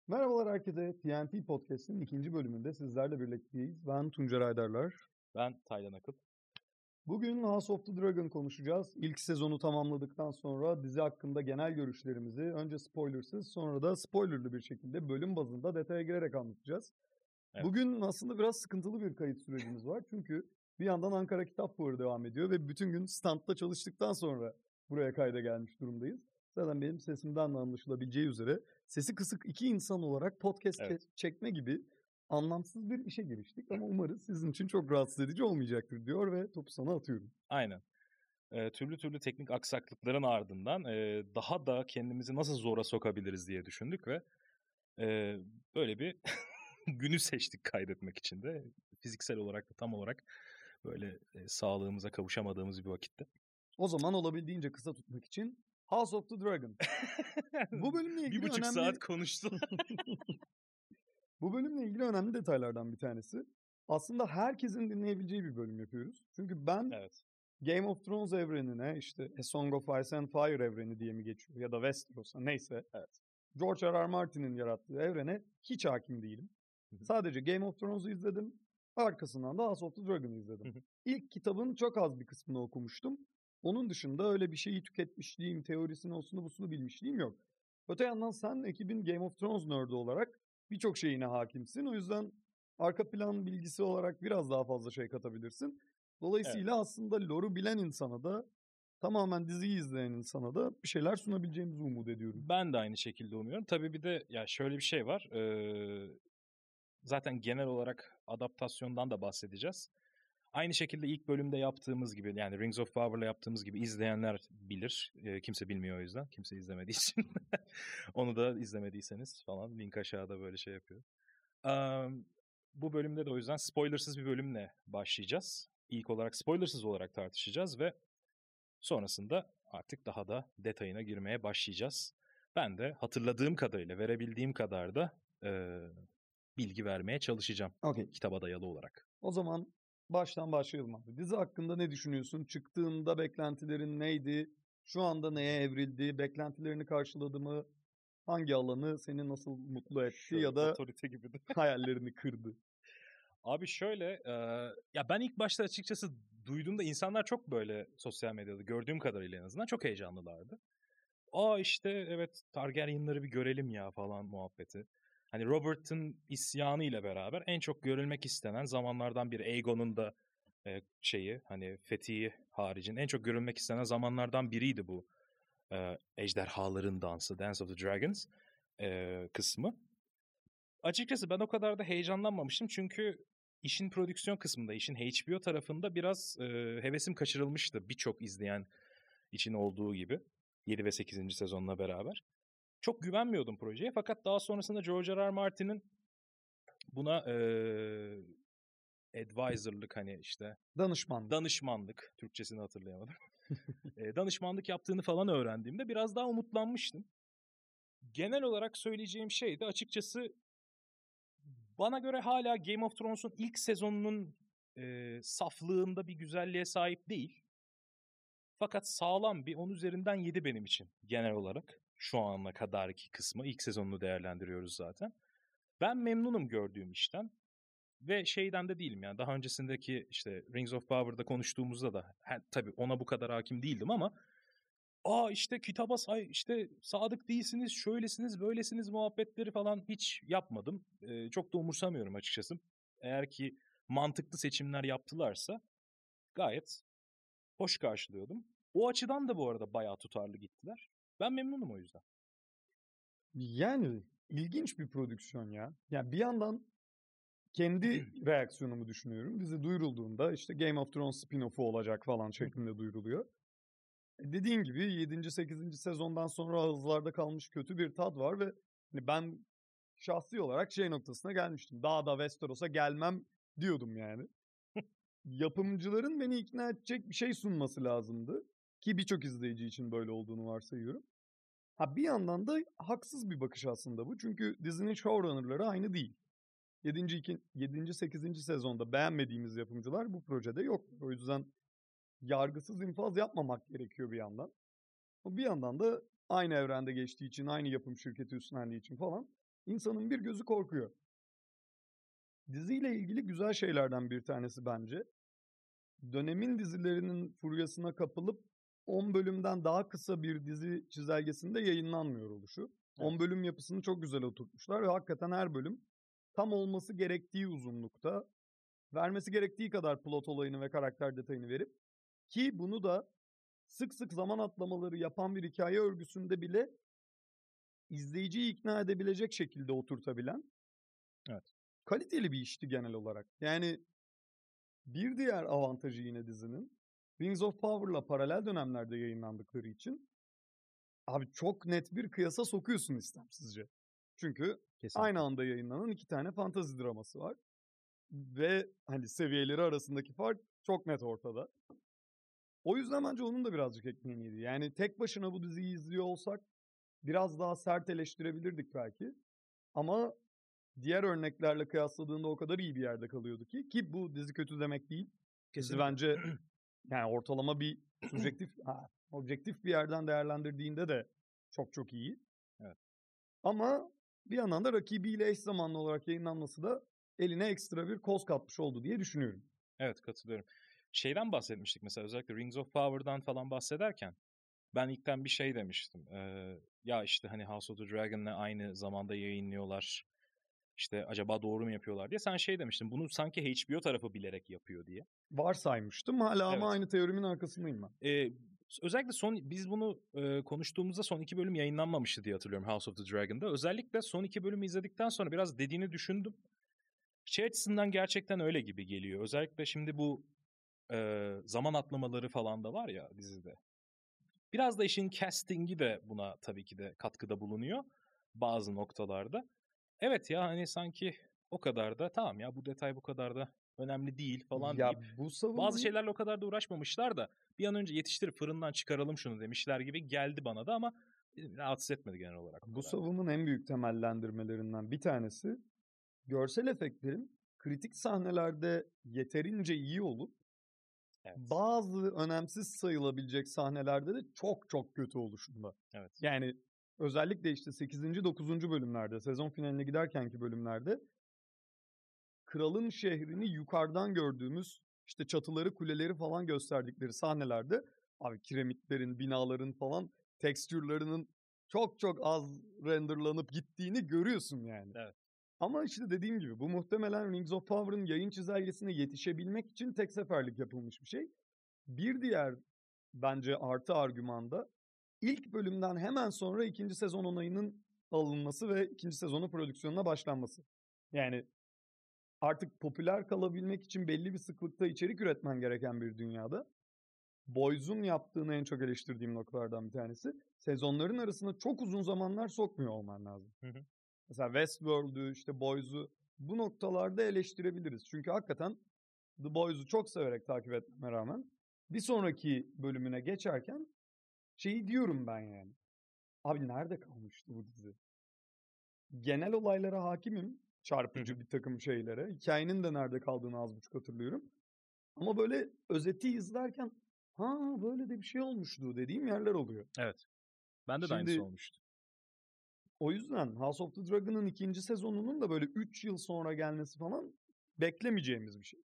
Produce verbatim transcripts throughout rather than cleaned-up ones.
Merhabalar herkese. T N T Podcast'in ikinci bölümünde sizlerle birlikteyiz. Ben Tuncer Aydarlar. Ben Taylan Akıl. Bugün House of the Dragon konuşacağız. İlk sezonu tamamladıktan sonra dizi hakkında genel görüşlerimizi önce spoilersız sonra da spoilerlı bir şekilde bölüm bazında detaya girerek anlatacağız. Evet. Bugün aslında biraz sıkıntılı bir kayıt sürecimiz var. Çünkü bir yandan Ankara Kitap Fuarı devam ediyor ve bütün gün standta çalıştıktan sonra buraya kayda gelmiş durumdayız. Zaten benim sesimden de anlaşılabileceği üzere sesi kısık iki insan olarak podcast Evet. çekme gibi anlamsız bir işe giriştik. Ama umarız sizin için çok rahatsız edici olmayacaktır diyor ve topu sana atıyorum. Aynen. Ee, türlü türlü teknik aksaklıkların ardından e, daha da kendimizi nasıl zora sokabiliriz diye düşündük ve e, böyle bir günü seçtik kaydetmek için de. Fiziksel olarak da tam olarak böyle e, sağlığımıza kavuşamadığımız bir vakitte. O zaman olabildiğince kısa tutmak için House of the Dragon. Bu bölümle ilgili bir buçuk önemli... saat konuştu. Bu bölümle ilgili önemli detaylardan bir tanesi. Aslında herkesin dinleyebileceği bir bölüm yapıyoruz. Çünkü ben Evet. Game of Thrones evrenine, işte A Song of Ice and Fire evreni diye mi geçiyor ya da Westeros'a neyse. Evet. George R. R. Martin'in yarattığı evrene hiç hakim değilim. Hı-hı. Sadece Game of Thrones'u izledim. Arkasından da House of the Dragon'ı izledim. Hı-hı. İlk kitabın çok az bir kısmını okumuştum. Onun dışında öyle bir şeyi tüketmişliğim, teorisini, osunu busunu bilmişliğim yok. Öte yandan sen ekibin Game of Thrones nerd'ı olarak birçok şeyine hakimsin. O yüzden arka plan bilgisi olarak biraz daha fazla şey katabilirsin. Dolayısıyla evet. Aslında lore'u bilen insana da tamamen diziyi izleyen insana da bir şeyler sunabileceğimizi umut ediyorum. Ben de aynı şekilde umuyorum. Tabii bir de ya şöyle bir şey var. Ee, zaten genel olarak adaptasyondan da bahsedeceğiz. Aynı şekilde ilk bölümde yaptığımız gibi, yani Rings of Power'la yaptığımız gibi izleyenler bilir. E, kimse bilmiyor o yüzden. Kimse izlemediği için. Onu da izlemediyseniz falan link aşağıda böyle şey yapıyor. Um, bu bölümde de o yüzden spoilersız bir bölümle başlayacağız. İlk olarak spoilersız olarak tartışacağız ve sonrasında artık daha da detayına girmeye başlayacağız. Ben de hatırladığım kadarıyla, verebildiğim kadar da e, bilgi vermeye çalışacağım. Okay. Kitaba dayalı olarak. O zaman baştan başlayalım abi. Dizi hakkında ne düşünüyorsun? Çıktığında beklentilerin neydi? Şu anda neye evrildi? Beklentilerini karşıladı mı? Hangi alanı seni nasıl mutlu etti Şöyle, ya da otorite gibi de. hayallerini kırdı? Abi şöyle, e, ya ben ilk başta açıkçası duyduğumda insanlar çok böyle sosyal medyada gördüğüm kadarıyla en azından çok heyecanlılardı. Aa işte evet Targaryenları bir görelim ya falan muhabbeti. Hani Robert'ın isyanı ile beraber en çok görülmek istenen zamanlardan biri. Aegon'un da e, şeyi hani fethi haricin en çok görülmek istenen zamanlardan biriydi bu e, ejderhaların dansı, Dance of the Dragons e, kısmı. Açıkçası ben o kadar da heyecanlanmamıştım çünkü işin prodüksiyon kısmında, işin H B O tarafında biraz e, hevesim kaçırılmıştı birçok izleyen için olduğu gibi. yedi ve sekizinci sezonla beraber. Çok güvenmiyordum projeye fakat daha sonrasında George R. R. Martin'in buna e, advisor'lık hani işte Danışmanlık. Danışmanlık, Türkçesini hatırlayamadım. e, danışmanlık yaptığını falan öğrendiğimde biraz daha umutlanmıştım. Genel olarak söyleyeceğim şey de açıkçası bana göre hala Game of Thrones'un ilk sezonunun e, saflığında bir güzelliğe sahip değil. Fakat sağlam bir on üzerinden yedi benim için genel olarak. Şu ana kadarki kısmı ilk sezonunu değerlendiriyoruz zaten. Ben memnunum gördüğüm işten. Ve şeyden de değilim yani daha öncesindeki işte Rings of Power'da konuştuğumuzda da he, tabii ona bu kadar hakim değildim ama aa işte kitaba say işte sadık değilsiniz şöylesiniz böylesiniz muhabbetleri falan hiç yapmadım. Ee, çok da umursamıyorum açıkçası. Eğer ki mantıklı seçimler yaptılarsa gayet hoş karşılıyordum. O açıdan da bu arada bayağı tutarlı gittiler. Ben memnunum o yüzden. Yani ilginç bir prodüksiyon ya. Yani bir yandan kendi reaksiyonumu düşünüyorum. Dizi duyurulduğunda işte Game of Thrones spin-off'u olacak falan şeklinde duyuruluyor. Dediğin gibi yedinci sekizinci sezondan sonra ağızlarda kalmış kötü bir tat var ve hani ben şahsi olarak şey noktasına gelmiştim. Daha da Westeros'a gelmem diyordum yani. Yapımcıların beni ikna edecek bir şey sunması lazımdı. Ki birçok izleyici için böyle olduğunu varsayıyorum. Ha bir yandan da haksız bir bakış aslında bu. Çünkü dizinin showrunner'ları aynı değil. yedinci sekizinci sezonda beğenmediğimiz yapımcılar bu projede yok. O yüzden yargısız infaz yapmamak gerekiyor bir yandan. Bir yandan da aynı evrende geçtiği için, aynı yapım şirketi üstlendiği için falan insanın bir gözü korkuyor. Diziyle ilgili güzel şeylerden bir tanesi bence. Dönemin dizilerinin furyasına kapılıp on bölümden daha kısa bir dizi çizelgesinde yayınlanmıyor oluşu. Evet. on bölüm yapısını çok güzel oturtmuşlar ve hakikaten her bölüm tam olması gerektiği uzunlukta, vermesi gerektiği kadar plot olayını ve karakter detayını verip, ki bunu da sık sık zaman atlamaları yapan bir hikaye örgüsünde bile izleyiciyi ikna edebilecek şekilde oturtabilen, evet, kaliteli bir işti genel olarak. Yani bir diğer avantajı yine dizinin, Rings of Power'la paralel dönemlerde yayınlandıkları için abi çok net bir kıyasa sokuyorsun istemsizce. Çünkü kesinlikle aynı anda yayınlanan iki tane fantazi draması var. Ve hani seviyeleri arasındaki fark çok net ortada. O yüzden bence onun da birazcık ekmeğini yedi. Yani tek başına bu diziyi izliyor olsak biraz daha sert eleştirebilirdik belki. Ama diğer örneklerle kıyasladığında o kadar iyi bir yerde kalıyordu ki. Ki bu dizi kötü demek değil. Kesinlikle. Dizi bence yani ortalama bir subjektif, ha, objektif bir yerden değerlendirdiğinde de çok çok iyi. Evet. Ama bir yandan da rakibiyle eş zamanlı olarak yayınlanması da eline ekstra bir koz katmış oldu diye düşünüyorum. Evet, katılıyorum. Şeyden bahsetmiştik mesela, özellikle Rings of Power'dan falan bahsederken ben ilkten bir şey demiştim. Ee, ya işte hani House of the Dragon'la aynı zamanda yayınlıyorlar. İşte acaba doğru mu yapıyorlar diye. Sen şey demiştin, bunu sanki H B O tarafı bilerek yapıyor diye. Varsaymıştım hala evet. Ama aynı teorimin arkasındayım ben. Ee, özellikle son, biz bunu e, konuştuğumuzda son iki bölüm yayınlanmamıştı diye hatırlıyorum House of the Dragon'da. Özellikle son iki bölümü izledikten sonra biraz dediğini düşündüm. Şey açısından gerçekten öyle gibi geliyor. Özellikle şimdi bu e, zaman atlamaları falan da var ya dizide. Biraz da işin casting'i de buna tabii ki de katkıda bulunuyor bazı noktalarda. Evet ya hani sanki o kadar da tamam ya bu detay bu kadar da önemli değil falan ya deyip bu savunmayı... bazı şeylerle o kadar da uğraşmamışlar da bir an önce yetiştirip fırından çıkaralım şunu demişler gibi geldi bana da, ama rahatsız etmedi genel olarak. Bu savunun en büyük temellendirmelerinden bir tanesi görsel efektlerin kritik sahnelerde yeterince iyi olup evet. bazı önemsiz sayılabilecek sahnelerde de çok çok kötü oluşunda. Evet. Yani özellikle işte sekizinci dokuzuncu bölümlerde, sezon finaline giderkenki bölümlerde kralın şehrini yukarıdan gördüğümüz işte çatıları, kuleleri falan gösterdikleri sahnelerde abi kiremitlerin, binaların falan tekstürlerinin çok çok az renderlanıp gittiğini görüyorsun yani. Evet. Ama işte dediğim gibi bu muhtemelen Rings of Power'ın yayın çizelgesine yetişebilmek için tek seferlik yapılmış bir şey. Bir diğer bence artı argümanda ilk bölümden hemen sonra ikinci sezon onayının alınması ve ikinci sezonun prodüksiyonuna başlanması. Yani artık popüler kalabilmek için belli bir sıklıkta içerik üretmen gereken bir dünyada Boys'un yaptığını en çok eleştirdiğim noktalardan bir tanesi, sezonların arasında çok uzun zamanlar sokmuyor olman lazım. Hı hı. Mesela Westworld'u, işte Boys'u bu noktalarda eleştirebiliriz. Çünkü hakikaten The Boys'u çok severek takip etmeme rağmen bir sonraki bölümüne geçerken şeyi diyorum ben yani. Abi nerede kalmıştı bu dizi? Genel olaylara hakimim. Çarpıcı hı hı. bir takım şeylere. Hikayenin de nerede kaldığını az buçuk hatırlıyorum. Ama böyle özeti izlerken ha böyle de bir şey olmuştu dediğim yerler oluyor. Evet. Bende Şimdi, de aynısı olmuştu. O yüzden House of the Dragon'ın ikinci sezonunun da böyle üç yıl sonra gelmesi falan beklemeyeceğimiz bir şey.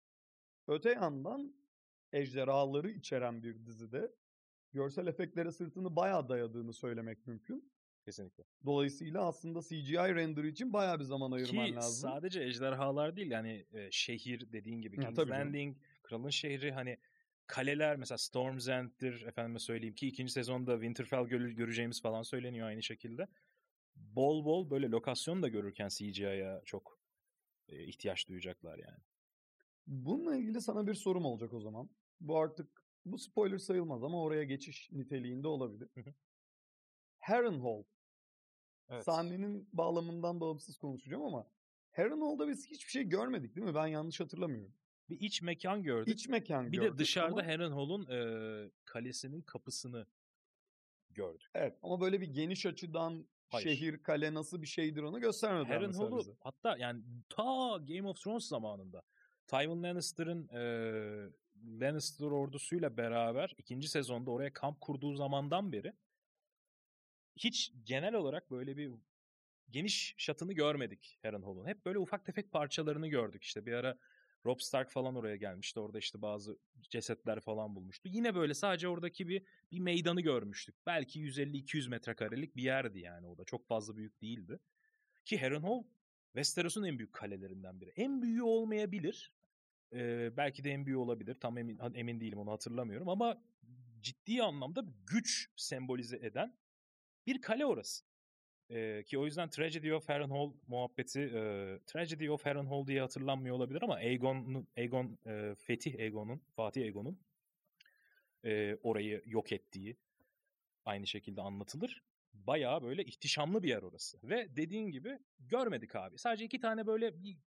Öte yandan ejderhaları içeren bir dizide görsel efektlere sırtını bayağı dayadığını söylemek mümkün. Kesinlikle. Dolayısıyla aslında C G I render için bayağı bir zaman ayırman Ki lazım. Ki sadece ejderhalar değil yani e, şehir dediğin gibi King's Landing, Kralın Şehri, hani kaleler mesela Storm's End'dir efendime söyleyeyim ki ikinci sezonda Winterfell Gölü göreceğimiz falan söyleniyor aynı şekilde. Bol bol böyle lokasyon da görürken C G I'ya çok e, ihtiyaç duyacaklar yani. Bununla ilgili sana bir sorum olacak o zaman. Bu artık bu spoiler sayılmaz ama oraya geçiş niteliğinde olabilir. Hı hı. Harrenhal. Evet. Sahnenin bağlamından bağımsız konuşacağım ama Harrenhal'da biz hiçbir şey görmedik değil mi? Ben yanlış hatırlamıyorum. Bir iç mekan gördük. İç mekan bir gördük. Bir de dışarıda ama... Harrenhal'un e, kalesinin kapısını gördük. Evet ama böyle bir geniş açıdan Hayır. şehir, kale nasıl bir şeydir onu göstermediler mesela bize. Hatta yani ta Game of Thrones zamanında Tywin Lannister'ın e, Lannister ordusuyla beraber ikinci sezonda oraya kamp kurduğu zamandan beri hiç genel olarak böyle bir geniş şatını görmedik Harrenhal'ın. Hep böyle ufak tefek parçalarını gördük. İşte bir ara Robb Stark falan oraya gelmişti. Orada işte bazı cesetler falan bulmuştu. Yine böyle sadece oradaki bir bir meydanı görmüştük. Belki yüz elli iki yüz metrekarelik bir yerdi yani o da. Çok fazla büyük değildi. Ki Harrenhal Westeros'un en büyük kalelerinden biri. En büyüğü olmayabilir. Ee, belki de en büyüğü olabilir. Tam emin, emin değilim, onu hatırlamıyorum. Ama ciddi anlamda güç sembolize eden bir kale orası. Ee, ki o yüzden Tragedy of Harrenhal muhabbeti e, Tragedy of Harrenhal diye hatırlanmıyor olabilir ama Aegon'un Aegon e, Fetih Aegon'un Fatih Aegon'un e, orayı yok ettiği aynı şekilde anlatılır. Bayağı böyle ihtişamlı bir yer orası. Ve dediğin gibi görmedik abi. Sadece iki tane böyle bir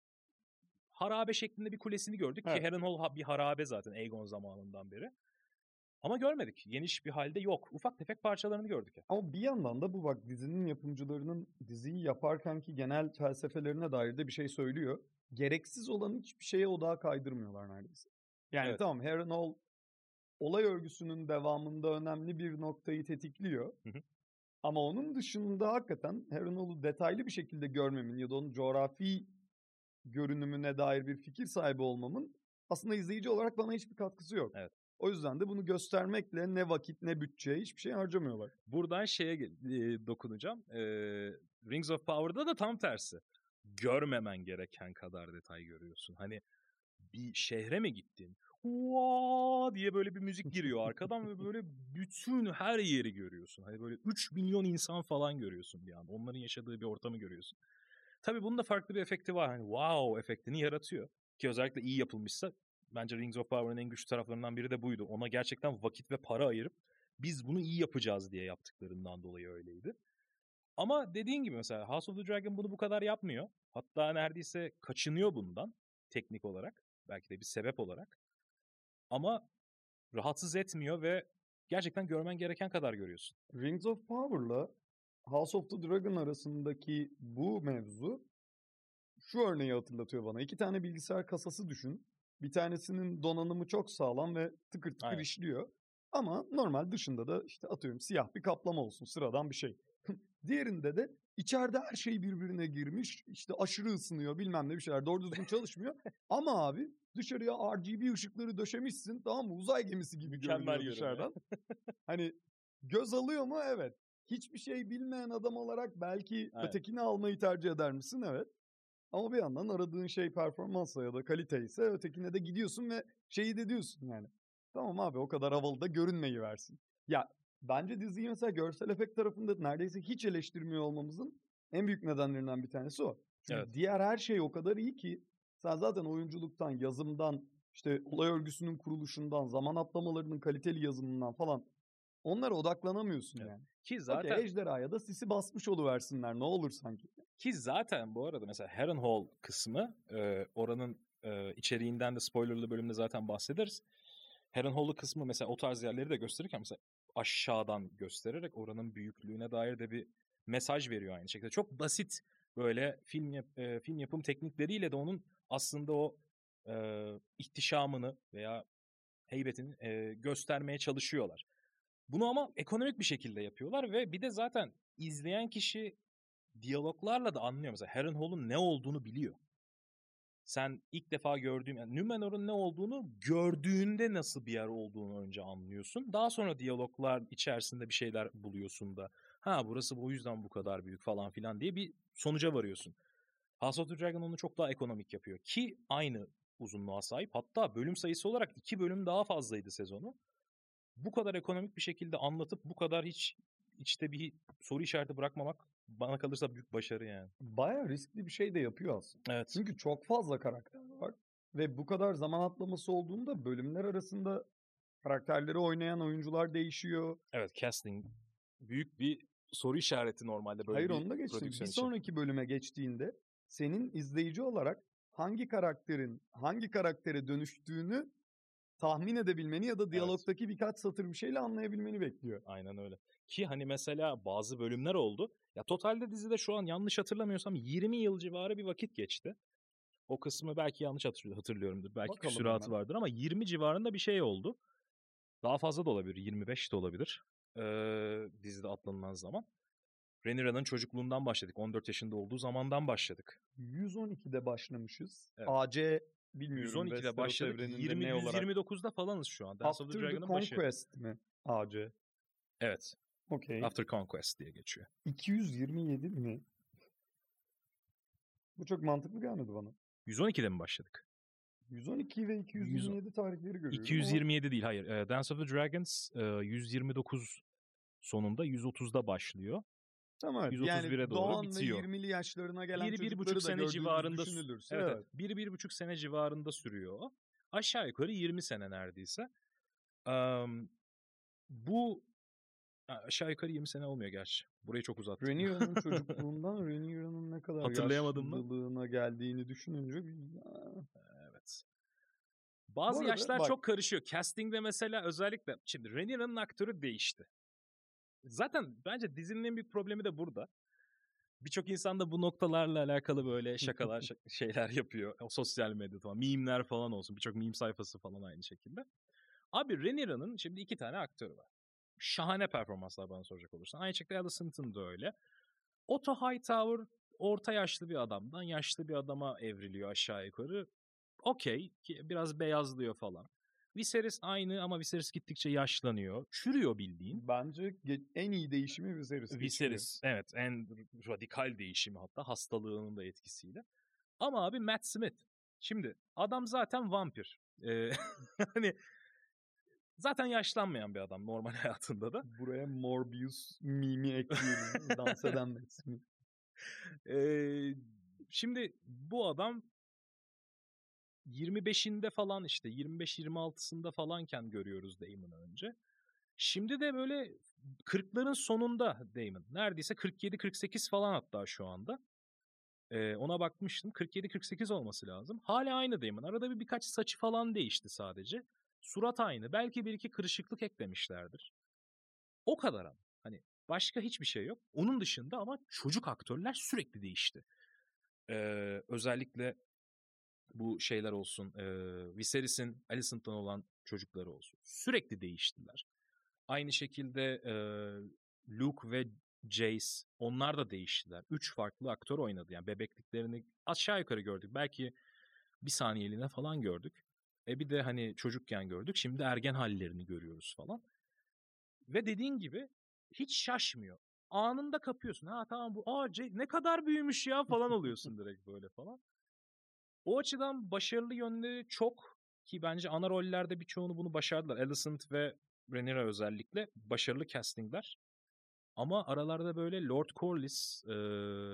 harabe şeklinde bir kulesini gördük. Evet. Ki Harrenhal bir harabe zaten Aegon zamanından beri. Ama görmedik. Geniş bir halde yok. Ufak tefek parçalarını gördük. Yani. Ama bir yandan da bu bak dizinin yapımcılarının diziyi yaparkenki genel felsefelerine dair de bir şey söylüyor. Gereksiz olan hiçbir şeye odağa kaydırmıyorlar neredeyse. Yani evet. Tamam Harrenhal olay örgüsünün devamında önemli bir noktayı tetikliyor. Hı hı. Ama onun dışında hakikaten Harrenhal'ı detaylı bir şekilde görmemin ya da onun coğrafi görünümüne dair bir fikir sahibi olmamın aslında izleyici olarak bana hiçbir katkısı yok. Evet. O yüzden de bunu göstermekle ne vakit ne bütçe hiçbir şey harcamıyorlar. Buradan şeye e, dokunacağım. E, Rings of Power'da da tam tersi. Görmemen gereken kadar detay görüyorsun. Hani bir şehre mi gittin? Vaa diye böyle bir müzik giriyor arkadan ve böyle bütün her yeri görüyorsun. Hani böyle üç milyon insan falan görüyorsun bir an. Onların yaşadığı bir ortamı görüyorsun. Tabii bunun da farklı bir efekti var. Hani wow efektini yaratıyor. Ki özellikle iyi yapılmışsa bence Rings of Power'ın en güçlü taraflarından biri de buydu. Ona gerçekten vakit ve para ayırıp biz bunu iyi yapacağız diye yaptıklarından dolayı öyleydi. Ama dediğin gibi mesela House of the Dragon bunu bu kadar yapmıyor. Hatta neredeyse kaçınıyor bundan teknik olarak. Belki de bir sebep olarak. Ama rahatsız etmiyor ve gerçekten görmen gereken kadar görüyorsun. Rings of Power'la House of the Dragon arasındaki bu mevzu şu örneği hatırlatıyor bana. İki tane bilgisayar kasası düşün. Bir tanesinin donanımı çok sağlam ve tıkır tıkır Aynen. işliyor. Ama normal dışında da işte atıyorum siyah bir kaplama olsun, sıradan bir şey. Diğerinde de içeride her şey birbirine girmiş. İşte aşırı ısınıyor, bilmem ne bir şeyler doğru düzgün çalışmıyor. Ama abi dışarıya R G B ışıkları döşemişsin, tamam mı? Uzay gemisi gibi görünüyor dışarıdan. Hani göz alıyor mu? Evet. Hiçbir şey bilmeyen adam olarak belki Aynen. ötekini almayı tercih eder misin? Evet. Ama bir yandan aradığın şey performansa ya da kalite ise ötekine de gidiyorsun ve şeyi de diyorsun yani. Tamam abi o kadar havalı da görünmeyi versin. Ya bence diziyi mesela görsel efekt tarafında neredeyse hiç eleştirmiyor olmamızın en büyük nedenlerinden bir tanesi o. Çünkü evet. diğer her şey o kadar iyi ki sen zaten oyunculuktan, yazımdan, işte olay örgüsünün kuruluşundan, zaman atlamalarının kaliteli yazımından falan onlara odaklanamıyorsun evet. yani. Ki zaten okay, ejderhaya da sisi basmış oluversinler ne olur sanki. Ki zaten bu arada mesela Harrenhal kısmı e, oranın e, içeriğinden de spoilerlı bölümde zaten bahsederiz. Harrenhal'lı kısmı mesela o tarz yerleri de gösterirken mesela aşağıdan göstererek oranın büyüklüğüne dair de bir mesaj veriyor aynı şekilde. Çok basit böyle film yap, e, film yapım teknikleriyle de onun aslında o e, ihtişamını veya heybetini e, göstermeye çalışıyorlar. Bunu ama ekonomik bir şekilde yapıyorlar ve bir de zaten izleyen kişi diyaloglarla da anlıyor. Mesela Harrenhal'ın ne olduğunu biliyor. Sen ilk defa gördüğün, yani Numenor'un ne olduğunu gördüğünde nasıl bir yer olduğunu önce anlıyorsun. Daha sonra diyaloglar içerisinde bir şeyler buluyorsun da ha burası bu yüzden bu kadar büyük falan filan diye bir sonuca varıyorsun. House of the Dragon onu çok daha ekonomik yapıyor ki aynı uzunluğa sahip. Hatta bölüm sayısı olarak iki bölüm daha fazlaydı sezonu. Bu kadar ekonomik bir şekilde anlatıp bu kadar hiç içte bir soru işareti bırakmamak bana kalırsa büyük başarı yani. Bayağı riskli bir şey de yapıyor aslında. Evet. Çünkü çok fazla karakter var. Ve bu kadar zaman atlaması olduğunda bölümler arasında karakterleri oynayan oyuncular değişiyor. Evet, casting büyük bir soru işareti normalde böyle Hayır, bir onu da geçtim. Bir sonraki bölüme geçtiğinde senin izleyici olarak hangi karakterin hangi karaktere dönüştüğünü tahmin edebilmeni ya da diyalogdaki evet. birkaç satır bir şeyle anlayabilmeni bekliyor. Aynen öyle. Ki hani mesela bazı bölümler oldu. Ya totalde dizide şu an yanlış hatırlamıyorsam yirmi yıl civarı bir vakit geçti. O kısmı belki yanlış hatırlıyorumdur. Belki Bakalım küsuratı hemen. vardır ama yirmi civarında bir şey oldu. Daha fazla da olabilir. yirmi beş de olabilir. Ee, dizide atlanılan zaman. Rhaenyra'nın çocukluğundan başladık. on dört yaşında olduğu zamandan başladık. yüz on ikide başlamışız. Evet. A C bilmiyorum yüz on ikide Westeros başladık. evreninde yirmi, ne olarak. yüz yirmi dokuzda falanız şu an. Dance of the After the Dragon'ın başı. Conquest mi A C? Evet. Okey. After Conquest diye geçiyor. iki yüz yirmi yedi mi? Bu çok mantıklı gelmedi bana. yüz on ikide mi başladık? yüz on iki ve iki yüz yirmi yedi tarihleri görüyorum. iki yüz yirmi yedi ama... değil, hayır. Dance of the Dragons yüz yirmi dokuz sonunda, yüz otuzda başlıyor. Tamam, yüz otuz bire yani doğru Doğan bitiyor. ve yirmili yaşlarına gelen bir, bir çocukları buçuk da sene gördüğümüz civarında düşünülürse. Evet, Evet. evet. Bir, bir buçuk sene civarında sürüyor o. Aşağı yukarı yirmi sene neredeyse. Um, bu aşağı yukarı yirmi sene olmuyor gerçi. Burayı çok uzattım. Rhaenyra'nın çocukluğundan Rhaenyra'nın ne kadar yaşlılığına geldiğini düşününce evet. Bazı arada, yaşlar bak, çok karışıyor. Casting'de mesela özellikle şimdi Rhaenyra'nın aktörü değişti. Zaten bence dizinin en büyük problemi de burada. Birçok insan da bu noktalarla alakalı böyle şakalar şeyler yapıyor. O sosyal medyada falan. Meme'ler falan olsun. Birçok meme sayfası falan aynı şekilde. Abi Rhaenyra'nın şimdi iki tane aktörü var. Şahane performanslar bana soracak olursan. Aynı şekilde Alicent'ın da öyle. Otto Hightower orta yaşlı bir adamdan yaşlı bir adama evriliyor aşağı yukarı. Okey. Biraz beyazlıyor falan. Viserys aynı ama Viserys gittikçe yaşlanıyor. Çürüyor bildiğin. Bence en iyi değişimi Viserys. Viserys evet, en radikal değişimi hatta hastalığının da etkisiyle. Ama abi Matt Smith. Şimdi adam zaten vampir. Ee, hani zaten yaşlanmayan bir adam normal hayatında da. Buraya Morbius mimi ekliyoruz. Dans eden Matt Smith. Ee, şimdi bu adam yirmi beşinde falan işte yirmi beş yirmi altısında falanken görüyoruz Daemon'ı önce. Şimdi de böyle kırkların sonunda Daemon. Neredeyse kırk yedi kırk sekiz falan hatta şu anda. Ee, ona bakmıştım. kırk yedi kırk sekiz olması lazım. Hala aynı Daemon. Arada bir birkaç saçı falan değişti sadece. Surat aynı. Belki bir iki kırışıklık eklemişlerdir. O kadar ama. Hani başka hiçbir şey yok. Onun dışında ama çocuk aktörler sürekli değişti. Ee, özellikle bu şeyler olsun. E, Viserys'in Alicent'tan olan çocukları olsun. Sürekli değiştiler. Aynı şekilde e, Luke ve Jace onlar da değiştiler. Üç farklı aktör oynadı. Yani bebekliklerini aşağı yukarı gördük. Belki bir saniyeliğine falan gördük. E bir de hani çocukken gördük. Şimdi ergen hallerini görüyoruz falan. Ve dediğin gibi hiç şaşmıyor. Anında kapıyorsun. Ha tamam bu aa Jace ne kadar büyümüş ya falan oluyorsun direkt böyle falan. O açıdan başarılı yönleri çok ki bence ana rollerde birçoğunu bunu başardılar. Alicent ve Rhaenyra özellikle başarılı castingler. Ama aralarda böyle Lord Corlys, e,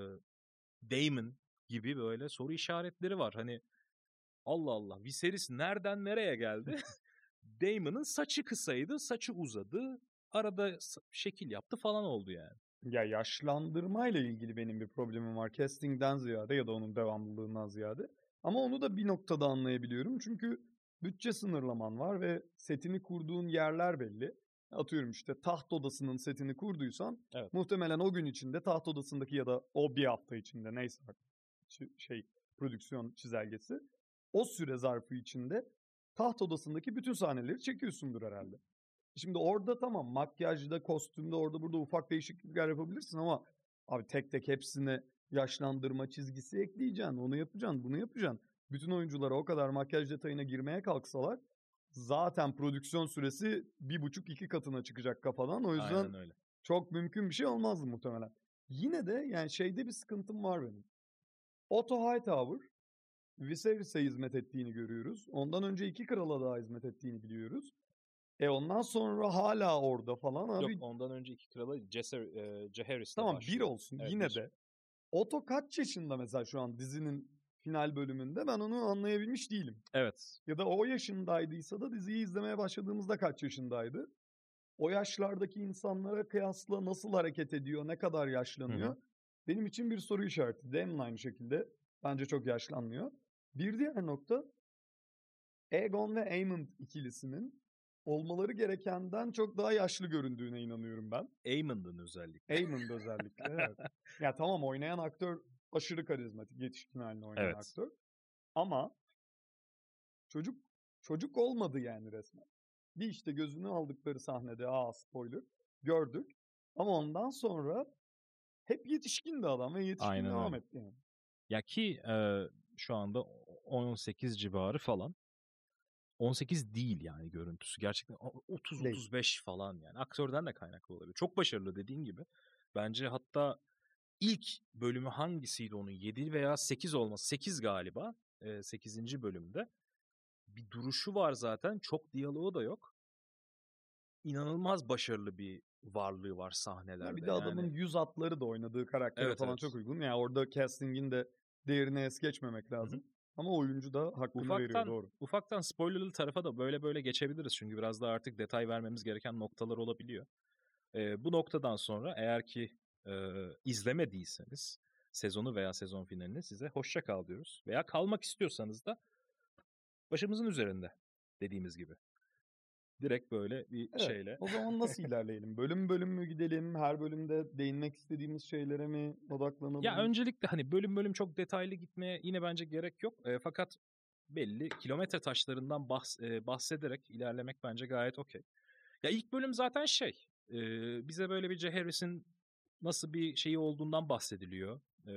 Daemon gibi böyle soru işaretleri var. Hani Allah Allah Viserys nereden nereye geldi? Daemon'ın saçı kısaydı, saçı uzadı. Arada şekil yaptı falan oldu yani. Ya yaşlandırmayla ilgili benim bir problemim var. Casting'den ziyade ya da onun devamlılığından ziyade. Ama onu da bir noktada anlayabiliyorum. Çünkü bütçe sınırlaman var ve setini kurduğun yerler belli. Atıyorum işte taht odasının setini kurduysan evet. muhtemelen o gün içinde taht odasındaki ya da o bir hafta içinde neyse şey prodüksiyon çizelgesi o süre zarfı içinde taht odasındaki bütün sahneleri çekiyorsundur herhalde. Şimdi orada tamam makyajda, kostümde orada burada ufak değişiklikler yapabilirsin ama abi tek tek hepsine yaşlandırma çizgisi ekleyeceksin. Onu yapacaksın, bunu yapacaksın. Bütün oyunculara o kadar makyaj detayına girmeye kalksalar zaten prodüksiyon süresi bir buçuk iki katına çıkacak kafadan. O yüzden çok mümkün bir şey olmazdı muhtemelen. Yine de yani şeyde bir sıkıntım var benim. Otto Hightower Viserys'e hizmet ettiğini görüyoruz. Ondan önce iki krala daha hizmet ettiğini biliyoruz. E ondan sonra hala orada falan abi. Yok ondan önce iki kralı Jaehaerys'le tamam, başlıyor. bir olsun evet, yine bir. de. Otto kaç yaşında mesela şu an dizinin final bölümünde ben onu anlayabilmiş değilim. Evet. Ya da o yaşındaydıysa da diziyi izlemeye başladığımızda kaç yaşındaydı? O yaşlardaki insanlara kıyasla nasıl hareket ediyor, ne kadar yaşlanıyor? Hı hı. Benim için bir soru işareti. Daemon aynı şekilde bence çok yaşlanmıyor. Bir diğer nokta Aegon ve Aemond ikilisinin olmaları gerekenden çok daha yaşlı göründüğüne inanıyorum ben. Aemond'un özellikle. Aemond özellikle evet. Ya tamam oynayan aktör aşırı karizmatik, yetişkin halinde oynayan evet. aktör. Ama çocuk çocuk olmadı yani resmen. Bir işte gözünü aldıkları sahnede aa spoiler gördük. Ama ondan sonra hep yetişkindi adam ve yetişkin Aynen devam öyle. etti yani. Ya ki e, şu anda on sekiz civarı falan. on sekiz değil yani görüntüsü. Gerçekten otuz otuz beş falan yani. Aktörden de kaynaklı olabilir. Çok başarılı dediğin gibi. Bence hatta ilk bölümü hangisiydi onun? yedi veya sekiz olması. sekiz galiba. sekizinci bölümde. Bir duruşu var zaten. Çok diyaloğu da yok. İnanılmaz başarılı bir varlığı var sahnelerde. Ya bir de yani... adamın yüz atları da oynadığı karaktere evet, falan evet. çok uygun. Yani orada castingin de değerini es geçmemek lazım. Hı hı. Ama oyuncu da hakkını ufaktan, veriyor, doğru. Ufaktan spoilerlı tarafa da böyle böyle geçebiliriz. Çünkü biraz da artık detay vermemiz gereken noktalar olabiliyor. Ee, bu noktadan sonra eğer ki e, izlemediyseniz sezonu veya sezon finalini size hoşça kal diyoruz. Veya kalmak istiyorsanız da başımızın üzerinde dediğimiz gibi. Direkt böyle bir evet, şeyle. O zaman nasıl ilerleyelim? Bölüm bölüm mü gidelim? Her bölümde değinmek istediğimiz şeylere mi odaklanalım? Ya öncelikle hani bölüm bölüm çok detaylı gitmeye yine bence gerek yok. E, fakat belli kilometre taşlarından bahs- e, bahsederek ilerlemek bence gayet okey. Ya ilk bölüm zaten şey, e, bize böyle bir Jay Harris'in nasıl bir şeyi olduğundan bahsediliyor. E,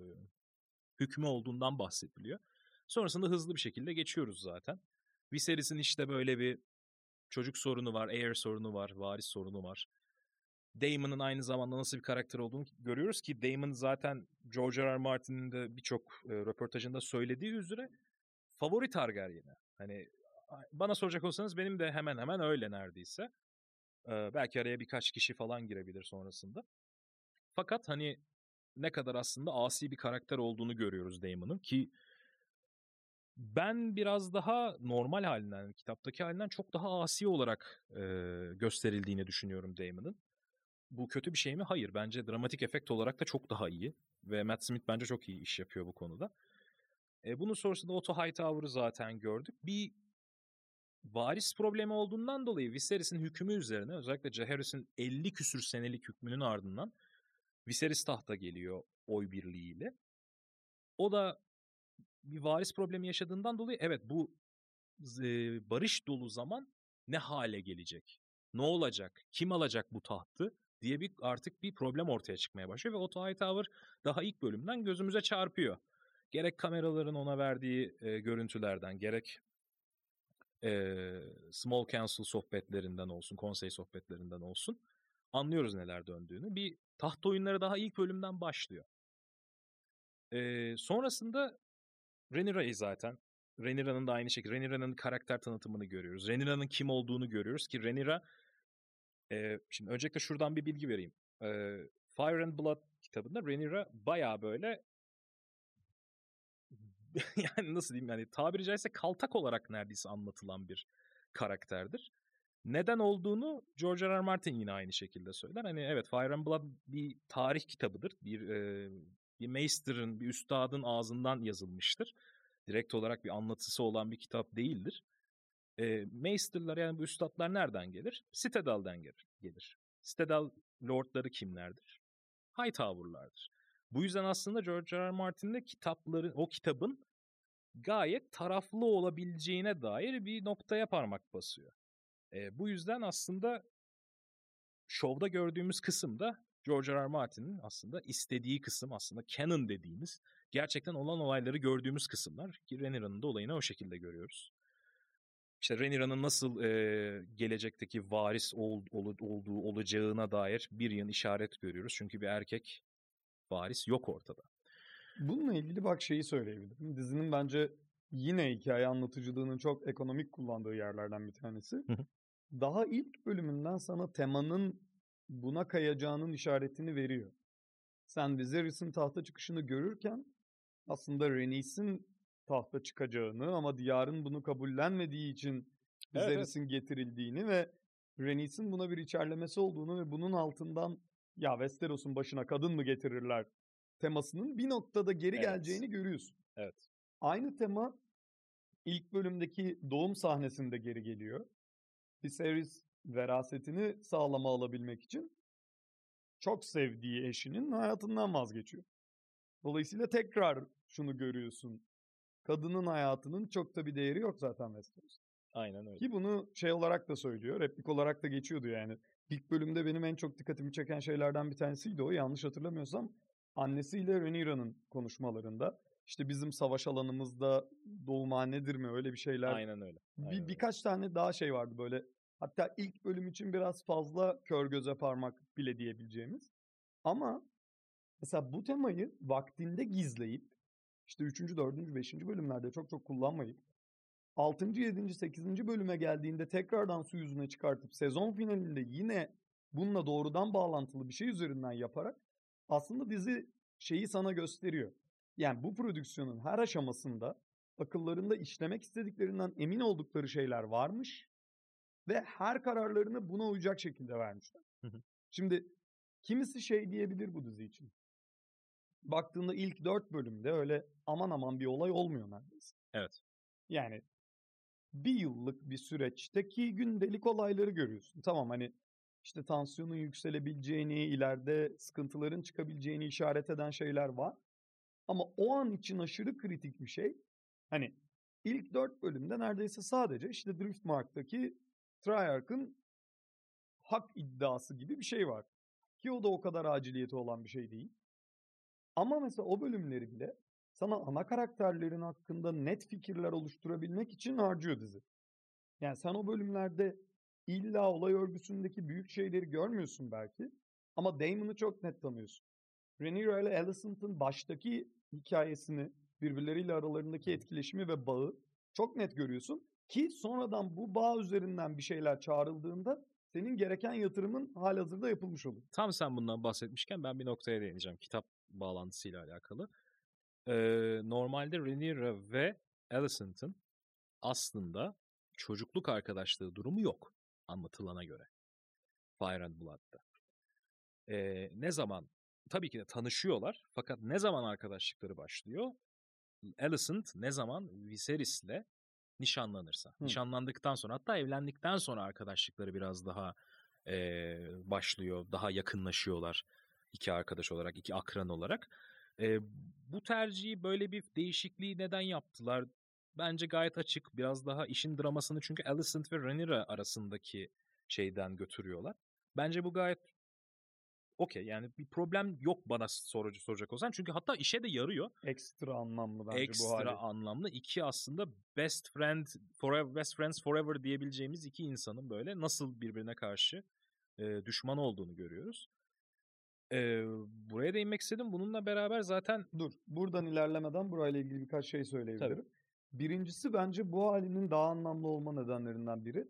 hükmü olduğundan bahsediliyor. Sonrasında hızlı bir şekilde geçiyoruz zaten. Viserys'in işte böyle bir çocuk sorunu var, heir sorunu var, varis sorunu var. Daemon'ın aynı zamanda nasıl bir karakter olduğunu görüyoruz ki Daemon zaten George R. R. Martin'in de birçok e, röportajında söylediği üzere favori Targaryen'i. Hani bana soracak olsanız benim de hemen hemen öyle neredeyse. Ee, belki araya birkaç kişi falan girebilir sonrasında. Fakat hani ne kadar aslında asi bir karakter olduğunu görüyoruz Daemon'ın ki ben biraz daha normal halinden, kitaptaki halinden çok daha asi olarak e, gösterildiğini düşünüyorum Daemon'ın. Bu kötü bir şey mi? Hayır. Bence dramatik efekt olarak da çok daha iyi. Ve Matt Smith bence çok iyi iş yapıyor bu konuda. E, bunun sonrasında Otto Hightower'ı zaten gördük. Bir varis problemi olduğundan dolayı Viserys'in hükmü üzerine özellikle Jaehaerys'in elli küsür senelik hükmünün ardından Viserys tahta geliyor oy birliğiyle. O da bir varis problemi yaşadığından dolayı evet bu e, barış dolu zaman ne hale gelecek? Ne olacak? Kim alacak bu tahtı? Diye bir artık bir problem ortaya çıkmaya başlıyor ve Otto Hightower daha ilk bölümden gözümüze çarpıyor. Gerek kameraların ona verdiği e, görüntülerden, gerek e, small council sohbetlerinden olsun, konsey sohbetlerinden olsun anlıyoruz neler döndüğünü. Bir taht oyunları daha ilk bölümden başlıyor. E, sonrasında Rhaenyra'yı zaten, Rhaenyra'nın da aynı şekilde, Rhaenyra'nın karakter tanıtımını görüyoruz. Rhaenyra'nın kim olduğunu görüyoruz ki Rhaenyra, e, şimdi öncelikle şuradan bir bilgi vereyim. E, Fire and Blood kitabında Rhaenyra bayağı böyle yani nasıl diyeyim yani tabiri caizse kaltak olarak neredeyse anlatılan bir karakterdir. Neden olduğunu George R. R. Martin yine aynı şekilde söyler. Hani evet Fire and Blood bir tarih kitabıdır. Bir e, bir meister'ın, bir üstadın ağzından yazılmıştır. Direkt olarak bir anlatısı olan bir kitap değildir. E, meister'lar yani bu üstadlar nereden gelir? Citadel'den gelir. gelir. Citadel lordları kimlerdir? Hightower'lardır. Bu yüzden aslında George R. R. Martin'de kitapların, o kitabın gayet taraflı olabileceğine dair bir noktaya parmak basıyor. E, bu yüzden aslında şovda gördüğümüz kısım da George R. R. Martin'in aslında istediği kısım aslında canon dediğimiz gerçekten olan olayları gördüğümüz kısımlar ki Rhaenyra'nın da olayını o şekilde görüyoruz. İşte Rhaenyra'nın nasıl e, gelecekteki varis ol, ol, olduğu olacağına dair bir yıl işaret görüyoruz. Çünkü bir erkek varis yok ortada. Bununla ilgili bak şeyi söyleyebilirim. Dizinin bence yine hikaye anlatıcılığının çok ekonomik kullandığı yerlerden bir tanesi. Hı hı. Daha ilk bölümünden sana temanın buna kayacağının işaretini veriyor. Sen Viserys'in tahta çıkışını görürken aslında Rhaenys'in tahta çıkacağını ama diyarın bunu kabullenmediği için Viserys'in evet, evet. getirildiğini ve Rhaenys'in buna bir içerlemesi olduğunu ve bunun altından ya Westeros'un başına kadın mı getirirler temasının bir noktada geri evet. geleceğini görüyorsun. Evet. Aynı tema ilk bölümdeki doğum sahnesinde geri geliyor. Viserys verasetini sağlama alabilmek için çok sevdiği eşinin hayatından vazgeçiyor. Dolayısıyla tekrar şunu görüyorsun. Kadının hayatının çok da bir değeri yok zaten Westeros'ta. Aynen öyle. Ki bunu şey olarak da söylüyor, replik olarak da geçiyordu yani. ilk bölümde benim en çok dikkatimi çeken şeylerden bir tanesiydi o. Yanlış hatırlamıyorsam annesiyle Rhaenyra'nın konuşmalarında işte bizim savaş alanımızda doğumhanedir mi öyle bir şeyler. Aynen öyle. Aynen Bir, öyle. birkaç tane daha şey vardı böyle. Hatta ilk bölüm için biraz fazla kör göze parmak bile diyebileceğimiz. Ama mesela bu temayı vaktinde gizleyip işte üçüncü, dördüncü, beşinci bölümlerde çok çok kullanmayıp altıncı, yedinci, sekizinci bölüme geldiğinde tekrardan su yüzüne çıkartıp sezon finalinde yine bununla doğrudan bağlantılı bir şey üzerinden yaparak aslında dizi şeyi sana gösteriyor. Yani bu prodüksiyonun her aşamasında akıllarında işlemek istediklerinden emin oldukları şeyler varmış ve her kararlarını buna uyacak şekilde vermişler. Hı hı. Şimdi kimisi şey diyebilir bu dizi için. Baktığında ilk dört bölümde öyle aman aman bir olay olmuyor neredeyse. Evet. Yani bir yıllık bir süreçteki gündelik olayları görüyorsun. Tamam hani işte tansiyonun yükselebileceğini, ileride sıkıntıların çıkabileceğini işaret eden şeyler var. Ama o an için aşırı kritik bir şey. Hani ilk dört bölümde neredeyse sadece işte Driftmark'taki Treyarch'ın hak iddiası gibi bir şey var. Ki o da o kadar aciliyeti olan bir şey değil. Ama mesela o bölümleri bile sana ana karakterlerin hakkında net fikirler oluşturabilmek için harcıyor dizi. Yani sen o bölümlerde illa olay örgüsündeki büyük şeyleri görmüyorsun belki. Ama Daemon'u çok net tanıyorsun. Rhaenyra ile Alicent'ın baştaki hikayesini, birbirleriyle aralarındaki etkileşimi ve bağı çok net görüyorsun. Ki sonradan bu bağ üzerinden bir şeyler çağrıldığında senin gereken yatırımın halihazırda yapılmış olur. Tam sen bundan bahsetmişken ben bir noktaya değineceğim. Kitap bağlantısıyla alakalı. Ee, normalde Rhaenyra ve Alicent'ın aslında çocukluk arkadaşlığı durumu yok anlatılana göre. Fire and Blood'da. Ee, ne zaman? Tabii ki de tanışıyorlar. Fakat ne zaman arkadaşlıkları başlıyor? Alicent ne zaman Viserys'le nişanlanırsa. Hı. Nişanlandıktan sonra, hatta evlendikten sonra arkadaşlıkları biraz daha e, başlıyor. Daha yakınlaşıyorlar iki arkadaş olarak, iki akran olarak. E, bu tercihi, böyle bir değişikliği neden yaptılar? Bence gayet açık. Biraz daha işin dramasını, çünkü Alicent ve Rhaenyra arasındaki şeyden götürüyorlar. Bence bu gayet okey. Yani bir problem yok bana sorucu soracak olsan. Çünkü hatta işe de yarıyor. Ekstra anlamlı bence Ekstra bu hali. anlamlı. İki aslında best friend forever, best friends forever diyebileceğimiz iki insanın böyle nasıl birbirine karşı e, düşman olduğunu görüyoruz. E, buraya değinmek istedim. Bununla beraber zaten... Dur, buradan ilerlemeden burayla ilgili birkaç şey söyleyebilirim. Tabii. Birincisi bence bu halinin daha anlamlı olma nedenlerinden biri.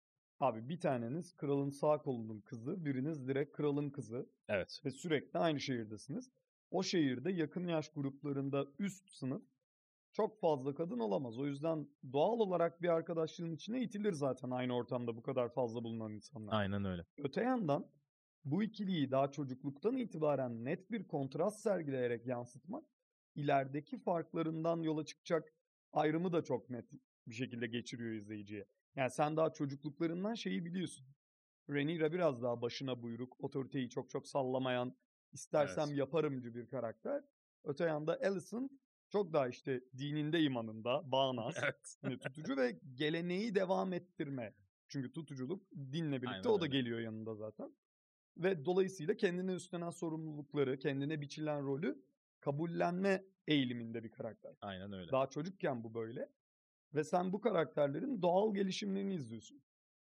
Abi bir taneniz kralın sağ kolunun kızı, biriniz direkt kralın kızı. Evet. Ve sürekli aynı şehirdesiniz. O şehirde yakın yaş gruplarında üst sınıf çok fazla kadın olamaz. O yüzden doğal olarak bir arkadaşlığın içine itilir zaten aynı ortamda bu kadar fazla bulunan insanlar. Aynen öyle. Öte yandan bu ikiliyi daha çocukluktan itibaren net bir kontrast sergileyerek yansıtmak, ilerideki farklarından yola çıkacak ayrımı da çok net bir şekilde geçiriyor izleyiciye. Yani sen daha çocukluklarından şeyi biliyorsun. Rhaenyra biraz daha başına buyruk, otoriteyi çok çok sallamayan, istersem Evet. yaparımcı bir karakter. Öte yanda Alicent çok daha işte dininde, imanında, bağnaz, Evet. hani tutucu ve geleneği devam ettirme. Çünkü tutuculuk dinle birlikte Aynen o da öyle. geliyor yanında zaten. Ve dolayısıyla kendine üstlenen sorumlulukları, kendine biçilen rolü kabullenme eğiliminde bir karakter. Aynen öyle. Daha çocukken bu böyle. Ve sen bu karakterlerin doğal gelişimlerini izliyorsun.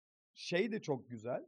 Şey de çok güzel.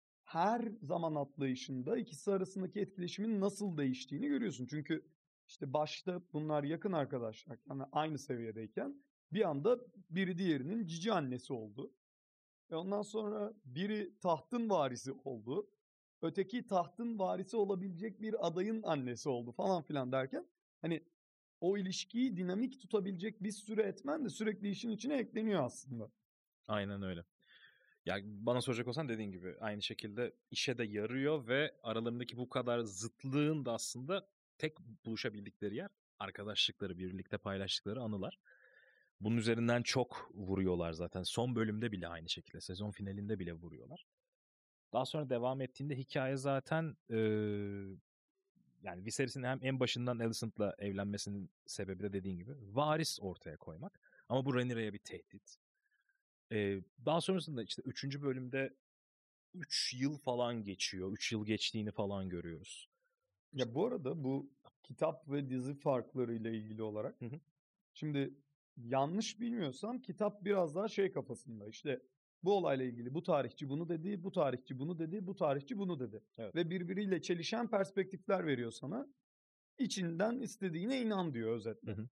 Her zaman atlayışında ikisi arasındaki etkileşimin nasıl değiştiğini görüyorsun. Çünkü işte başta bunlar yakın arkadaşlar, yani aynı seviyedeyken bir anda biri diğerinin cici annesi oldu. Ve ondan sonra biri tahtın varisi oldu. Öteki tahtın varisi olabilecek bir adayın annesi oldu falan filan derken hani o ilişkiyi dinamik tutabilecek bir sürü etmen de sürekli işin içine ekleniyor aslında. Aynen öyle. Ya bana soracak olsan dediğin gibi aynı şekilde işe de yarıyor ve aralarındaki bu kadar zıtlığın da aslında tek buluşabildikleri yer arkadaşlıkları, birlikte paylaştıkları anılar. Bunun üzerinden çok vuruyorlar zaten. Son bölümde bile aynı şekilde, sezon finalinde bile vuruyorlar. Daha sonra devam ettiğinde hikaye zaten ee, yani Viserys'in hem en başından Alicent'la evlenmesinin sebebi de dediğin gibi varis ortaya koymak. Ama bu Rhaenyra'ya bir tehdit. Ee, daha sonrasında işte üçüncü bölümde üç yıl falan geçiyor. üç yıl geçtiğini falan görüyoruz. Ya bu arada bu kitap ve dizi farklarıyla ilgili olarak Hı hı. şimdi yanlış bilmiyorsam kitap biraz daha şey kafasında işte bu olayla ilgili bu tarihçi bunu dedi, bu tarihçi bunu dedi, bu tarihçi bunu dedi. Evet. Ve birbiriyle çelişen perspektifler veriyor sana. İçinden istediğine inan diyor özetle. Hı hı.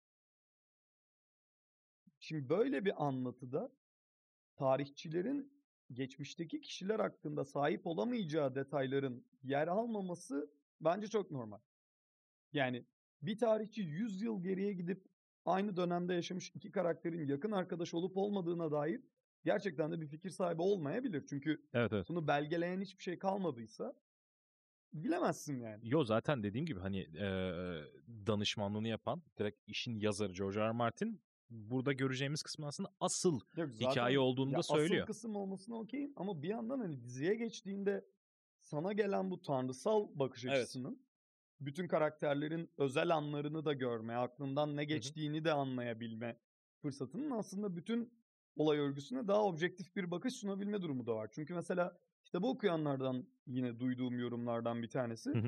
Şimdi böyle bir anlatıda tarihçilerin geçmişteki kişiler hakkında sahip olamayacağı detayların yer almaması bence çok normal. Yani bir tarihçi yüz yıl geriye gidip aynı dönemde yaşamış iki karakterin yakın arkadaş olup olmadığına dair gerçekten de bir fikir sahibi olmayabilir. Çünkü Evet evet. bunu belgeleyen hiçbir şey kalmadıysa bilemezsin yani. Yo zaten dediğim gibi hani eee, danışmanlığını yapan direkt işin yazarı George R. R. Martin burada göreceğimiz kısmın aslında asıl Yok, zaten hikaye olduğunu ya da söylüyor. asıl kısım olmasına okeyim ama bir yandan hani diziye geçtiğinde sana gelen bu tanrısal bakış Evet. açısının bütün karakterlerin özel anlarını da görme, aklından ne Hı hı. geçtiğini de anlayabilme fırsatının aslında bütün olay örgüsüne daha objektif bir bakış sunabilme durumu da var. Çünkü mesela kitabı okuyanlardan yine duyduğum yorumlardan bir tanesi Hı hı.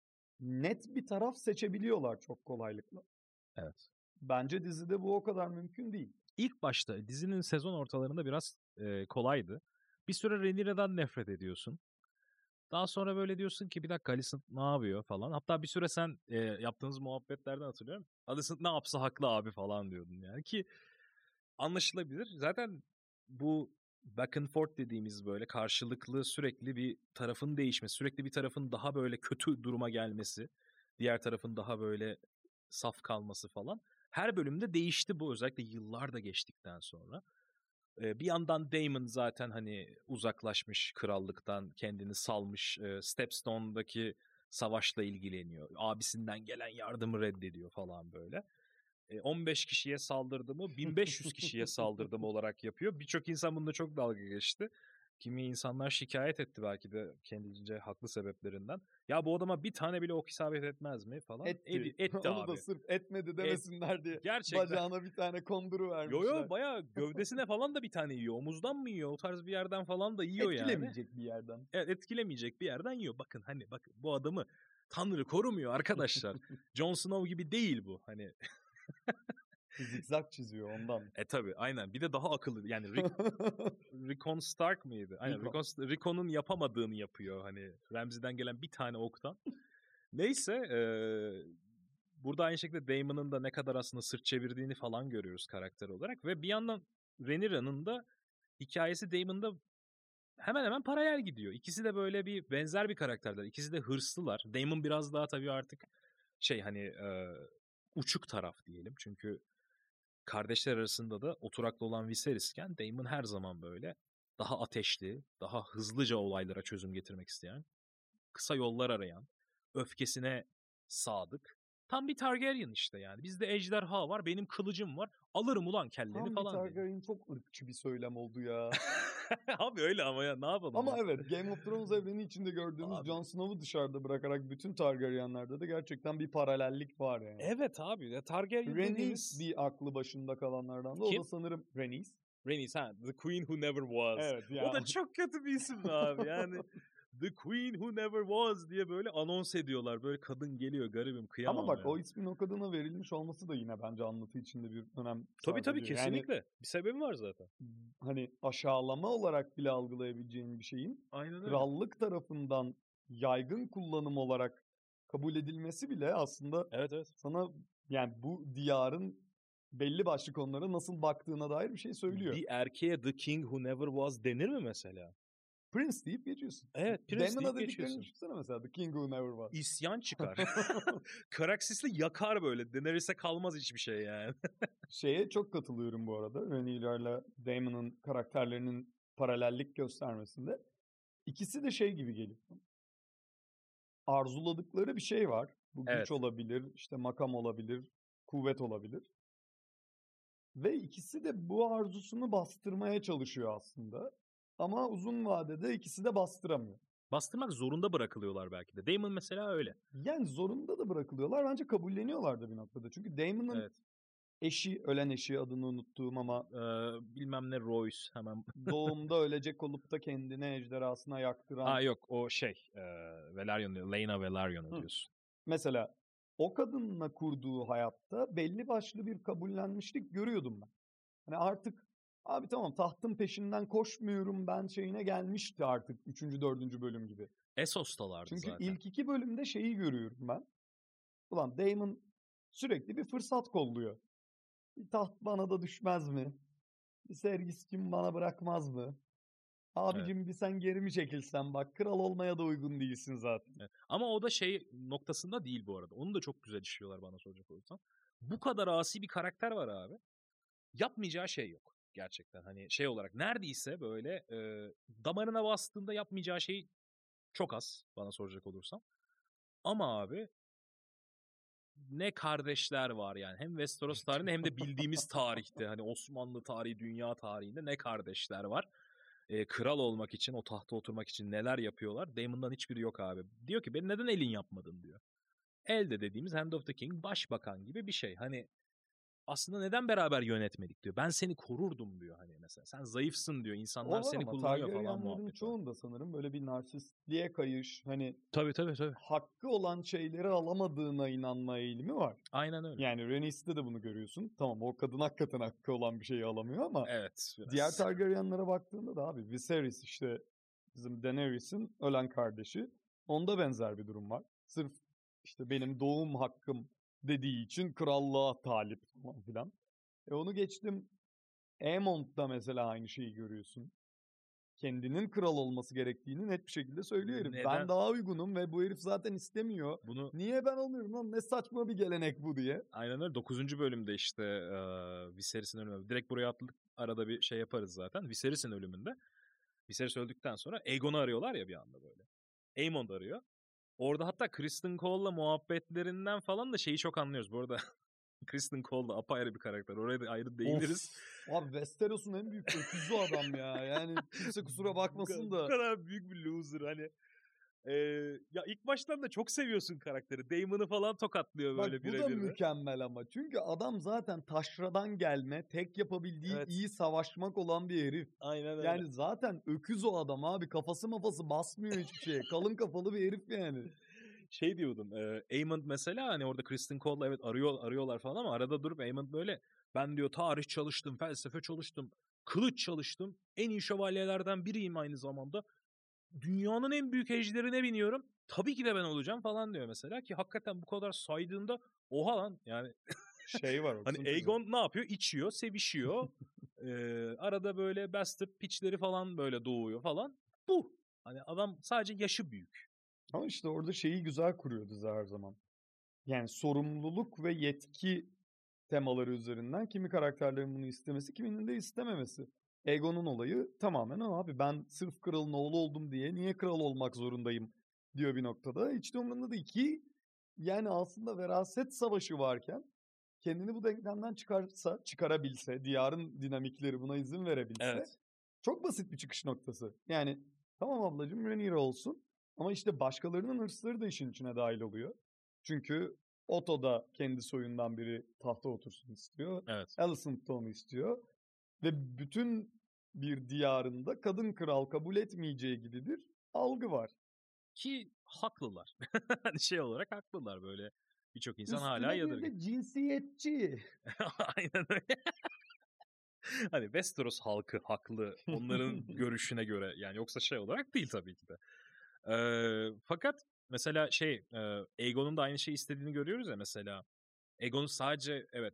net bir taraf seçebiliyorlar çok kolaylıkla. Evet. Bence dizide bu o kadar mümkün değil. İlk başta dizinin sezon ortalarında biraz eee, kolaydı. Bir süre Rhaenyra'dan nefret ediyorsun. Daha sonra böyle diyorsun ki bir dakika Alicent ne yapıyor falan. Hatta bir süre sen e, yaptığınız muhabbetlerden hatırlıyorum. Alicent ne yapsa haklı abi falan diyordun yani ki anlaşılabilir. Zaten bu back and forth dediğimiz böyle karşılıklı sürekli bir tarafın değişmesi, sürekli bir tarafın daha böyle kötü duruma gelmesi, diğer tarafın daha böyle saf kalması falan. Her bölümde değişti bu özellikle yıllar da geçtikten sonra. Ee, bir yandan Daemon zaten hani uzaklaşmış krallıktan, kendini salmış, e, Stepstone'daki savaşla ilgileniyor. Abisinden gelen yardımı reddediyor falan böyle. E, on beş kişiye saldırdı mı bin beş yüz kişiye saldırdı mı olarak yapıyor. Birçok insan bununla çok dalga geçti. Kimi insanlar şikayet etti belki de kendince haklı sebeplerinden. Ya bu adama bir tane bile ok isabet etmez mi falan. Etti. Edi- etti Onu da abi. sırf etmedi demesinler diye Gerçekten. bacağına bir tane konduru vermişler. Yo yo bayağı gövdesine falan da bir tane yiyor. Omuzdan mı yiyor? O tarz bir yerden falan da yiyor yani. Etkilemeyecek bir yerden. Evet etkilemeyecek bir yerden yiyor. Bakın hani bakın bu adamı Tanrı korumuyor arkadaşlar. Jon Snow gibi değil bu. Hani Zikzak çiziyor ondan. e tabi aynen. Bir de daha akıllı. Yani Rick, Rickon Stark mıydı? Aynen Rickon. Rickon, Rickon'un yapamadığını yapıyor. Hani Ramsay'den gelen bir tane oktan. Neyse eee burada aynı şekilde Daemon'ın da ne kadar aslında sırt çevirdiğini falan görüyoruz karakter olarak. Ve bir yandan Rhaenyra'nın da hikayesi Daemon'da hemen hemen paralel gidiyor. İkisi de böyle bir benzer bir karakterler. İkisi de hırslılar. Daemon biraz daha tabii artık şey hani e, uçuk taraf diyelim. Çünkü kardeşler arasında da oturaklı olan Viserys'ken Daemon her zaman böyle daha ateşli, daha hızlıca olaylara çözüm getirmek isteyen, kısa yollar arayan, öfkesine sadık. Tam bir Targaryen işte yani. Bizde ejderha var, benim kılıcım var. Alırım ulan kelleni Tam bir falan diye. Targaryen çok ırkçı bir söylem oldu ya. Abi öyle ama ya ne yapalım Ama ya? evet Game of Thrones evreni içinde gördüğümüz Abi. Jon Snow'u dışarıda bırakarak bütün Targaryenlerde de gerçekten bir paralellik var yani. Evet abi. Ya Targaryen Rhaenys dediğimiz... bir aklı başında kalanlardan da. O Kim? da sanırım Rhaenys. Rhaenys ha. The Queen Who Never Was. Evet ya. O da çok kötü bir isim abi. Yani The Queen Who Never Was diye böyle anons ediyorlar. Böyle kadın geliyor garibim kıyamam Ama bak ya. o ismin o kadına verilmiş olması da yine bence anlatı içinde bir önem sarf Tabii tabii ediyor. kesinlikle. Yani bir sebebi var zaten. hani aşağılama olarak bile algılayabileceğin bir şeyin Aynen öyle. krallık tarafından yaygın kullanım olarak kabul edilmesi bile aslında Evet evet. sana yani bu diyarın belli başlı konulara nasıl baktığına dair bir şey söylüyor. Bir erkeğe The King Who Never Was denir mi mesela? Prince deyip geçiyorsun. Evet Prince Daemon'a deyip dediklerini geçiyorsun. düşünsene mesela The King Who Never Was. İsyan çıkar. Karaksisli yakar böyle. Daenerys'e kalmaz hiçbir şey yani. Şeye çok katılıyorum bu arada. Rhaenyra ile Daemon'ın karakterlerinin paralellik göstermesinde. İkisi de şey gibi geliyor. Arzuladıkları bir şey var. Bu güç Evet. olabilir, işte makam olabilir, kuvvet olabilir. Ve ikisi de bu arzusunu bastırmaya çalışıyor aslında. Ama uzun vadede ikisi de bastıramıyor. Bastırmak zorunda bırakılıyorlar belki de. Daemon mesela öyle. Yani zorunda da bırakılıyorlar. Bence kabulleniyorlar da bir noktada. Çünkü Daemon'ın Evet. eşi, ölen eşi adını unuttuğum ama Ee, bilmem ne Royce hemen. doğumda ölecek olup da kendini ejderhasına yaktıran. Aa yok o şey e, Velaryon diyor. Lena Velaryon'u Hı. diyorsun. Mesela o kadınla kurduğu hayatta belli başlı bir kabullenmişlik görüyordum ben. Hani artık abi tamam tahtın peşinden koşmuyorum ben şeyine gelmişti artık üçüncü dördüncü bölüm gibi. Essos'talardı Çünkü zaten. ilk iki bölümde şeyi görüyorum ben. Ulan Daemon sürekli bir fırsat kolluyor. Bir taht bana da düşmez mi? Bir Sergis kim bana bırakmaz mı? Abicim evet. Bir sen geri mi çekilsen bak kral olmaya da uygun değilsin zaten. Evet. Ama o da şey noktasında değil bu arada. Onu da çok güzel işliyorlar bana soracak olursan. Bu kadar asi bir karakter var abi. Yapmayacağı şey yok. Gerçekten hani şey olarak neredeyse böyle e, damarına bastığında yapmayacağı şey çok az bana soracak olursan. Ama abi ne kardeşler var yani. Hem Westeros tarihinde hem de bildiğimiz tarihte. Hani Osmanlı tarihi, dünya tarihinde ne kardeşler var. Ee, kral olmak için, o tahta oturmak için neler yapıyorlar. Daemon'dan hiçbiri yok abi. Diyor ki ben neden elin yapmadın diyor. Elde dediğimiz Hand of the King başbakan gibi bir şey. Hani aslında neden beraber yönetmedik diyor. Ben seni korurdum diyor hani mesela. Sen zayıfsın diyor. İnsanlar seni kullanıyor falan muhabbet. Çoğunda sanırım böyle bir narsistliğe kayış. Hani tabii tabii tabii. Hakkı olan şeyleri alamadığına inanma eğilimi var. Aynen öyle. Yani Rhaenys'te de bunu görüyorsun. Tamam o kadın hakikaten hakkı olan bir şeyi alamıyor ama evet, biraz. Diğer Targaryen'lara baktığında da abi Viserys işte bizim Daenerys'in ölen kardeşi. Onda benzer bir durum var. Sırf işte benim doğum hakkım dediği için krallığa talip falan filan. E onu geçtim. Aemond'da mesela aynı şeyi görüyorsun. Kendinin kral olması gerektiğini net bir şekilde söylüyor herif. Neden? Ben daha uygunum ve bu herif zaten istemiyor. Bunu... Niye ben olmuyorum lan? Ne saçma bir gelenek bu diye. Aynen öyle. dokuzuncu bölümde işte e, Viserys'in ölümü. Direkt buraya atladık. Arada bir şey yaparız zaten. Viserys'in ölümünde. Viserys öldükten sonra Aegon'u arıyorlar ya bir anda böyle. Aemond arıyor. Orada hatta Kristen Cole'la muhabbetlerinden falan da şeyi çok anlıyoruz. Bu arada Kristen Cole da apayrı bir karakter. Oraya da ayrı değiniriz. Of, abi Westeros'un en büyük öküzü adam ya. Yani kimse kusura bakmasın da. Bu kadar büyük bir loser hani. Ee, ya ilk baştan da çok seviyorsun karakteri. Daemon'u falan tokatlıyor böyle birebir de. Bu da mükemmel ama. Çünkü adam zaten taşradan gelme, tek yapabildiği evet. iyi savaşmak olan bir herif. Aynen öyle. Yani zaten öküz o adam abi. Kafası mafası basmıyor hiçbir şeye. Kalın kafalı bir herif yani. Şey diyordum. E, Aemond mesela hani orada Kristen Cole'la evet arıyor, arıyorlar falan ama arada durup Aemond böyle ben diyor tarih çalıştım, felsefe çalıştım, kılıç çalıştım. En iyi şövalyelerden biriyim aynı zamanda. Dünyanın en büyük ejderine biniyorum. Tabii ki de ben olacağım falan diyor mesela ki hakikaten bu kadar saydığında oha lan yani. Şey var. Hani Aegon ne yapıyor? İçiyor, sevişiyor. ee, arada böyle bastard piçleri falan böyle doğuyor falan. Bu. Hani adam sadece yaşı büyük. Ama işte orada şeyi güzel kuruyor dizi her zaman. Yani sorumluluk ve yetki temaları üzerinden kimi karakterlerin bunu istemesi, kiminin de istememesi. Aegon'un olayı tamamen o abi. Ben sırf kralın oğlu oldum diye niye kral olmak zorundayım diyor bir noktada. Hiç de umurunda da iki yani aslında veraset savaşı varken kendini bu denklemden çıkarsa, çıkarabilse, diyarın dinamikleri buna izin verebilse evet. Çok basit bir çıkış noktası. Yani tamam ablacığım Rhaenyra olsun ama işte başkalarının hırsları da işin içine dahil oluyor. Çünkü Otto da kendi soyundan biri tahta otursun istiyor. Evet. Alicent de onu istiyor. Ve bütün bir diyarında kadın kral kabul etmeyeceği gibi bir algı var. Ki haklılar. Hani şey olarak haklılar böyle. Birçok insan Üstüne hala yadırgıyor. Üstüne bir de cinsiyetçi. Aynen öyle. Hani Westeros halkı haklı onların görüşüne göre yani yoksa şey olarak değil tabii ki de. Ee, fakat mesela şey e, Aegon'un da aynı şeyi istediğini görüyoruz ya mesela. Aegon'un sadece evet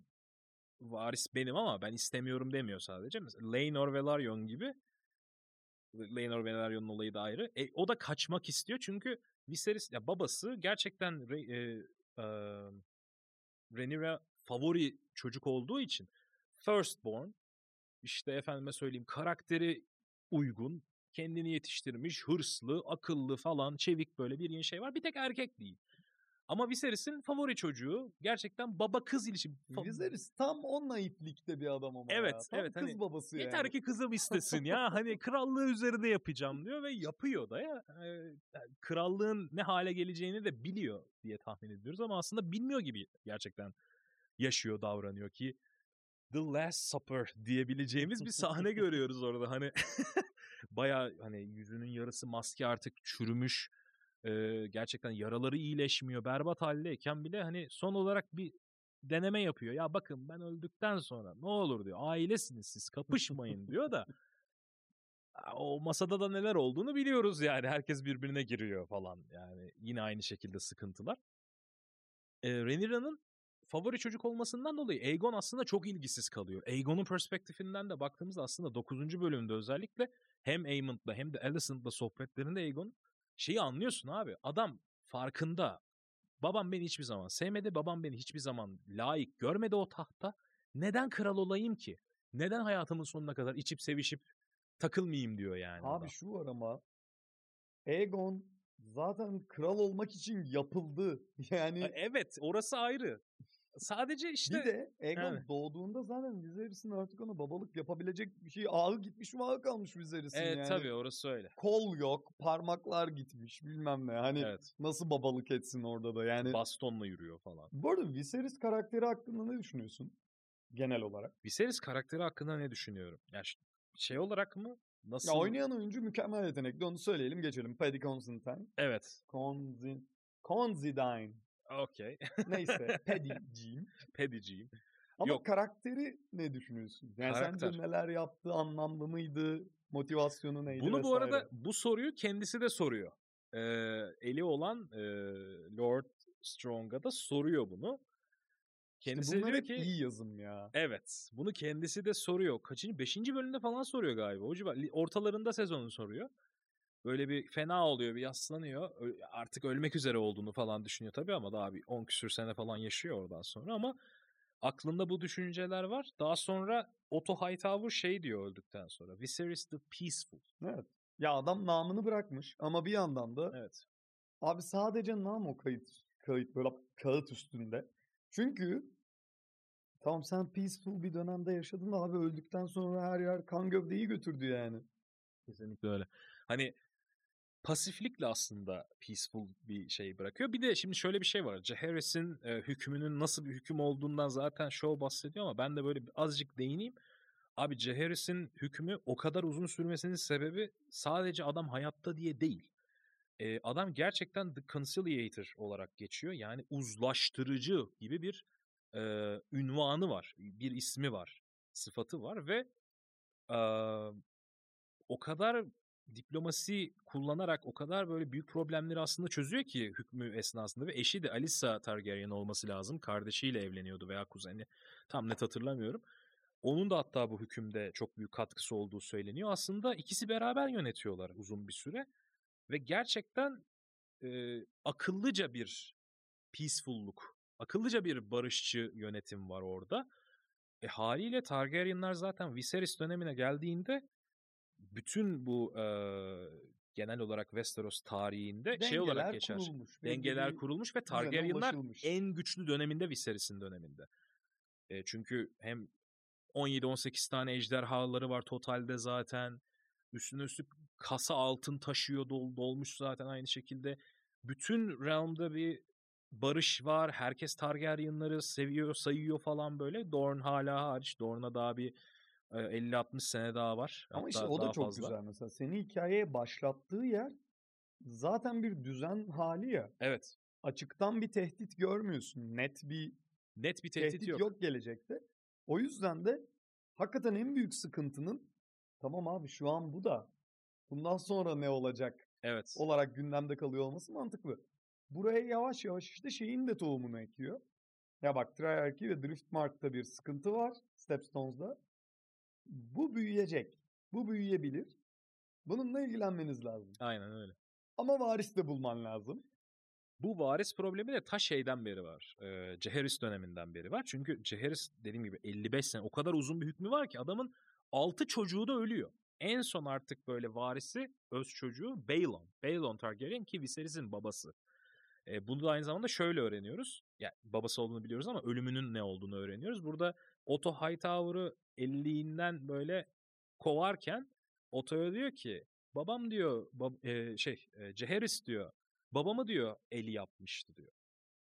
varis benim ama ben istemiyorum demiyor sadece. Mesela Laenor Velaryon gibi Laenor Velaryon'un olayı da ayrı. E, o da kaçmak istiyor çünkü Viserys ya babası gerçekten e, e, Rhaenyra favori çocuk olduğu için firstborn işte efendime söyleyeyim karakteri uygun, kendini yetiştirmiş, hırslı, akıllı falan, çevik böyle bir yeni şey var. Bir tek erkek değil. Ama Viserys'in favori çocuğu gerçekten baba kız ilişki. Viserys tam o naiflikte bir adam ama evet, ya. Tam evet, kız hani, babası yani. Yeter ki kızım istesin ya. Hani krallığı üzerinde yapacağım diyor ve yapıyor da ya. Ee, krallığın ne hale geleceğini de biliyor diye tahmin ediyoruz ama aslında bilmiyor gibi gerçekten yaşıyor, davranıyor ki The Last Supper diyebileceğimiz bir sahne görüyoruz orada. Hani bayağı hani yüzünün yarısı maske artık çürümüş. Ee, gerçekten yaraları iyileşmiyor. Berbat haldeyken bile hani son olarak bir deneme yapıyor. Ya bakın ben öldükten sonra ne olur diyor. Ailesiniz siz, kapışmayın diyor da o masada da neler olduğunu biliyoruz yani. Herkes birbirine giriyor falan. Yani yine aynı şekilde sıkıntılar. Ee, Rhaenyra'nın favori çocuk olmasından dolayı Aegon aslında çok ilgisiz kalıyor. Aegon'un perspektifinden de baktığımızda aslında dokuzuncu bölümde özellikle hem Aemond'la hem de Alicent'la sohbetlerinde Aegon şeyi anlıyorsun abi. Adam farkında. Babam beni hiçbir zaman sevmedi. Babam beni hiçbir zaman layık görmedi o tahta. Neden kral olayım ki? Neden hayatımın sonuna kadar içip sevişip takılmayayım diyor yani Abi adam. şu var ama Aegon zaten kral olmak için yapıldı. Yani Evet, orası ayrı. Sadece işte bir de Aegon yani. doğduğunda zaten Viserys'in artık ona babalık yapabilecek bir şey, ağı gitmiş, vağı kalmış Viserys'in Evet yani. tabii orası öyle. Kol yok, parmaklar gitmiş, bilmem ne. Hani Evet. nasıl babalık etsin orada da yani. Bastonla yürüyor falan. Bu arada Viserys karakteri hakkında ne düşünüyorsun genel olarak? Viserys karakteri hakkında ne düşünüyorum? Ya ş- şey olarak mı? Nasıl? Ya oynayan oyuncu mükemmel yetenekli, onu söyleyelim geçelim. Paddy Considine. Evet. Conzi... Considine. Okey. Neyse, Paddy'ciğim. Paddy'ciyim. Ama Yok. karakteri ne düşünüyorsun? Yani Karakter. sence neler yaptı, anlamlı mıydı, motivasyonu neydi Bunu vesaire? bu arada bu soruyu kendisi de soruyor. Ee, eli olan e, Lord Strong'a da soruyor bunu. Kendisi işte bunlar diyor hep ki iyi yazım ya. evet. Bunu kendisi de soruyor. Kaçıncı? Beşinci bölümde falan soruyor galiba. O civar. Ortalarında sezonu soruyor. Böyle bir fena oluyor, bir yaslanıyor. Ö- Artık ölmek üzere olduğunu falan düşünüyor tabii ama daha bir on küsür sene falan yaşıyor oradan sonra ama aklında bu düşünceler var. Daha sonra Otto Hightower şey diyor öldükten sonra. Viserys the Peaceful. Evet. Ya adam namını bırakmış ama bir yandan da Evet. abi sadece nam o kayıt, kayıt böyle kağıt üstünde. Çünkü tamam sen peaceful bir dönemde yaşadın da abi öldükten sonra her yer kan gövdeyi götürdü yani. Kesinlikle öyle. Hani pasiflikle aslında peaceful bir şey bırakıyor. Bir de şimdi şöyle bir şey var. Jaehaerys'in e, hükmünün nasıl bir hüküm olduğundan zaten show bahsediyor ama ben de böyle azıcık değineyim. Abi Jaehaerys'in hükmü o kadar uzun sürmesinin sebebi sadece adam hayatta diye değil. Ee, adam gerçekten The Conciliator olarak geçiyor. Yani uzlaştırıcı gibi bir e, ünvanı var. Bir ismi var. Sıfatı var ve e, o kadar diplomasi kullanarak o kadar böyle büyük problemleri aslında çözüyor ki hükmü esnasında ve eşi de Alyssa Targaryen olması lazım. Kardeşiyle evleniyordu veya kuzeni. Tam net hatırlamıyorum. Onun da hatta bu hükümde çok büyük katkısı olduğu söyleniyor. Aslında ikisi beraber yönetiyorlar uzun bir süre. Ve gerçekten e, akıllıca bir peaceful'luk, akıllıca bir barışçı yönetim var orada. E, haliyle Targaryenlar zaten Viserys dönemine geldiğinde bütün bu e, genel olarak Westeros tarihinde şey olarak Dengeler geçer. kurulmuş. belli Dengeler bir kurulmuş ve düzene Targaryenlar ulaşılmış. en güçlü döneminde Viserys'in döneminde. E, çünkü hem on yedi on sekiz tane ejderhaları var totalde zaten. Üstüne üstlük kasa altın taşıyor, dol, dolmuş zaten aynı şekilde. Bütün realm'da bir barış var. Herkes Targaryenları seviyor, sayıyor falan böyle. Dorne hala hariç. Dorne'a daha bir e, elli altmış sene daha var. Ama işte Hatta o da daha çok fazla. güzel mesela. Seni hikayeye başlattığı yer zaten bir düzen hali ya. Evet. Açıktan bir tehdit görmüyorsun. Net bir Net bir tehdit, tehdit yok. yok gelecekte. O yüzden de hakikaten en büyük sıkıntının tamam abi şu an bu da bundan sonra ne olacak Evet. olarak gündemde kalıyor olması mantıklı. Buraya yavaş yavaş işte şeyin de tohumunu ekiyor. Ya bak Triarchy ve Driftmark'ta bir sıkıntı var Stepstones'da. Bu büyüyecek. Bu büyüyebilir. Bununla ilgilenmeniz lazım. Aynen öyle. Ama varis de bulman lazım. Bu varis problemi de ta şeyden beri var. Ee, Jaehaerys döneminden beri var. Çünkü Jaehaerys dediğim gibi elli beş sene o kadar uzun bir hükmü var ki adamın altı çocuğu da ölüyor. En son artık böyle varisi öz çocuğu Baelon. Baelon Targaryen ki Viserys'in babası. Ee, bunu da aynı zamanda şöyle öğreniyoruz. Yani babası olduğunu biliyoruz ama ölümünün ne olduğunu öğreniyoruz. Burada Otto Hightower'ı elliğinden böyle kovarken Otto'ya diyor ki babam diyor bab- e, şey e, Jaehaerys diyor babamı diyor eli yapmıştı diyor.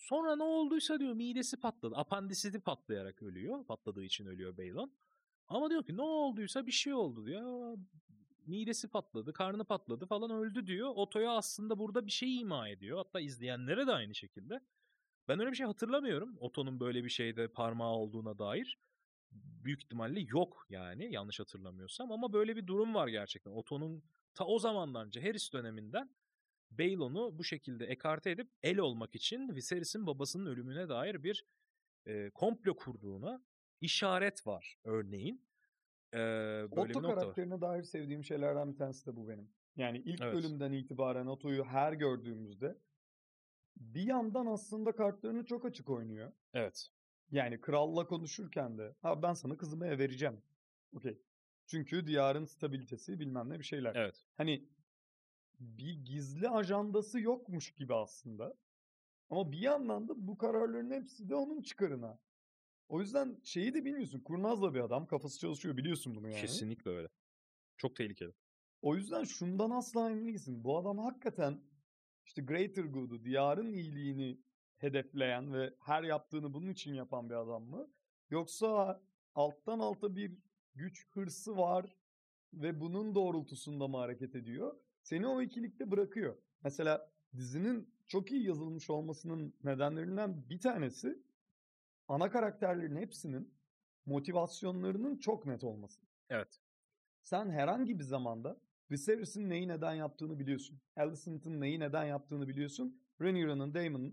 Sonra ne olduysa diyor midesi patladı. Apandisiti patlayarak ölüyor. Patladığı için ölüyor Balon. Ama diyor ki ne olduysa bir şey oldu diyor. Midesi patladı, karnı patladı falan öldü diyor. Otto'ya aslında burada bir şey ima ediyor. Hatta izleyenlere de aynı şekilde. Ben öyle bir şey hatırlamıyorum. Otto'nun böyle bir şeyde parmağı olduğuna dair. Büyük ihtimalle yok yani yanlış hatırlamıyorsam. Ama böyle bir durum var gerçekten. Otto'nun ta o zamandan önce Harris döneminden Balon'u bu şekilde ekarte edip el olmak için Viserys'in babasının ölümüne dair bir e, komplo kurduğuna işaret var örneğin. Ee, böyle Otto bir nokta var. karakterine dair sevdiğim şeylerden bir tanesi de bu benim. Yani ilk Evet. bölümden itibaren Otto'yu her gördüğümüzde bir yandan aslında kartlarını çok açık oynuyor. Evet. Yani kralla konuşurken de ha ben sana kızımı ev vereceğim. Okey. Çünkü diyarın stabilitesi bilmem ne bir şeyler. Evet. Hani bir gizli ajandası yokmuş gibi aslında. Ama bir yandan da bu kararların hepsi de onun çıkarına. O yüzden şeyi de bilmiyorsun. Kurnaz da bir adam. Kafası çalışıyor biliyorsun bunu yani. Kesinlikle öyle. Çok tehlikeli. O yüzden şundan asla emin değilsin. Bu adam hakikaten işte Greater Good'u, diyarın iyiliğini hedefleyen ve her yaptığını bunun için yapan bir adam mı? Yoksa alttan alta bir güç hırsı var ve bunun doğrultusunda mı hareket ediyor? Seni o ikilikte bırakıyor. Mesela dizinin çok iyi yazılmış olmasının nedenlerinden bir tanesi ana karakterlerin hepsinin motivasyonlarının çok net olması. Evet. Sen herhangi bir zamanda Viserys'in neyi neden yaptığını biliyorsun. Alicent'ın neyi neden yaptığını biliyorsun. Rhaenyra'nın, Daemon'ın,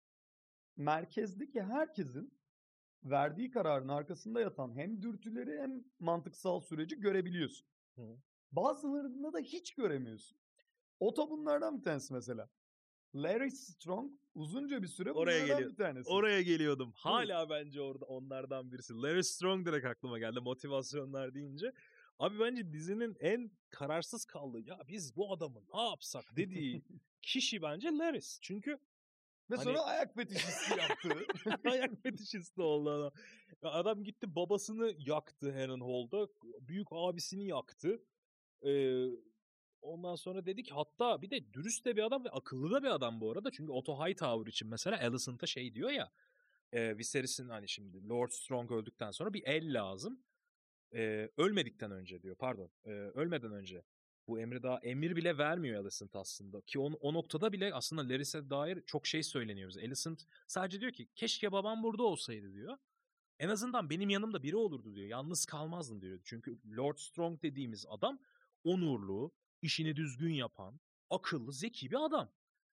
merkezdeki herkesin verdiği kararın arkasında yatan hem dürtüleri hem mantıksal süreci görebiliyorsun. Hı. Bazılarında da hiç göremiyorsun. Otto bunlardan bir tanesi mesela. Larry Strong uzunca bir süre Oraya bunlardan geliyor. bir tanesi. Oraya geliyordum. Hala bence orada onlardan birisi. Larry Strong direkt aklıma geldi motivasyonlar deyince. Abi bence dizinin en kararsız kaldığı ya biz bu adamı ne yapsak dediği kişi bence Larry. Çünkü Ve hani... sonra ayak fetişisti yaptı. ayak fetişisti oldu adam. Adam gitti babasını yaktı Harrenhal'da. Büyük abisini yaktı. Ee, ondan sonra dedi ki hatta bir de dürüst de bir adam ve akıllı da bir adam bu arada. Çünkü Otto Hightower için mesela Alicent'a şey diyor ya. E, Viserys'in hani şimdi Lord Strong öldükten sonra bir el lazım. E, ölmedikten önce diyor pardon. E, ölmeden önce. Bu emri daha emir bile vermiyor Alicent aslında. Ki on, o noktada bile aslında Larys'e dair çok şey söyleniyoruz. Alicent sadece diyor ki keşke babam burada olsaydı diyor. En azından benim yanımda biri olurdu diyor. Yalnız kalmazdım diyor. Çünkü Lord Strong dediğimiz adam onurlu, işini düzgün yapan, akıllı, zeki bir adam.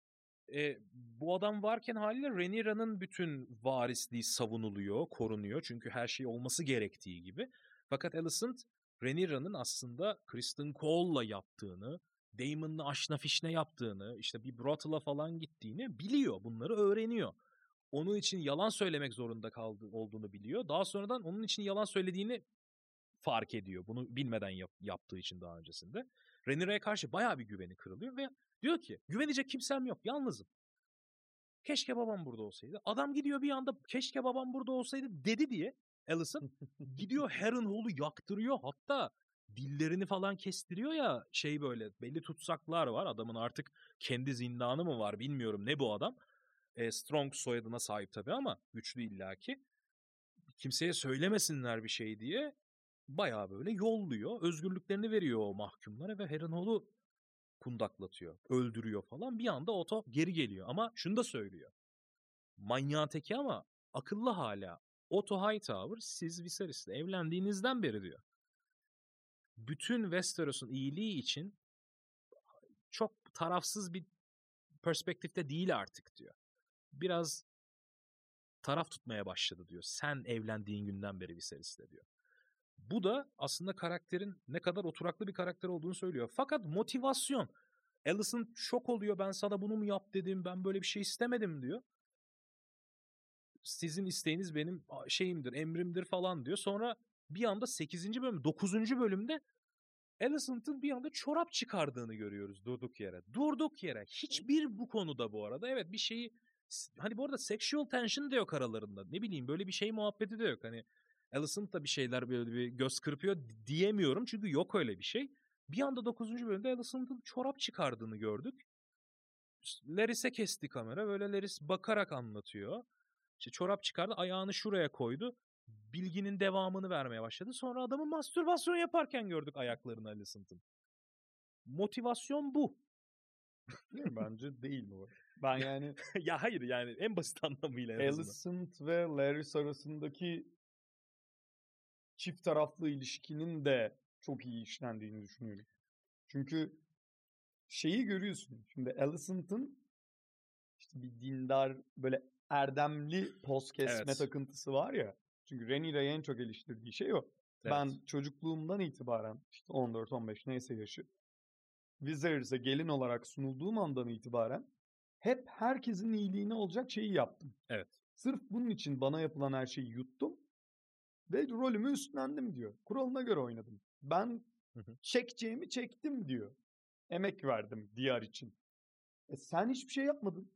E, bu adam varken haliyle Rhaenyra'nın bütün varisliği savunuluyor, korunuyor. Çünkü her şey olması gerektiği gibi. Fakat Alicent, Rhaenyra'nın aslında Criston Cole'la yaptığını, Daemon'la aşna fişne yaptığını, işte bir brothel'a falan gittiğini biliyor. Bunları öğreniyor. Onun için yalan söylemek zorunda kaldı, olduğunu biliyor. Daha sonradan onun için yalan söylediğini fark ediyor. Bunu bilmeden yap, yaptığı için daha öncesinde. Rhaenyra'ya karşı bayağı bir güveni kırılıyor ve diyor ki güvenecek kimsem yok, yalnızım. Keşke babam burada olsaydı. Adam gidiyor bir anda keşke babam burada olsaydı dedi diye Alicent gidiyor Harrenhal'u yaktırıyor. Hatta dillerini falan kestiriyor ya şey böyle belli tutsaklar var. Adamın artık kendi zindanı mı var bilmiyorum ne bu adam. E, Strong soyadına sahip tabii ama güçlü illaki. Kimseye söylemesinler bir şey diye bayağı böyle yolluyor. Özgürlüklerini veriyor o mahkumlara ve Harrenhal'u kundaklatıyor. Öldürüyor falan. Bir anda Otto geri geliyor. Ama şunu da söylüyor. Manyağın teki ama akıllı hala. Otto Hightower siz Viserys'le evlendiğinizden beri diyor. Bütün Westeros'un iyiliği için çok tarafsız bir perspektifte değil artık diyor. Biraz taraf tutmaya başladı diyor. Sen evlendiğin günden beri Viserys'le diyor. Bu da aslında karakterin ne kadar oturaklı bir karakter olduğunu söylüyor. Fakat motivasyon. Alicent şok oluyor. Ben sana bunu mu yap dedim. Ben böyle bir şey istemedim diyor. Sizin isteğiniz benim şeyimdir, emrimdir falan diyor. Sonra bir anda sekizinci bölüm, dokuzuncu bölümde Alicent'ın bir anda çorap çıkardığını görüyoruz durduk yere. Durduk yere. Hiçbir bu konuda bu arada. Evet bir şeyi hani bu arada sexual tension de yok aralarında. Ne bileyim böyle bir şey muhabbeti de yok. Hani Alicent da bir şeyler böyle bir göz kırpıyor diyemiyorum. Çünkü yok öyle bir şey. Bir anda dokuzuncu bölümde Alicent'ın çorap çıkardığını gördük. Larys'e kesti kamera. Böyle Larys bakarak anlatıyor. İşte çorap çıkardı, ayağını şuraya koydu. Bilginin devamını vermeye başladı. Sonra adamı mastürbasyon yaparken gördük ayaklarını Alicent'ın. Motivasyon bu. Değil mi? Bence değil bu. Ben yani Ya hayır yani en basit anlamıyla en azından. Alicent ve Larys arasındaki çift taraflı ilişkinin de çok iyi işlendiğini düşünüyorum. Çünkü şeyi görüyorsun. Şimdi Alicent'ın işte bir dindar böyle erdemli poz kesme Evet. takıntısı var ya. Çünkü Rhaenyra'yı en çok eleştirdiği şey o. Evet. Ben çocukluğumdan itibaren işte on dört on beş neyse yaşı Viserys'e gelin olarak sunulduğum andan itibaren hep herkesin iyiliğine olacak şeyi yaptım. Evet. Sırf bunun için bana yapılan her şeyi yuttum ve rolümü üstlendim diyor. Kuralına göre oynadım. Ben Hı hı. çekeceğimi çektim diyor. Emek verdim diyar için. E sen hiçbir şey yapmadın.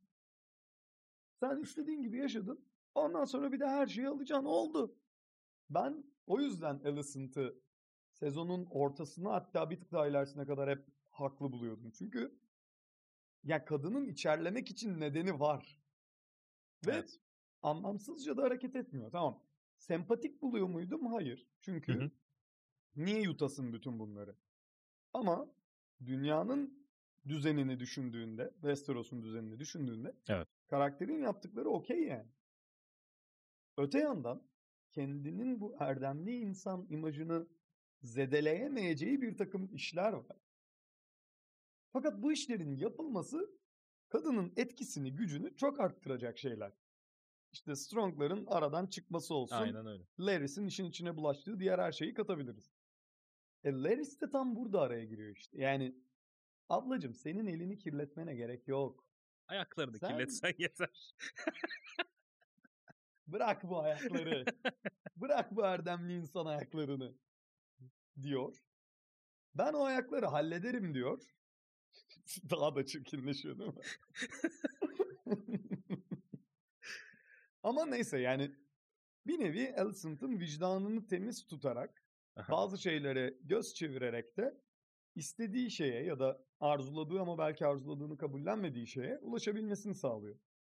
Sen istediğin gibi yaşadın. Ondan sonra bir de her şeyi alacaksın. Oldu. Ben o yüzden Alicent'ı sezonun ortasına hatta bir tık daha ilerisine kadar hep haklı buluyordum. Çünkü ya kadının içerlemek için nedeni var. Ve Evet. anlamsızca da hareket etmiyor. Tamam. Sempatik buluyor muydum? Hayır. Çünkü Hı hı. niye yutasın bütün bunları? Ama dünyanın düzenini düşündüğünde, Westeros'un düzenini düşündüğünde Evet. karakterin yaptıkları okey yani. Öte yandan kendinin bu erdemli insan imajını zedeleyemeyeceği bir takım işler var. Fakat bu işlerin yapılması kadının etkisini, gücünü çok arttıracak şeyler. İşte Strong'ların aradan çıkması olsun. Aynen öyle. Larys'in işin içine bulaştığı diğer her şeyi katabiliriz. E Larys de tam burada araya giriyor işte. Yani ablacığım senin elini kirletmene gerek yok. Ayaklarını Sen kirletsen yeter. bırak bu ayakları. Bırak bu erdemli insan ayaklarını diyor. Ben o ayakları hallederim diyor. Daha da çirkinleşiyor değil mi? Ama neyse yani bir nevi Alicent'ın vicdanını temiz tutarak Aha. bazı şeylere göz çevirerek de istediği şeye ya da arzuladığı ama belki arzuladığını kabullenmediği şeye ulaşabilmesini sağlıyor.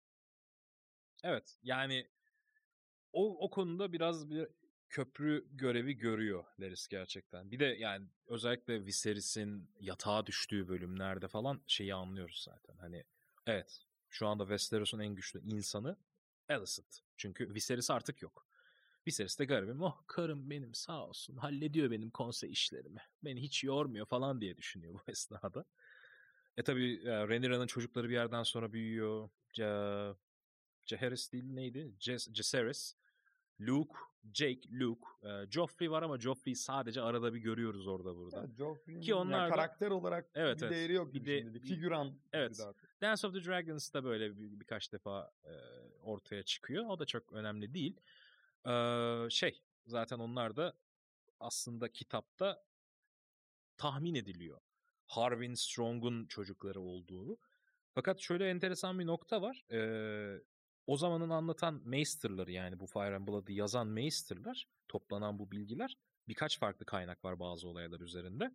Evet yani o, o konuda biraz bir köprü görevi görüyor Larys gerçekten. Bir de yani özellikle Viserys'in yatağa düştüğü bölümlerde falan şeyi anlıyoruz zaten. Hani evet şu anda Westeros'un en güçlü insanı Alicent. Çünkü Viserys artık yok. Viserys de garibim oh karım benim sağ olsun hallediyor benim konsey işlerimi. Beni hiç yormuyor falan diye düşünüyor bu esnada. E tabi Rhaenyra'nın çocukları bir yerden sonra büyüyor. Ce Jaehaerys değil neydi? Jaehaerys. Luke, Jake, Luke. E, Joffrey var ama Joffrey'i sadece arada bir görüyoruz orada burada. Ya Joffrey'nin Ki onlar ya da karakter olarak evet, bir evet. değeri yok bir gibi de, şimdi. bir, Figüran evet. daha çok. Dance of the Dragons'ta böyle bir, birkaç defa e, ortaya çıkıyor. O da çok önemli değil. E, şey zaten onlar da aslında kitapta tahmin ediliyor. Harwin Strong'un çocukları olduğu. Fakat şöyle enteresan bir nokta var. Ee, o zamanın anlatan Maester'ları yani bu Fire and Blood'ı yazan Maester'lar, toplanan bu bilgiler birkaç farklı kaynak var bazı olaylar üzerinde.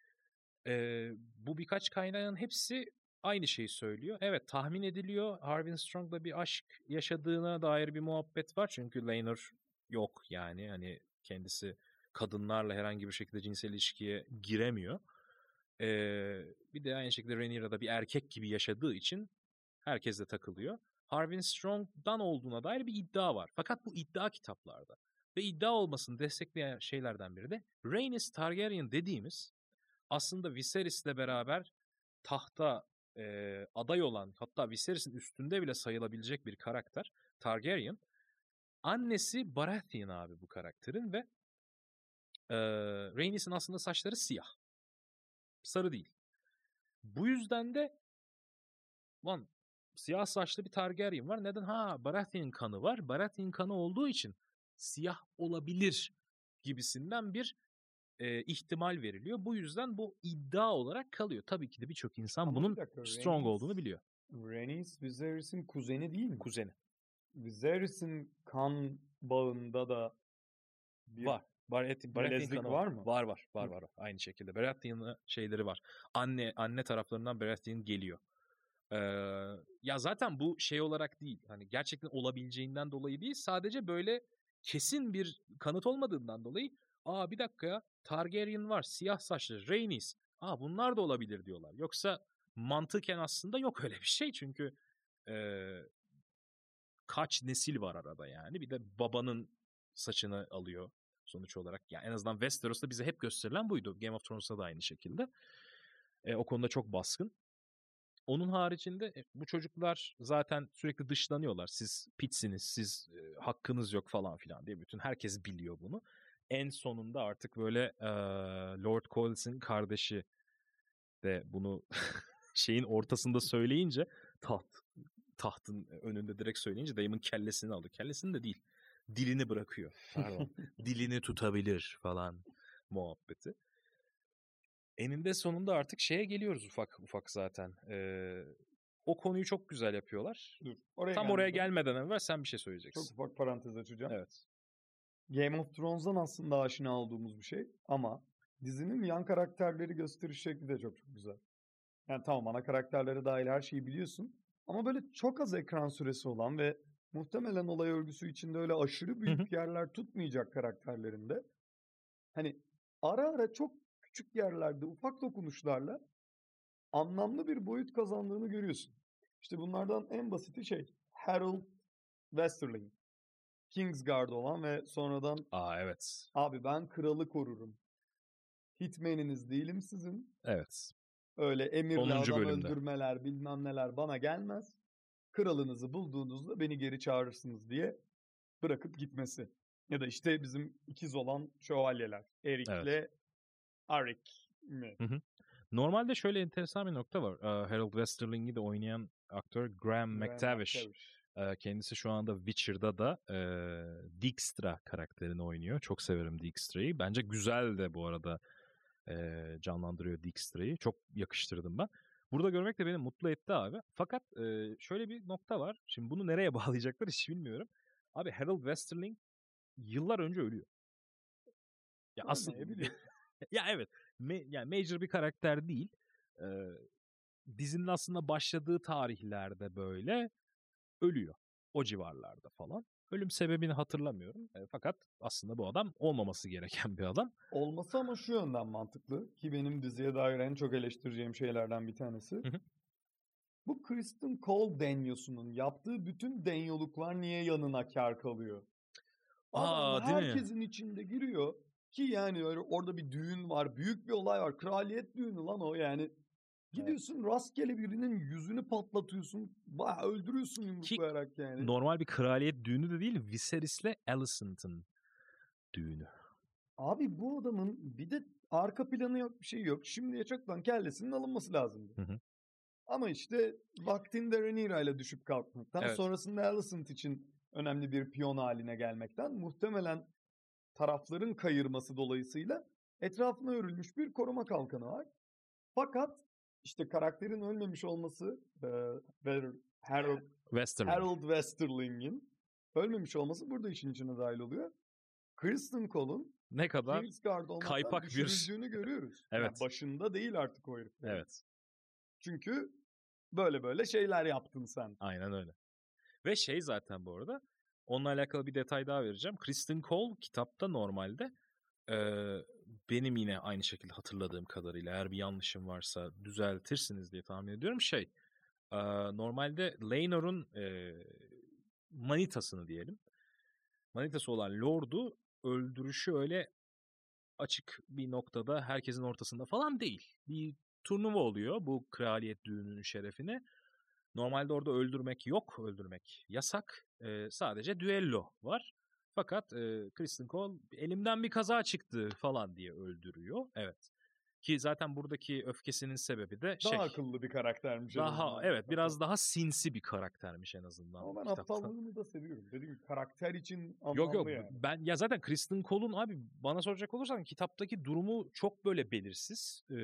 Ee, bu birkaç kaynağın hepsi aynı şeyi söylüyor. Evet tahmin ediliyor. Harwin Strong'la bir aşk yaşadığına dair bir muhabbet var. Çünkü Laenor yok yani hani kendisi kadınlarla herhangi bir şekilde cinsel ilişkiye giremiyor. Ee, bir de aynı şekilde Rhaenyra'da bir erkek gibi yaşadığı için herkes de takılıyor. Harwin Strong'dan olduğuna dair bir iddia var. Fakat bu iddia kitaplarda. Ve iddia olmasını destekleyen şeylerden biri de Rhaenys Targaryen dediğimiz aslında Viserys'le beraber tahta e, aday olan hatta Viserys'in üstünde bile sayılabilecek bir karakter Targaryen. Annesi Baratheon abi bu karakterin ve e, Rhaenys'in aslında saçları siyah. Sarı değil. Bu yüzden de lan siyah saçlı bir Targaryen var. Neden? Ha Baratheon kanı var. Baratheon kanı olduğu için siyah olabilir gibisinden bir e, ihtimal veriliyor. Bu yüzden bu iddia olarak kalıyor. Tabii ki de birçok insan Ama bunun bir dakika, strong Rhaenys- olduğunu biliyor. Rhaenys Viserys'in kuzeni değil mi? Kuzeni. Viserys'in kan bağında da bir Var. Baratheon, Baratheon melezlik kanı var mı? Var var. Var Hı. var. Aynı şekilde. Baratheon'ın şeyleri var. Anne anne taraflarından Baratheon geliyor. Ee, ya zaten bu şey olarak değil. Hani gerçekten olabileceğinden dolayı değil. Sadece böyle kesin bir kanıt olmadığından dolayı aa bir dakika ya Targaryen var. Siyah saçlı. Rhaenys. Aa bunlar da olabilir diyorlar. Yoksa mantıken aslında yok öyle bir şey. Çünkü ee, kaç nesil var arada yani. Bir de babanın saçını alıyor sonuç olarak. Yani en azından Westeros'ta bize hep gösterilen buydu. Game of Thrones'ta da aynı şekilde. E, o konuda çok baskın. Onun haricinde e, bu çocuklar zaten sürekli dışlanıyorlar. Siz pitsiniz, siz e, hakkınız yok falan filan diye bütün herkes biliyor bunu. En sonunda artık böyle e, Lord Corlys'in kardeşi de bunu şeyin ortasında söyleyince taht tahtın önünde direkt söyleyince dayımın kellesini aldı. Kellesini de değil. Dilini bırakıyor. Pardon. Dilini tutabilir falan muhabbeti. Eninde sonunda artık şeye geliyoruz ufak ufak zaten. Ee, o konuyu çok güzel yapıyorlar. Dur. Oraya Tam oraya gelmeden evvel sen bir şey söyleyeceksin. Çok ufak parantez açacağım. Evet. Game of Thrones'dan aslında aşina olduğumuz bir şey ama dizinin yan karakterleri gösteriş şekli de çok çok güzel. Yani tamam ana karakterlere dahil her şeyi biliyorsun ama böyle çok az ekran süresi olan ve muhtemelen olay örgüsü içinde öyle aşırı büyük yerler tutmayacak karakterlerinde hani ara ara çok küçük yerlerde ufak dokunuşlarla anlamlı bir boyut kazandığını görüyorsun. İşte bunlardan en basiti şey Harold Westerling. Kingsguard olan ve sonradan Aa evet. abi ben kralı korurum. Hitman'iniz değilim sizin. Evet. Öyle emirli onuncu adam bölümde. öldürmeler bilmem neler bana gelmez. Kralınızı bulduğunuzda beni geri çağırırsınız diye bırakıp gitmesi. Ya da işte bizim ikiz olan şövalyeler. Eric'le evet. Arik mi? Hı hı. Normalde şöyle enteresan bir nokta var. Harold Westerling'i de oynayan aktör Graham, Graham McTavish. McTavish. Kendisi şu anda Witcher'da da e, Dijkstra karakterini oynuyor. Çok severim Dijkstra'yı. Bence güzel de bu arada e, canlandırıyor Dijkstra'yı. Çok yakıştırdım ben. Burada görmek de beni mutlu etti abi. Fakat e, şöyle bir nokta var. Şimdi bunu nereye bağlayacaklar hiç bilmiyorum. Abi Harold Westerling yıllar önce ölüyor. Ya aslında ya evet. Me- yani major bir karakter değil. Ee, dizinin aslında başladığı tarihlerde böyle ölüyor. O civarlarda falan. Ölüm sebebini hatırlamıyorum. E, fakat aslında bu adam olmaması gereken bir adam. Olması ama şu yönden mantıklı ki benim diziye dair en çok eleştireceğim şeylerden bir tanesi. Hı hı. Bu Kristen Cole denyosunun yaptığı bütün denyoluklar niye yanına kar kalıyor? Adam Aa, herkesin mi? içinde giriyor ki yani öyle orada bir düğün var, büyük bir olay var. Kraliyet düğünü lan o yani. Gidiyorsun evet. Rastgele birinin yüzünü patlatıyorsun. Bayağı öldürüyorsun yumruklayarak yani. Normal bir kraliyet düğünü de değil. Viserys'le Alicent'ın düğünü. Abi bu adamın bir de arka planı yok bir şey yok. Şimdiye çoktan kellesinin alınması lazımdı. Hı hı. Ama işte vaktinde Rhaenyra ile düşüp kalkmaktan evet. sonrasında Alicent için önemli bir piyon haline gelmekten muhtemelen tarafların kayırması dolayısıyla etrafına örülmüş bir koruma kalkanı var. Fakat işte karakterin ölmemiş olması e, ve Harold Westerling. Harold Westerling'in ölmemiş olması burada işin içine dahil oluyor. Kristen Cole'un ne kadar kaypak bir düşürüldüğünü görüyoruz. Evet. Yani başında değil artık o herif. Evet. Çünkü böyle böyle şeyler yaptın sen. Aynen öyle. Ve şey zaten bu arada onunla alakalı bir detay daha vereceğim. Kristen Cole kitapta normalde e, benim yine aynı şekilde hatırladığım kadarıyla eğer bir yanlışım varsa düzeltirsiniz diye tahmin ediyorum. Şey e, normalde Laenor'un e, manitasını diyelim. Manitası olan Lord'u öldürüşü öyle açık bir noktada herkesin ortasında falan değil. Bir turnuva oluyor bu kraliyet düğününün şerefine. Normalde orada öldürmek yok, öldürmek yasak. Ee, sadece düello var. Fakat e, Kristen Cole elimden bir kaza çıktı falan diye öldürüyor. Evet. Ki zaten buradaki öfkesinin sebebi de daha şey. Daha akıllı bir karaktermiş. Daha evet biraz daha sinsi bir karaktermiş en azından. Ama ben kitapta. Aptallığını da seviyorum. Dediğim gibi karakter için anlamlı yok, yok. yani. Ben ya zaten Kristen Cole'un abi bana soracak olursan kitaptaki durumu çok böyle belirsiz. Ee,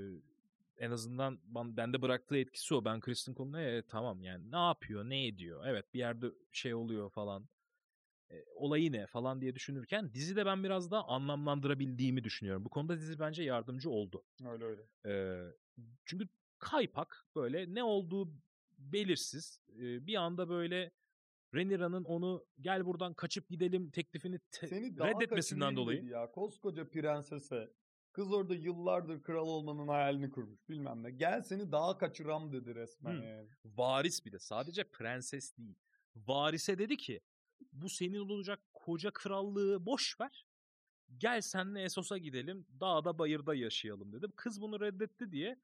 en azından bende bıraktığı etkisi o. Ben Kristen Cole'un e, tamam yani ne yapıyor, ne ediyor? Evet bir yerde şey oluyor falan. E, olayı ne falan diye düşünürken dizide ben biraz daha anlamlandırabildiğimi düşünüyorum. Bu konuda dizi bence yardımcı oldu. Öyle öyle. Ee, çünkü kaypak böyle ne olduğu belirsiz. Ee, bir anda böyle Rhaenyra'nın onu gel buradan kaçıp gidelim teklifini te- Seni daha reddetmesinden kaçırayım dolayı. dedi ya. Koskoca prensese. Kız orada yıllardır kral olmanın hayalini kurmuş bilmem ne. Gel seni daha kaçıram dedi resmen Hı. yani. Varis bir de sadece prenses değil. Varise dedi ki bu senin olacak koca krallığı boş ver. Gel senle Essos'a gidelim dağda bayırda yaşayalım dedim. Kız bunu reddetti diye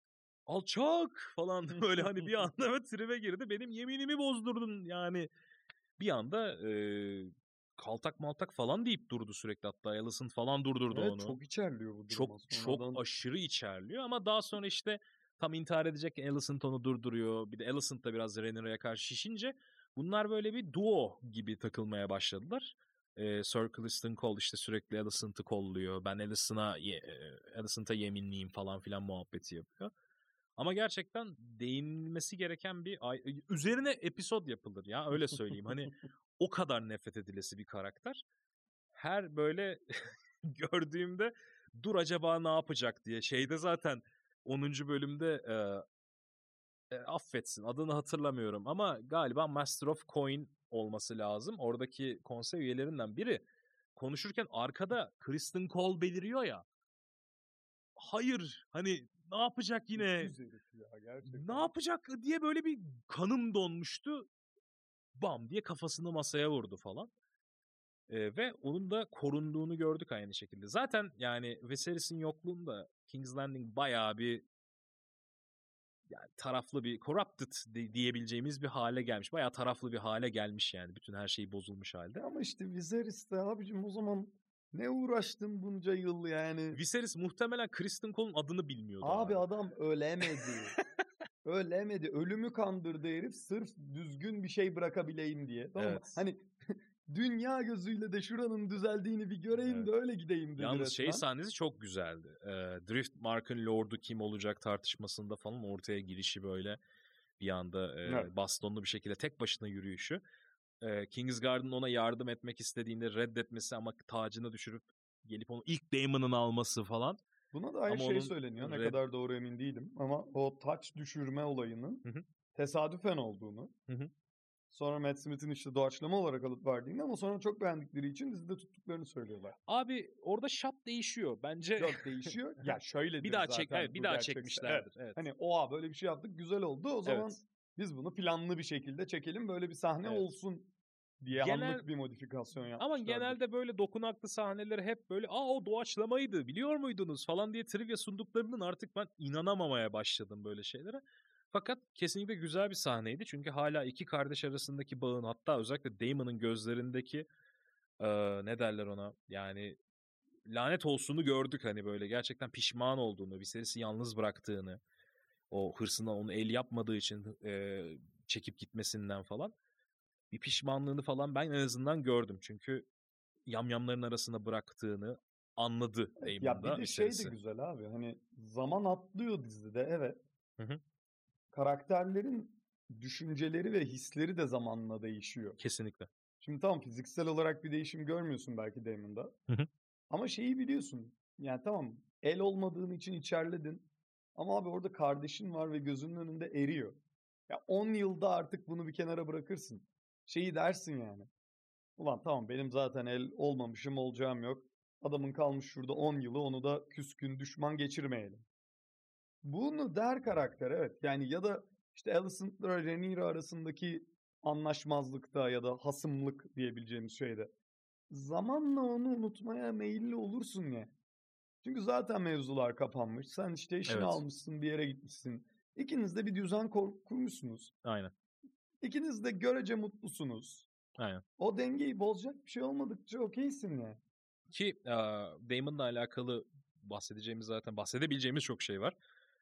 alçak falan böyle hani bir anda ve tribe girdi. Benim yeminimi bozdurdun yani. Bir anda e, kaltak maltak falan deyip durdu sürekli, hatta Alicent falan durdurdu Evet onu. çok içerliyor bu durum Çok aslında. çok Sonradan- aşırı içerliyor ama daha sonra işte tam intihar edecek Alicent onu durduruyor. Bir de Alicent da biraz Rhaenyra'ya karşı şişince bunlar böyle bir duo gibi takılmaya başladılar. Ee, Sir Criston Cole işte sürekli Alicent'ı kolluyor. Ben Alicent'a ye, Alicent'a yeminliyim falan filan muhabbeti yapıyor. Ama gerçekten değinilmesi gereken bir ay- üzerine episod yapılır ya öyle söyleyeyim. Hani o kadar nefret edilesi bir karakter. Her böyle gördüğümde dur acaba ne yapacak diye. Şeyde zaten onuncu bölümde e, e, affetsin adını hatırlamıyorum ama galiba Master of Coin olması lazım. Oradaki konsey üyelerinden biri konuşurken arkada Kristen Cole beliriyor ya. Hayır hani ne yapacak yine? Öküz herif ya, gerçekten. Ne yapacak diye böyle bir kanım donmuştu. Bam diye kafasını masaya vurdu falan. Ee, ve onun da korunduğunu gördük aynı şekilde. Zaten yani Viserys'in yokluğunda King's Landing bayağı bir yani taraflı bir corrupted di- diyebileceğimiz bir hale gelmiş. Bayağı taraflı bir hale gelmiş yani. Bütün her şey bozulmuş halde. Ama işte Viserys de abicim o zaman ne uğraştın bunca yıl yani. Viserys muhtemelen Kristen Cole'un adını bilmiyordu Abi, abi. adam ölemedi. Ölemedi. Ölümü kandırdı herif sırf düzgün bir şey bırakabileyim diye. Tamam mı? Evet. Hani dünya gözüyle de şuranın düzeldiğini bir göreyim Evet. de öyle gideyim dedi Yalnız resmen. şey sahnesi çok güzeldi. Ee, Driftmark'ın Lord'u kim olacak tartışmasında falan ortaya girişi böyle bir anda e, Evet. bastonlu bir şekilde tek başına yürüyüşü. E, Kingsguard'ın ona yardım etmek istediğinde reddetmesi ama tacını düşürüp gelip onu ilk Daemon'ın alması falan. Buna dair Ama şey onun söyleniyor. Ne red- kadar doğru emin değilim. Ama o taç düşürme olayının Hı hı. tesadüfen olduğunu. Hı hı. Sonra Matt Smith'in işte doğaçlama olarak alıp verdiğini ama sonra çok beğendikleri için dizide tuttuklarını söylüyorlar. Abi orada shot değişiyor bence. Yok, değişiyor. Ya şöyledir bir daha zaten çek, evet, bir bu daha gerçekse. çekmişlerdir. Evet. Evet. Hani oha böyle bir şey yaptık güzel oldu. O zaman Evet. biz bunu planlı bir şekilde çekelim. Böyle bir sahne Evet. olsun diye Genel- anlık bir modifikasyon Ama yapmışlardır. genelde böyle dokunaklı sahneleri hep böyle aa o doğaçlamaydı biliyor muydunuz falan diye trivia sunduklarının artık ben inanamamaya başladım böyle şeylere. Fakat kesinlikle güzel bir sahneydi. Çünkü hala iki kardeş arasındaki bağın, hatta özellikle Daemon'ın gözlerindeki eee, ne derler ona yani lanet olsunu gördük, hani böyle gerçekten pişman olduğunu, Viserys'i yalnız bıraktığını, o hırsından onu el yapmadığı için eee, çekip gitmesinden falan bir pişmanlığını falan ben en azından gördüm. Çünkü yamyamların arasına bıraktığını anladı Evet, ya bir Daemon'da de şey de Viserys'i. güzel abi. Hani zaman atlıyor dizide, evet. Hı hı. Karakterlerin düşünceleri ve hisleri de zamanla değişiyor. Kesinlikle. Şimdi tamam, fiziksel olarak bir değişim görmüyorsun belki Daemon'da. Hı hı. Ama şeyi biliyorsun. Yani tamam, el olmadığın için içerledin. Ama abi orada kardeşin var ve gözünün önünde eriyor. Ya on yılda artık bunu bir kenara bırakırsın. Şeyi dersin yani. Ulan tamam, benim zaten el olmamışım, olacağım yok. Adamın kalmış şurada on yılı, onu da küskün düşman geçirmeyelim. Bunu der karakter, evet. Yani ya da işte Alicent'la Rhaenyra arasındaki anlaşmazlıkta ya da hasımlık diyebileceğimiz şeyde zamanla onu unutmaya meyilli olursun ya. Çünkü zaten mevzular kapanmış. Sen işte işini Evet. almışsın, bir yere gitmişsin. İkiniz de bir düzen kur- kurmuşsunuz. Aynen. İkiniz de görece mutlusunuz. Aynen. O dengeyi bozacak bir şey olmadıkça okeysin ya. Ki e, Daemon'la alakalı bahsedeceğimiz, zaten bahsedebileceğimiz çok şey var.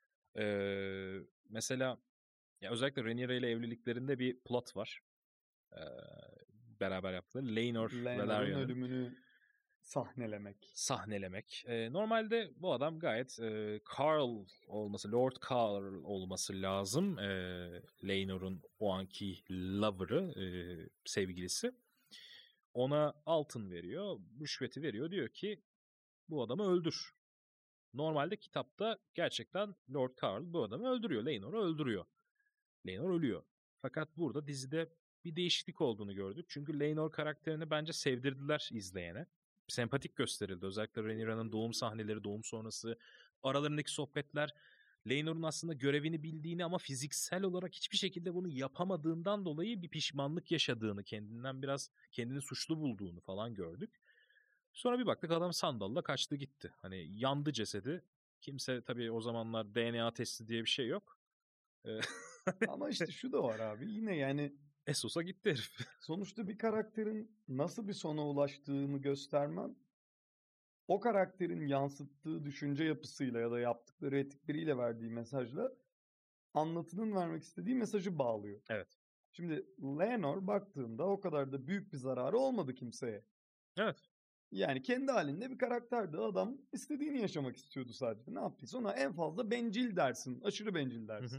Ee, mesela ya özellikle Rhaenyra ile evliliklerinde bir plot var. Ee, beraber yaptıkları. Laenor Laenor'un Velaryon'un ölümünü sahnelemek. sahnelemek. Ee, normalde bu adam gayet e, Carl olması, Lord Carl olması lazım. E, Laenor'un o anki lover'ı, e, sevgilisi. Ona altın veriyor, rüşveti veriyor. Diyor ki bu adamı öldür. Normalde kitapta gerçekten Lord Carl bu adamı öldürüyor. Laenor'u öldürüyor. Laenor ölüyor. Fakat burada dizide bir değişiklik olduğunu gördük. Çünkü Laenor karakterini bence sevdirdiler izleyene. Sempatik gösterildi. Özellikle Rhaenyra'nın doğum sahneleri, doğum sonrası, aralarındaki sohbetler. Laenor'un aslında görevini bildiğini ama fiziksel olarak hiçbir şekilde bunu yapamadığından dolayı bir pişmanlık yaşadığını, kendinden biraz kendini suçlu bulduğunu falan gördük. Sonra bir baktık adam sandalla kaçtı gitti. Hani yandı cesedi. Kimse tabii o zamanlar D N A testi diye bir şey yok. Ama işte şu da var abi. Yine yani Essos'a gitti herif. sonuçta bir karakterin nasıl bir sona ulaştığını göstermen o karakterin yansıttığı düşünce yapısıyla ya da yaptıkları etikleriyle verdiği mesajla anlatının vermek istediği mesajı bağlıyor. Evet. Şimdi Laenor baktığında o kadar da büyük bir zararı olmadı kimseye. Evet. Yani kendi halinde bir karakterdi. Adam istediğini yaşamak istiyordu sadece. Ne yaptıysa ona en fazla bencil dersin. Aşırı bencil dersin.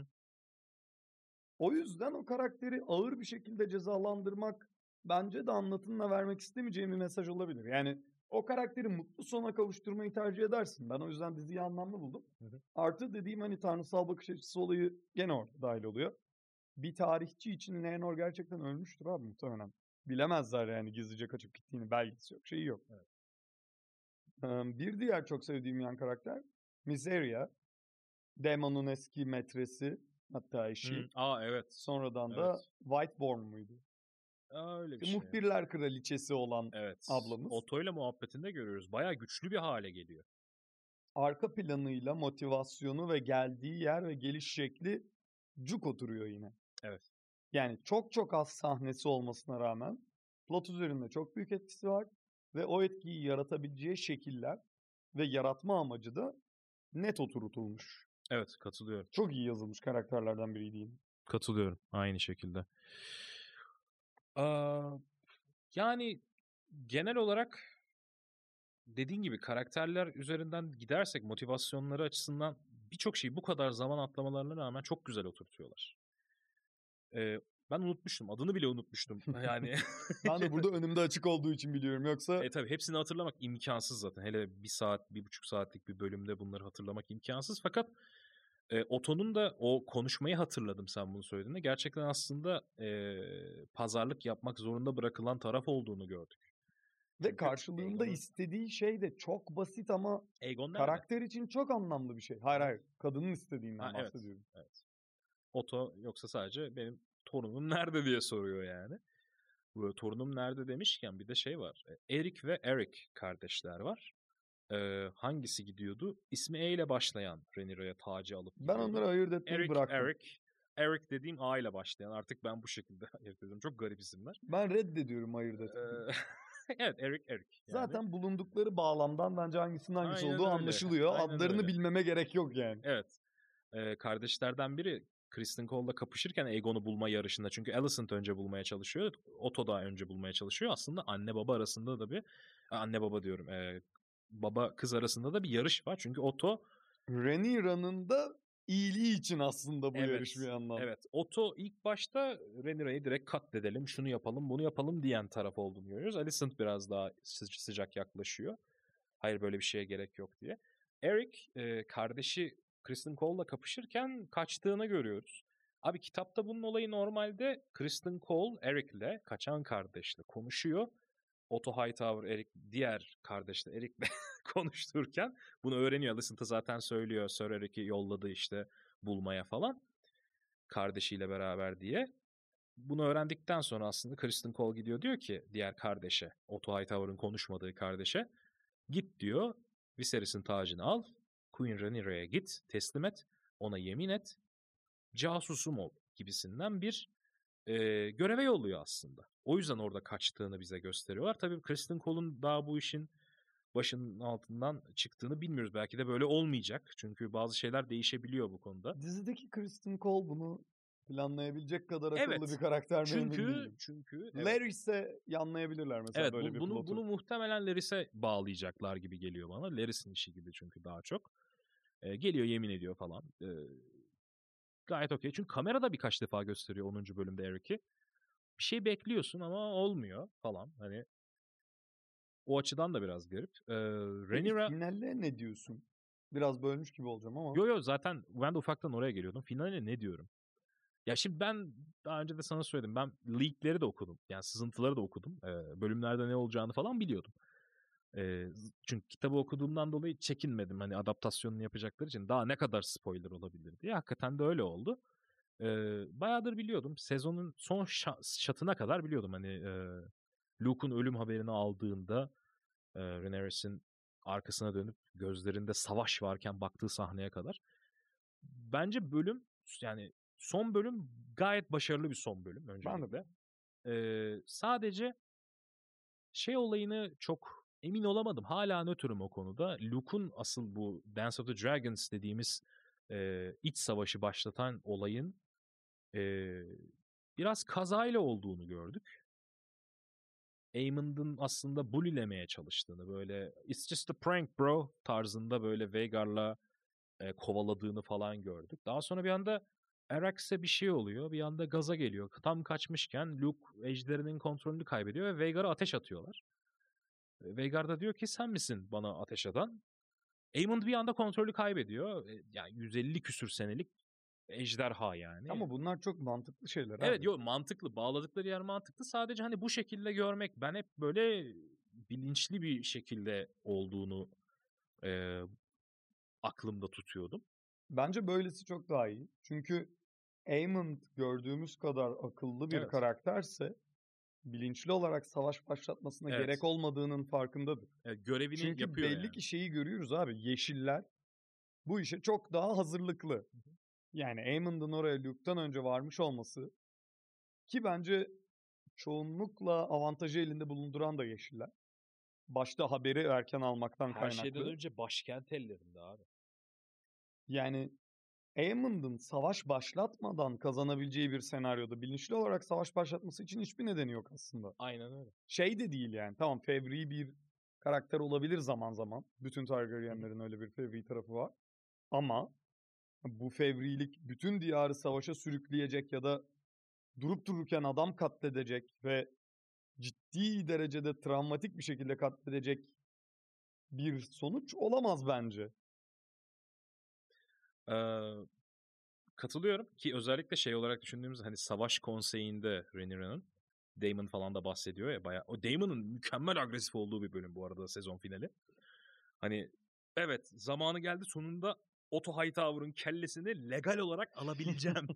Hı hı. O yüzden o karakteri ağır bir şekilde cezalandırmak bence de anlatınla vermek istemeyeceğim bir mesaj olabilir. Yani o karakteri mutlu sona kavuşturmayı tercih edersin. Ben o yüzden diziyi anlamlı buldum. Hı hı. Artı dediğim hani tanrısal bakış açısı olayı gene orada dahil oluyor. Bir tarihçi için Laenor gerçekten ölmüştür abi muhtemelen. Bilemezler yani gizlice kaçıp gittiğini. Belgesi yok, şeyi yok. Evet. Ee, bir diğer çok sevdiğim yan karakter Mysaria. Daemon'un eski metresi, hatta eşi. Hı. Aa evet. Sonradan da Evet. Whiteborn muydu? Aa, öyle bir İşte şey. Muhbirler kraliçesi olan Evet. ablamız. Otto'yla muhabbetinde görüyoruz. Bayağı güçlü bir hale geliyor. Arka planıyla motivasyonu ve geldiği yer ve geliş şekli cuk oturuyor yine. Evet. Yani çok çok az sahnesi olmasına rağmen plot üzerinde çok büyük etkisi var ve o etkiyi yaratabileceği şekiller ve yaratma amacı da net oturtulmuş. Evet, katılıyorum. Çok iyi yazılmış karakterlerden biriydi yine. Katılıyorum aynı şekilde. Aa, yani genel olarak dediğin gibi karakterler üzerinden gidersek motivasyonları açısından birçok şeyi bu kadar zaman atlamalarına rağmen çok güzel oturtuyorlar. Ee, ben unutmuştum. Adını bile unutmuştum. Yani Ben de burada önümde açık olduğu için biliyorum. Yoksa E tabii hepsini hatırlamak imkansız zaten. Hele bir saat, bir buçuk saatlik bir bölümde bunları hatırlamak imkansız. Fakat e, Otto'nun da o konuşmayı hatırladım sen bunu söylediğinde. Gerçekten aslında e, pazarlık yapmak zorunda bırakılan taraf olduğunu gördük. ve Çünkü karşılığında Aegon'un- istediği şey de çok basit ama Aegon nerede? karakter için çok anlamlı bir şey. Hayır Ha. hayır. Kadının istediğinden Ha, evet, bahsediyorum. evet. Otto yoksa sadece benim torunum nerede diye soruyor yani. Bu torunum nerede demişken bir de şey var. Eric ve Eric kardeşler var. Ee, hangisi gidiyordu? İsmi E ile başlayan Rhaenyra'ya tacı alıp Ben gidiyordu. onları ayırt etmeyi Eric, bıraktım. Eric. Eric dediğim A ile başlayan. Artık ben bu şekilde ayırt ediyorum. Çok garip isimler. Ben reddediyorum ayırt etmeyi. Ee, evet, Eric, Eric. Yani. Zaten bulundukları bağlamdan bence hangisinin hangisi Aynen olduğu öyle. anlaşılıyor. Aynen Adlarını öyle. bilmeme gerek yok yani. Evet. Ee, kardeşlerden biri Criston Cole'la kapışırken Aegon'u bulma yarışında. Çünkü Alicent önce bulmaya çalışıyor. Otto da önce bulmaya çalışıyor. Aslında anne baba arasında da bir... Anne baba diyorum. E, baba kız arasında da bir yarış var. Çünkü Otto... Rhaenyra'nın da iyiliği için aslında bu evet, yarış bir yandan. Evet. Otto ilk başta Rhaenyra'yı direkt katledelim, şunu yapalım, bunu yapalım diyen taraf olduğunu görüyoruz. Alicent biraz daha sı- sıcak yaklaşıyor. Hayır böyle bir şeye gerek yok diye. Eric e, kardeşi Criston Cole'la kapışırken kaçtığını görüyoruz. Abi kitapta bunun olayı normalde Criston Cole Eric'le, kaçan kardeşle konuşuyor. Otto Hightower Eric diğer kardeşle Eric'le konuştururken bunu öğreniyor. Alicent'a zaten söylüyor. Sir Eric'i yolladı işte bulmaya falan. Kardeşiyle beraber diye. Bunu öğrendikten sonra aslında Criston Cole gidiyor diyor ki diğer kardeşe, Otto Hightower'ın konuşmadığı kardeşe, git diyor, Viserys'in tacını al, Queen Rhaenyra'ya git, teslim et, ona yemin et, casusum ol gibisinden bir e, göreve yolluyor aslında. O yüzden orada kaçtığını bize gösteriyorlar. Tabii Criston Cole'un daha bu işin başının altından çıktığını bilmiyoruz. Belki de böyle olmayacak. Çünkü bazı şeyler değişebiliyor bu konuda. Dizideki Criston Cole bunu planlayabilecek kadar akıllı Evet. bir karakter mi Çünkü, emin değilim. Çünkü evet. Larys'e yanlayabilirler mesela Evet, böyle bu, bir bunu, plotu. bunu muhtemelen Larys'e bağlayacaklar gibi geliyor bana. Larys'in işi gibi çünkü daha çok. Ee, geliyor yemin ediyor falan. Ee, gayet okey. Çünkü kamerada birkaç defa gösteriyor onuncu bölümde Eric'i. Bir şey bekliyorsun ama olmuyor falan. Hani o açıdan da biraz garip. Ee, Rhaenyra... Finale ne diyorsun? Biraz bölmüş gibi olacağım ama. Yo yo zaten ben de ufaktan oraya geliyordum. Finale ne diyorum? Ya şimdi ben daha önce de sana söyledim. Ben leakleri de okudum. Yani sızıntıları da okudum. Ee, bölümlerde ne olacağını falan biliyordum. Ee, çünkü kitabı okuduğumdan dolayı çekinmedim. Hani adaptasyonunu yapacakları için daha ne kadar spoiler olabilir diye. Hakikaten de öyle oldu. Ee, bayağıdır biliyordum. Sezonun son şa- şatına kadar biliyordum. Hani e, Luke'un ölüm haberini aldığında e, Rhaenyra's arkasına dönüp gözlerinde savaş varken baktığı sahneye kadar. Bence bölüm yani son bölüm gayet başarılı bir son bölüm öncelikle. Ee, sadece şey olayını çok emin olamadım. Hala nötrüm o konuda. Luke'un asıl bu Dance of the Dragons dediğimiz e, iç savaşı başlatan olayın e, biraz kazayla olduğunu gördük. Aemond'un aslında bully'lemeye çalıştığını, böyle "It's just a prank bro" tarzında böyle Vhagar'la e, kovaladığını falan gördük. Daha sonra bir anda Arrax'e bir şey oluyor. Bir anda gaza geliyor. Tam kaçmışken Luke ejderinin kontrolünü kaybediyor ve Vhagar'a ateş atıyorlar. Vhagar da diyor ki sen misin bana ateş atan? Aemond bir anda kontrolü kaybediyor. E, Yani yüz elli küsür senelik ejderha yani. Ama bunlar çok mantıklı şeyler Evet abi. yok mantıklı. Bağladıkları yer mantıklı. Sadece hani bu şekilde görmek ben hep böyle bilinçli bir şekilde olduğunu e, aklımda tutuyordum. Bence böylesi çok daha iyi. Çünkü Aemond gördüğümüz kadar akıllı bir Evet. karakterse bilinçli olarak savaş başlatmasına Evet. gerek olmadığının farkındadır. E, görevini Çünkü yapıyor belli yani. ki şeyi görüyoruz abi. Yeşiller bu işe çok daha hazırlıklı. Yani Aemond'un oraya Luke'tan önce varmış olması ki bence çoğunlukla avantajı elinde bulunduran da yeşiller. Başta haberi erken almaktan Her kaynaklı. şeyden önce başkent ellerinde abi. Yani Aemond'un savaş başlatmadan kazanabileceği bir senaryoda bilinçli olarak savaş başlatması için hiçbir nedeni yok aslında. Aynen öyle. Şey de değil yani. Tamam fevri bir karakter olabilir zaman zaman. Bütün Targaryenlerin öyle bir fevri tarafı var. Ama bu fevrilik bütün diyarı savaşa sürükleyecek ya da durup dururken adam katledecek ve ciddi derecede travmatik bir şekilde katledecek bir sonuç olamaz bence. Ee, katılıyorum ki özellikle şey olarak düşündüğümüz hani savaş konseyinde Rhaenyra'nın Daemon falan da bahsediyor ya bayağı. O Daemon'ın mükemmel agresif olduğu bir bölüm bu arada sezon finali. Hani evet zamanı geldi sonunda Otto Hightower'ın kellesini legal olarak alabileceğim.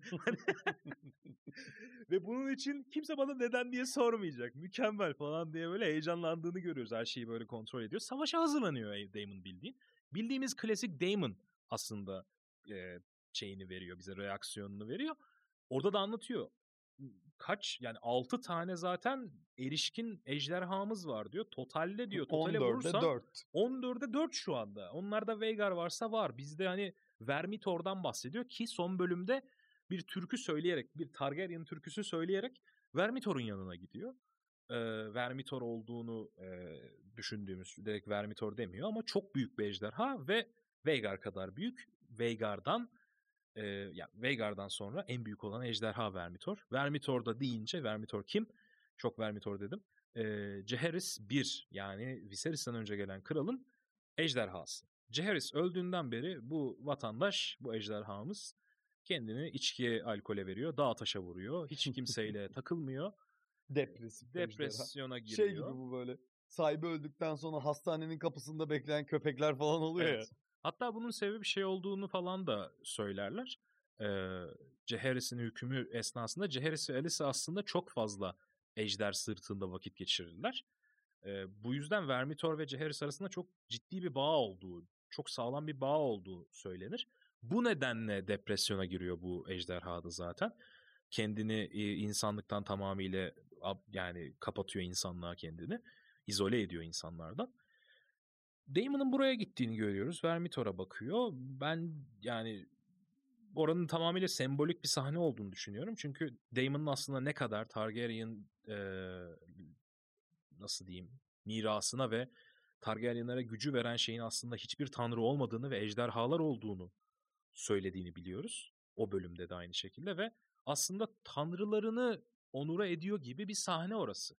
Ve bunun için kimse bana neden diye sormayacak. Mükemmel falan diye böyle heyecanlandığını görüyoruz. Her şeyi böyle kontrol ediyor. Savaşa hazırlanıyor Daemon bildiğin. Bildiğimiz klasik Daemon aslında e, şeyini veriyor bize, reaksiyonunu veriyor. Orada da anlatıyor. Kaç yani altı tane zaten erişkin ejderhamız var diyor. Totalde diyor. Totale on dörde vurursan dört. on dörde dört şu anda. Onlarda Vhagar varsa var. Bizde hani Vermitor'dan bahsediyor ki son bölümde bir türkü söyleyerek, bir Targaryen türküsü söyleyerek Vermitor'un yanına gidiyor. Ee, Vermitor olduğunu e, düşündüğümüz, direkt Vermitor demiyor ama çok büyük bir ejderha ve Vhagar kadar büyük. Vhagar'dan e, yani Vhagar'dan sonra en büyük olan ejderha Vermitor. Vermitor da deyince Vermitor kim? Çok Vermitor dedim. E, Jaehaerys bir yani Viserys'ten önce gelen kralın ejderhası. Jaehaerys öldüğünden beri bu vatandaş, bu ejderhamız kendini içkiye, alkole veriyor. Dağ taşa vuruyor. Hiç kimseyle takılmıyor. Depresif Depresyona ejderha. giriyor. Şey gibi bu böyle. Sahibi öldükten sonra hastanenin kapısında bekleyen köpekler falan oluyor Evet. ya. Hatta bunun sebebi şey olduğunu falan da söylerler. Ee, Jaehaerys'in hükmü esnasında Jaehaerys ve Alyssa aslında çok fazla ejder sırtında vakit geçirirler. Ee, bu yüzden Vermitor ve Jaehaerys arasında çok ciddi bir bağ olduğu, çok sağlam bir bağ olduğu söylenir. Bu nedenle depresyona giriyor bu ejderha da zaten. Kendini e, insanlıktan tamamıyla yani kapatıyor insanlığa kendini. İzole ediyor insanlardan. Daemon'un buraya gittiğini görüyoruz. Vermitor'a bakıyor. Ben yani oranın tamamıyla sembolik bir sahne olduğunu düşünüyorum. Çünkü Daemon'un aslında ne kadar Targaryen e, nasıl diyeyim mirasına ve Targaryenlere gücü veren şeyin aslında hiçbir tanrı olmadığını ve ejderhalar olduğunu söylediğini biliyoruz. O bölümde de aynı şekilde ve aslında tanrılarını onura ediyor gibi bir sahne orası.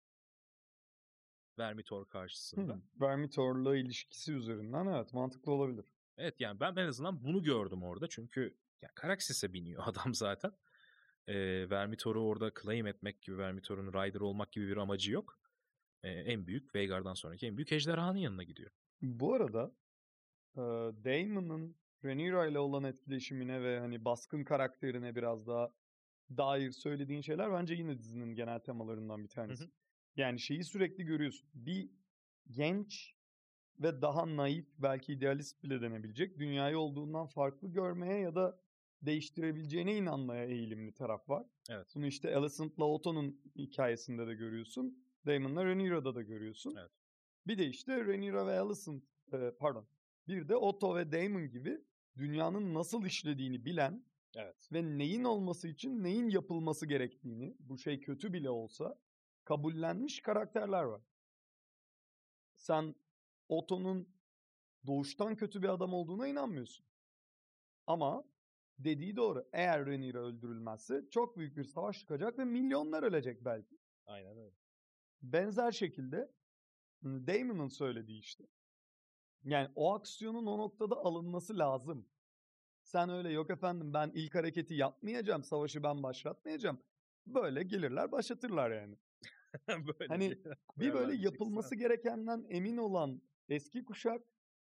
Vermitor karşısında. Hmm. Vermitor'la ilişkisi üzerinden evet mantıklı olabilir. Evet yani ben en azından bunu gördüm orada çünkü ya Karaksis'e biniyor adam zaten. E, Vermithor'u orada claim etmek gibi, Vermithor'un rider olmak gibi bir amacı yok. E, en büyük, Vhagar'dan sonraki en büyük ejderhanın yanına gidiyor. Bu arada e, Daemon'ın Rhaenyra ile olan etkileşimine ve hani baskın karakterine biraz daha dair söylediğin şeyler bence yine dizinin genel temalarından bir tanesi. Hı hı. Yani şeyi sürekli görüyorsun. Bir genç ve daha naif, belki idealist bile denebilecek, dünyayı olduğundan farklı görmeye ya da değiştirebileceğine inanmaya eğilimli taraf var. Evet. Bunu işte Alicent'la Otto'nun hikayesinde de görüyorsun. Daemon'la Rhaenyra'da da görüyorsun. Evet. Bir de işte Rhaenyra ve Alicent, e, pardon, bir de Otto ve Daemon gibi dünyanın nasıl işlediğini bilen Evet. ve neyin olması için neyin yapılması gerektiğini, bu şey kötü bile olsa, kabullenmiş karakterler var. Sen Otto'nun doğuştan kötü bir adam olduğuna inanmıyorsun. Ama dediği doğru. Eğer Rhaenyra öldürülmezse çok büyük bir savaş çıkacak ve milyonlar ölecek belki. Aynen öyle. Benzer şekilde Daemon'un söylediği işte. Yani o aksiyonun o noktada alınması lazım. Sen öyle yok efendim ben ilk hareketi yapmayacağım, savaşı ben başlatmayacağım. Böyle gelirler başlatırlar yani. Böyle Hani bir, bir böyle diyeceksin. yapılması gerekenden emin olan eski kuşak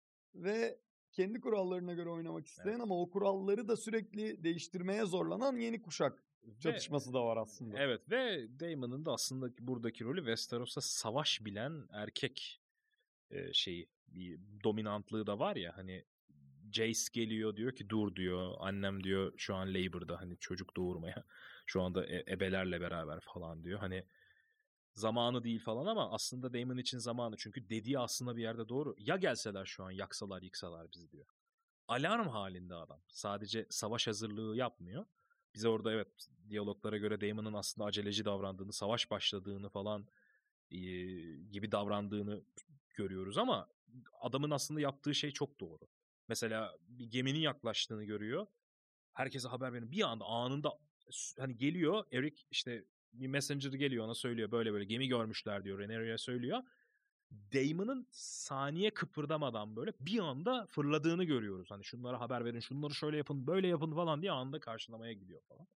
ve kendi kurallarına göre oynamak isteyen Evet. ama o kuralları da sürekli değiştirmeye zorlanan yeni kuşak çatışması Ve, da var aslında. Evet ve Daemon'ın da aslında buradaki rolü Westeros'ta savaş bilen erkek e, şeyi, bir dominantlığı da var ya, hani Jace geliyor diyor ki dur diyor, annem diyor şu an labor'da, hani çocuk doğurmaya şu anda e- ebelerle beraber falan diyor, hani zamanı değil falan, ama aslında Daemon için zamanı, çünkü dediği aslında bir yerde doğru. Ya gelseler şu an yaksalar yıksalar bizi diyor. Alarm halinde adam. Sadece savaş hazırlığı yapmıyor. Bize orada evet diyaloglara göre Daemon'ın aslında aceleci davrandığını, savaş başladığını falan e, gibi davrandığını görüyoruz, ama adamın aslında yaptığı şey çok doğru. Mesela bir geminin yaklaştığını görüyor. Herkese haber veriyor. Bir anda anında hani geliyor Eric, işte bir messenger geliyor, ona söylüyor böyle böyle gemi görmüşler diyor. Rhaenyra'ya söylüyor. Daemon'ın saniye kıpırdamadan böyle bir anda fırladığını görüyoruz. Hani şunlara haber verin, şunları şöyle yapın, böyle yapın falan diye anında karşılamaya gidiyor falan.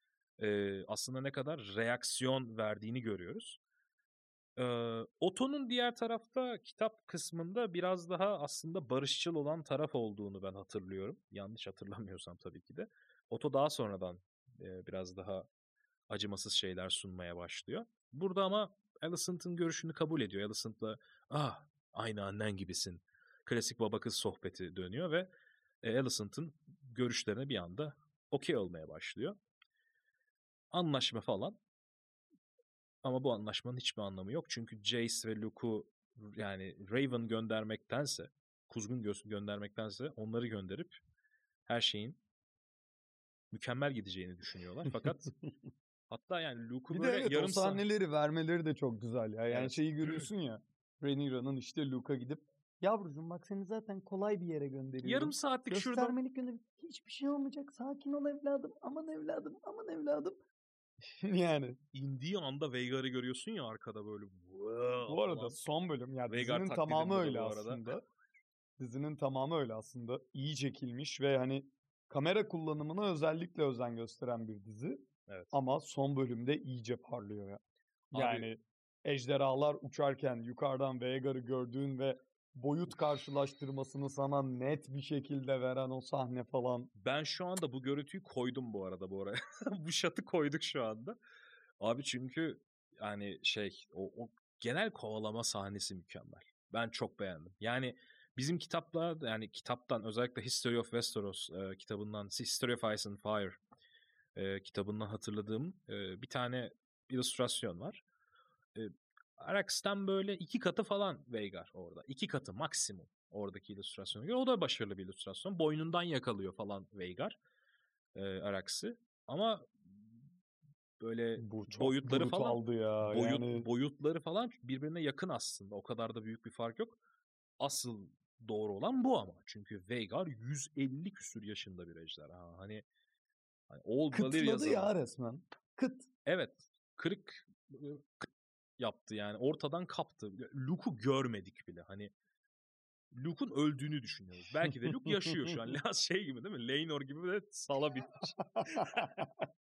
Ee, aslında ne kadar reaksiyon verdiğini görüyoruz. Ee, Otto'nun diğer tarafta kitap kısmında biraz daha aslında barışçıl olan taraf olduğunu ben hatırlıyorum. Yanlış hatırlamıyorsam tabii ki de. Otto daha sonradan e, biraz daha acımasız şeyler sunmaya başlıyor. Burada ama Alicent'ın görüşünü kabul ediyor. Alicent'la ah aynı annen gibisin. Klasik baba kız sohbeti dönüyor ve e, Alicent'ın görüşlerine bir anda okey olmaya başlıyor. Anlaşma falan. Ama bu anlaşmanın hiçbir anlamı yok. Çünkü Jace ve Luke'u, yani Raven göndermektense, kuzgun gö- göndermektense onları gönderip her şeyin mükemmel gideceğini düşünüyorlar. Fakat hatta yani Luke'u Bir de böyle evet o yarım saat... sahneleri vermeleri de çok güzel ya. Yani Evet. şeyi görüyorsun ya. Rhaenyra'nın işte Luke'a gidip yavrucuğum bak seni zaten kolay bir yere gönderiyorum. Yarım saatlik şurada... Göstermelik gönderiyorum. Hiçbir şey olmayacak. Sakin ol evladım. Aman evladım. Aman evladım. Yani. indiği anda Vhagar'ı görüyorsun ya arkada böyle. Bu arada Falan. son bölüm ya Vhagar dizinin taklidim tamamı bu da öyle bu arada. aslında. Dizinin tamamı öyle aslında. İyi çekilmiş ve hani kamera kullanımına özellikle özen gösteren bir dizi. Evet. Ama son bölümde iyice parlıyor ya. Yani Abi, ejderhalar uçarken yukarıdan Vhagar'ı gördüğün ve boyut karşılaştırmasını sana net bir şekilde veren o sahne falan. ben şu anda bu görüntüyü koydum bu arada bu araya. Bu şatı koyduk şu anda. Abi çünkü yani şey o, o genel kovalama sahnesi mükemmel. Ben çok beğendim. Yani bizim kitapla, yani kitaptan, özellikle History of Westeros e, kitabından, History of Ice and Fire e, kitabından hatırladığım e, bir tane illüstrasyon var. E, Arrakis'ten böyle iki katı falan Vhagar orada. İki katı maksimum oradaki illüstrasyona göre. O da başarılı bir illüstrasyon. Boynundan yakalıyor falan Vhagar e, Arrakis'i. Ama böyle Bu çok boyutları falan, brutaldı ya. boyut Yani boyutları falan birbirine yakın aslında. O kadar da büyük bir fark yok. Asıl doğru olan bu ama. Çünkü Vhagar yüz elli küsür yaşında bir ejderha. Hani, hani Old Valyria kıtladı zaman. ya resmen. Kıt. Evet. Kırık kıt yaptı yani. Ortadan kaptı. Luke'u görmedik bile. Hani Luke'un öldüğünü düşünüyoruz. Belki de Luke yaşıyor şu an. Şey gibi değil mi? Laenor gibi de sala binmiş.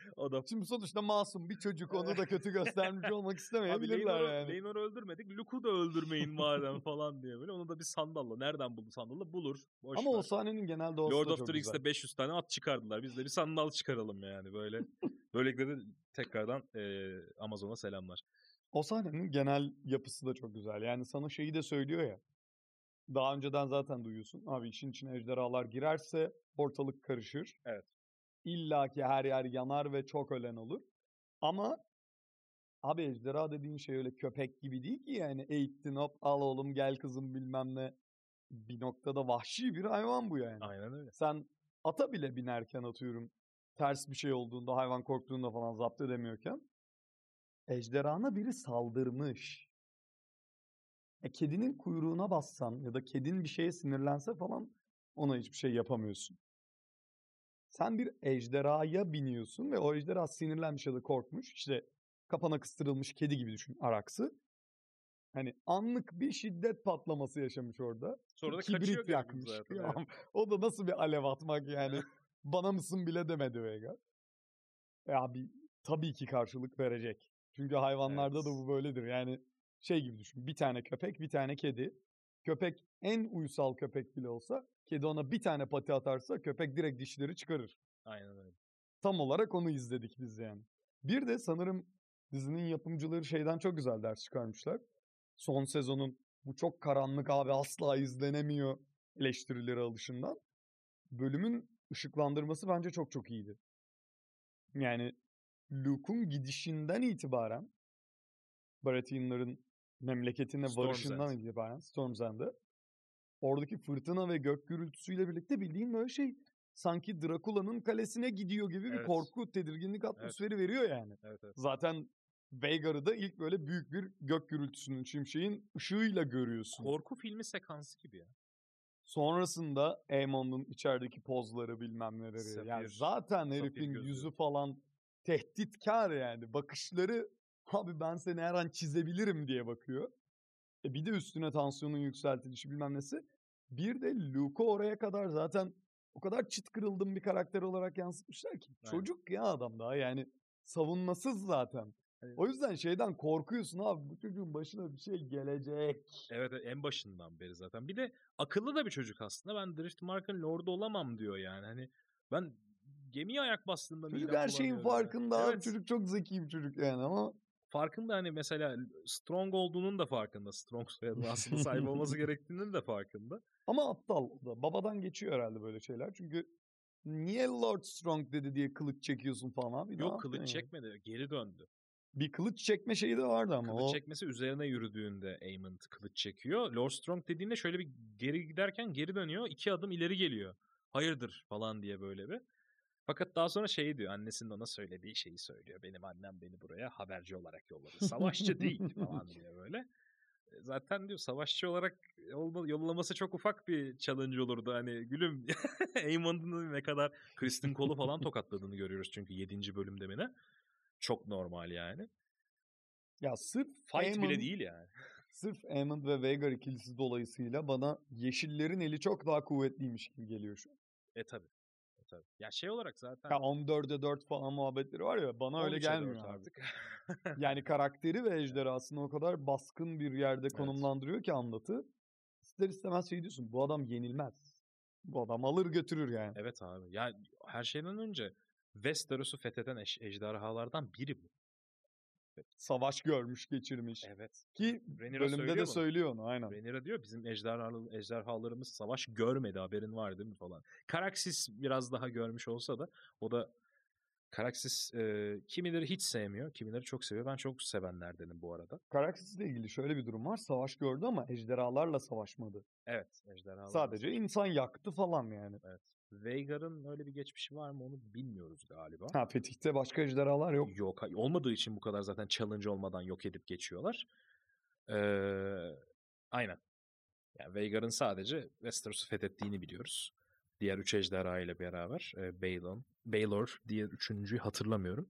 O da Şimdi sonuçta masum bir çocuk, onu da kötü göstermiş olmak abi istemeyebilirler Leynor'u, yani. Leynor'u öldürmedik. Luke'u da öldürmeyin madem falan diye böyle. Onu da bir sandalla. Nereden buldu sandalı? Bulur. Boş Ama o ver. sahnenin genel doğası Lord da of çok the güzel. Rings'te beş yüz tane at çıkardılar. Biz de bir sandal çıkaralım yani böyle. Böylelikle de tekrardan e, Amazon'a selamlar. O sahnenin genel yapısı da çok güzel. Yani sana şeyi de söylüyor ya. Daha önceden zaten duyuyorsun. Abi işin içine ejderhalar girerse ortalık karışır. Evet. İlla ki her yer yanar ve çok ölen olur. Ama abi ejderha dediğin şey öyle köpek gibi değil ki yani. Eğittin hop al oğlum gel kızım bilmem ne. Bir noktada vahşi bir hayvan bu yani. Aynen öyle. Sen ata bile binerken atıyorum ters bir şey olduğunda, hayvan korktuğunda falan zapt edemiyorken ejderhana biri saldırmış. E, kedinin kuyruğuna bassan ya da kedin bir şeye sinirlense falan ona hiçbir şey yapamıyorsun. Sen bir ejderhaya biniyorsun ve o ejderha sinirlenmiş ya da korkmuş. İşte kapana kıstırılmış kedi gibi düşün Araks'ı. Hani anlık bir şiddet patlaması yaşamış orada. Sonra da kaçıyor Kibrit garibim yakmış. zaten. Ya, Evet. o da nasıl bir alev atmak yani. Bana mısın bile demedi Veigar. E abi tabii ki karşılık verecek. Çünkü hayvanlarda da Evet. bu böyledir. Yani şey gibi düşün. Bir tane köpek, bir tane kedi. Köpek en uysal köpek bile olsa kedi ona bir tane pati atarsa köpek direkt dişleri çıkarır. Aynen öyle. Tam olarak onu izledik biz yani. Bir de sanırım dizinin yapımcıları şeyden çok güzel ders çıkarmışlar. Son sezonun bu çok karanlık abi asla izlenemiyor eleştirileri alışından. Bölümün ışıklandırması bence çok çok iyiydi. Yani Luke'un gidişinden itibaren Baratheon'ların memleketine Storm's varışından End. itibaren Storm's End'e oradaki fırtına ve gök gürültüsüyle birlikte bildiğin böyle şey sanki Drakula'nın kalesine gidiyor gibi bir Evet. korku, tedirginlik Evet. atmosferi veriyor yani. Evet, evet. Zaten Veigar'ı da ilk böyle büyük bir gök gürültüsünün, şimşeğin ışığıyla görüyorsun. Korku filmi sekansı gibi ya. Sonrasında Aemon'un içerideki pozları bilmem neleri. Yani Safir, zaten Safir herifin gözü. yüzü falan tehditkar yani. Bakışları abi ben seni her an çizebilirim diye bakıyor. E bir de üstüne tansiyonun yükseltilişi bilmem nesi. Bir de Luke'u oraya kadar zaten o kadar çıt kırıldım bir karakter olarak yansıtmışlar ki. Aynen. Çocuk ya adam daha yani savunmasız zaten. Evet. O yüzden şeyden korkuyorsun abi bu çocuğun başına bir şey gelecek. Evet, en başından beri zaten. Bir de akıllı da bir çocuk aslında. Ben Driftmark'ın lordu olamam diyor yani. Hani ben gemiye ayak bastığımda Çocuk midem her şeyin bulanıyor ya. farkında abi. Evet. Çocuk çok zeki bir çocuk yani ama Farkında hani mesela Strong olduğunun da farkında. Strong soyadına aslında sahip olması gerektiğinin de farkında. ama aptal o da. Babadan geçiyor herhalde böyle şeyler. Çünkü niye Lord Strong dedi diye kılıç çekiyorsun falan abi. Ne Yok yapıyorsun kılıç ya? çekmedi. Geri döndü. Bir kılıç çekme şeyi de vardı ama Kılıç o çekmesi üzerine yürüdüğünde Aemond kılıç çekiyor. Lord Strong dediğinde şöyle bir geri giderken geri dönüyor. iki adım ileri geliyor. Hayırdır falan diye böyle bir. Fakat daha sonra şey diyor. Annesinin ona söylediği şeyi söylüyor. Benim annem beni buraya haberci olarak yolladı. Savaşçı değil falan diye böyle. Zaten diyor savaşçı olarak olma, yollaması çok ufak bir challenge olurdu. Hani gülüm Aemond'un ne kadar Criston Cole'u falan tokatladığını görüyoruz çünkü yedinci bölümde mi ne? Çok normal yani. ya sırf Fight Aemon, bile değil yani. sırf Aemond ve Veigar ikilisi dolayısıyla bana yeşillerin eli çok daha kuvvetliymiş gibi geliyor şu an. E tabi. E, tabi. Ya şey olarak zaten Ya on dörde dört falan muhabbetleri var ya bana öyle on üçe gelmiyor dört abi. artık. Yani karakteri ve ejderhasını o kadar baskın bir yerde konumlandırıyor ki anlatı. İster istemez şey diyorsun bu adam yenilmez. Bu adam alır götürür yani. Evet abi. Ya her şeyden önce Westeros'u fetheden eş- ejderhalardan biri bu. Savaş görmüş geçirmiş. Evet. Ki Rhaenyra bölümde söylüyor de bunu. söylüyor onu aynen. Rhaenyra diyor bizim ejderhalı, ejderhalarımız savaş görmedi haberin var değil mi falan. Karaxis biraz daha görmüş olsa da o da Karaxis e, kimileri hiç sevmiyor, kimileri çok seviyor. Ben çok sevenlerdenim bu arada. Karaxis'le ilgili şöyle bir durum var. Savaş gördü ama ejderhalarla savaşmadı. Evet, ejderhalarla Sadece savaş. insan yaktı falan yani. Evet. Veigar'ın öyle bir geçmişi var mı onu bilmiyoruz galiba. Ha Fetih'te başka ejderhalar yok. Yok. Olmadığı için bu kadar zaten challenge olmadan yok edip geçiyorlar. Ee, aynen. Yani Veigar'ın sadece Westeros'u fethettiğini biliyoruz. Diğer üç ejderha ile beraber. E, Balon, Baelor diğer üçüncüyü hatırlamıyorum.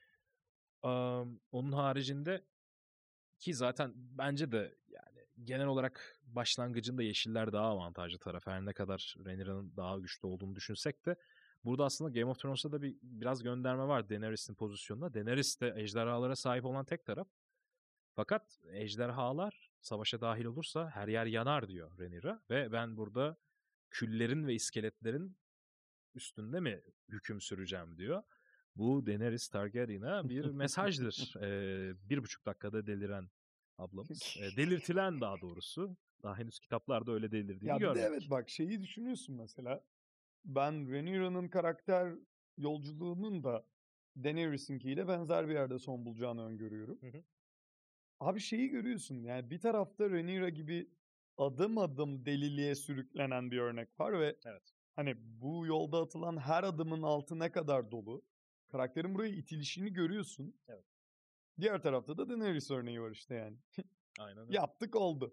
Um, onun haricinde ki zaten bence de yani genel olarak başlangıcında yeşiller daha avantajlı taraf. Her ne kadar Rhaenyra'nın daha güçlü olduğunu düşünsek de Burada aslında Game of Thrones'ta da bir biraz gönderme var Daenerys'in pozisyonuna. Daenerys de ejderhalara sahip olan tek taraf. Fakat ejderhalar savaşa dahil olursa her yer yanar diyor Rhaenyra. Ve ben burada küllerin ve iskeletlerin üstünde mi hüküm süreceğim diyor. Bu Daenerys Targaryen'a bir mesajdır. Ee, bir buçuk dakikada deliren ablamız. Ee, delirtilen daha doğrusu. Daha henüz kitaplarda öyle delirdiğini Ya bir de görmedik. evet bak şeyi düşünüyorsun mesela. Ben Rhaenyra'nın karakter yolculuğunun da Daenerys'inkiyle benzer bir yerde son bulacağını öngörüyorum. Hı hı. Abi şeyi görüyorsun yani bir tarafta Rhaenyra gibi adım adım deliliğe sürüklenen bir örnek var ve Evet. hani bu yolda atılan her adımın altı ne kadar dolu. Karakterin buraya itilişini görüyorsun. Evet. Diğer tarafta da Daenerys örneği var işte yani. Aynen öyle. Yaptık oldu.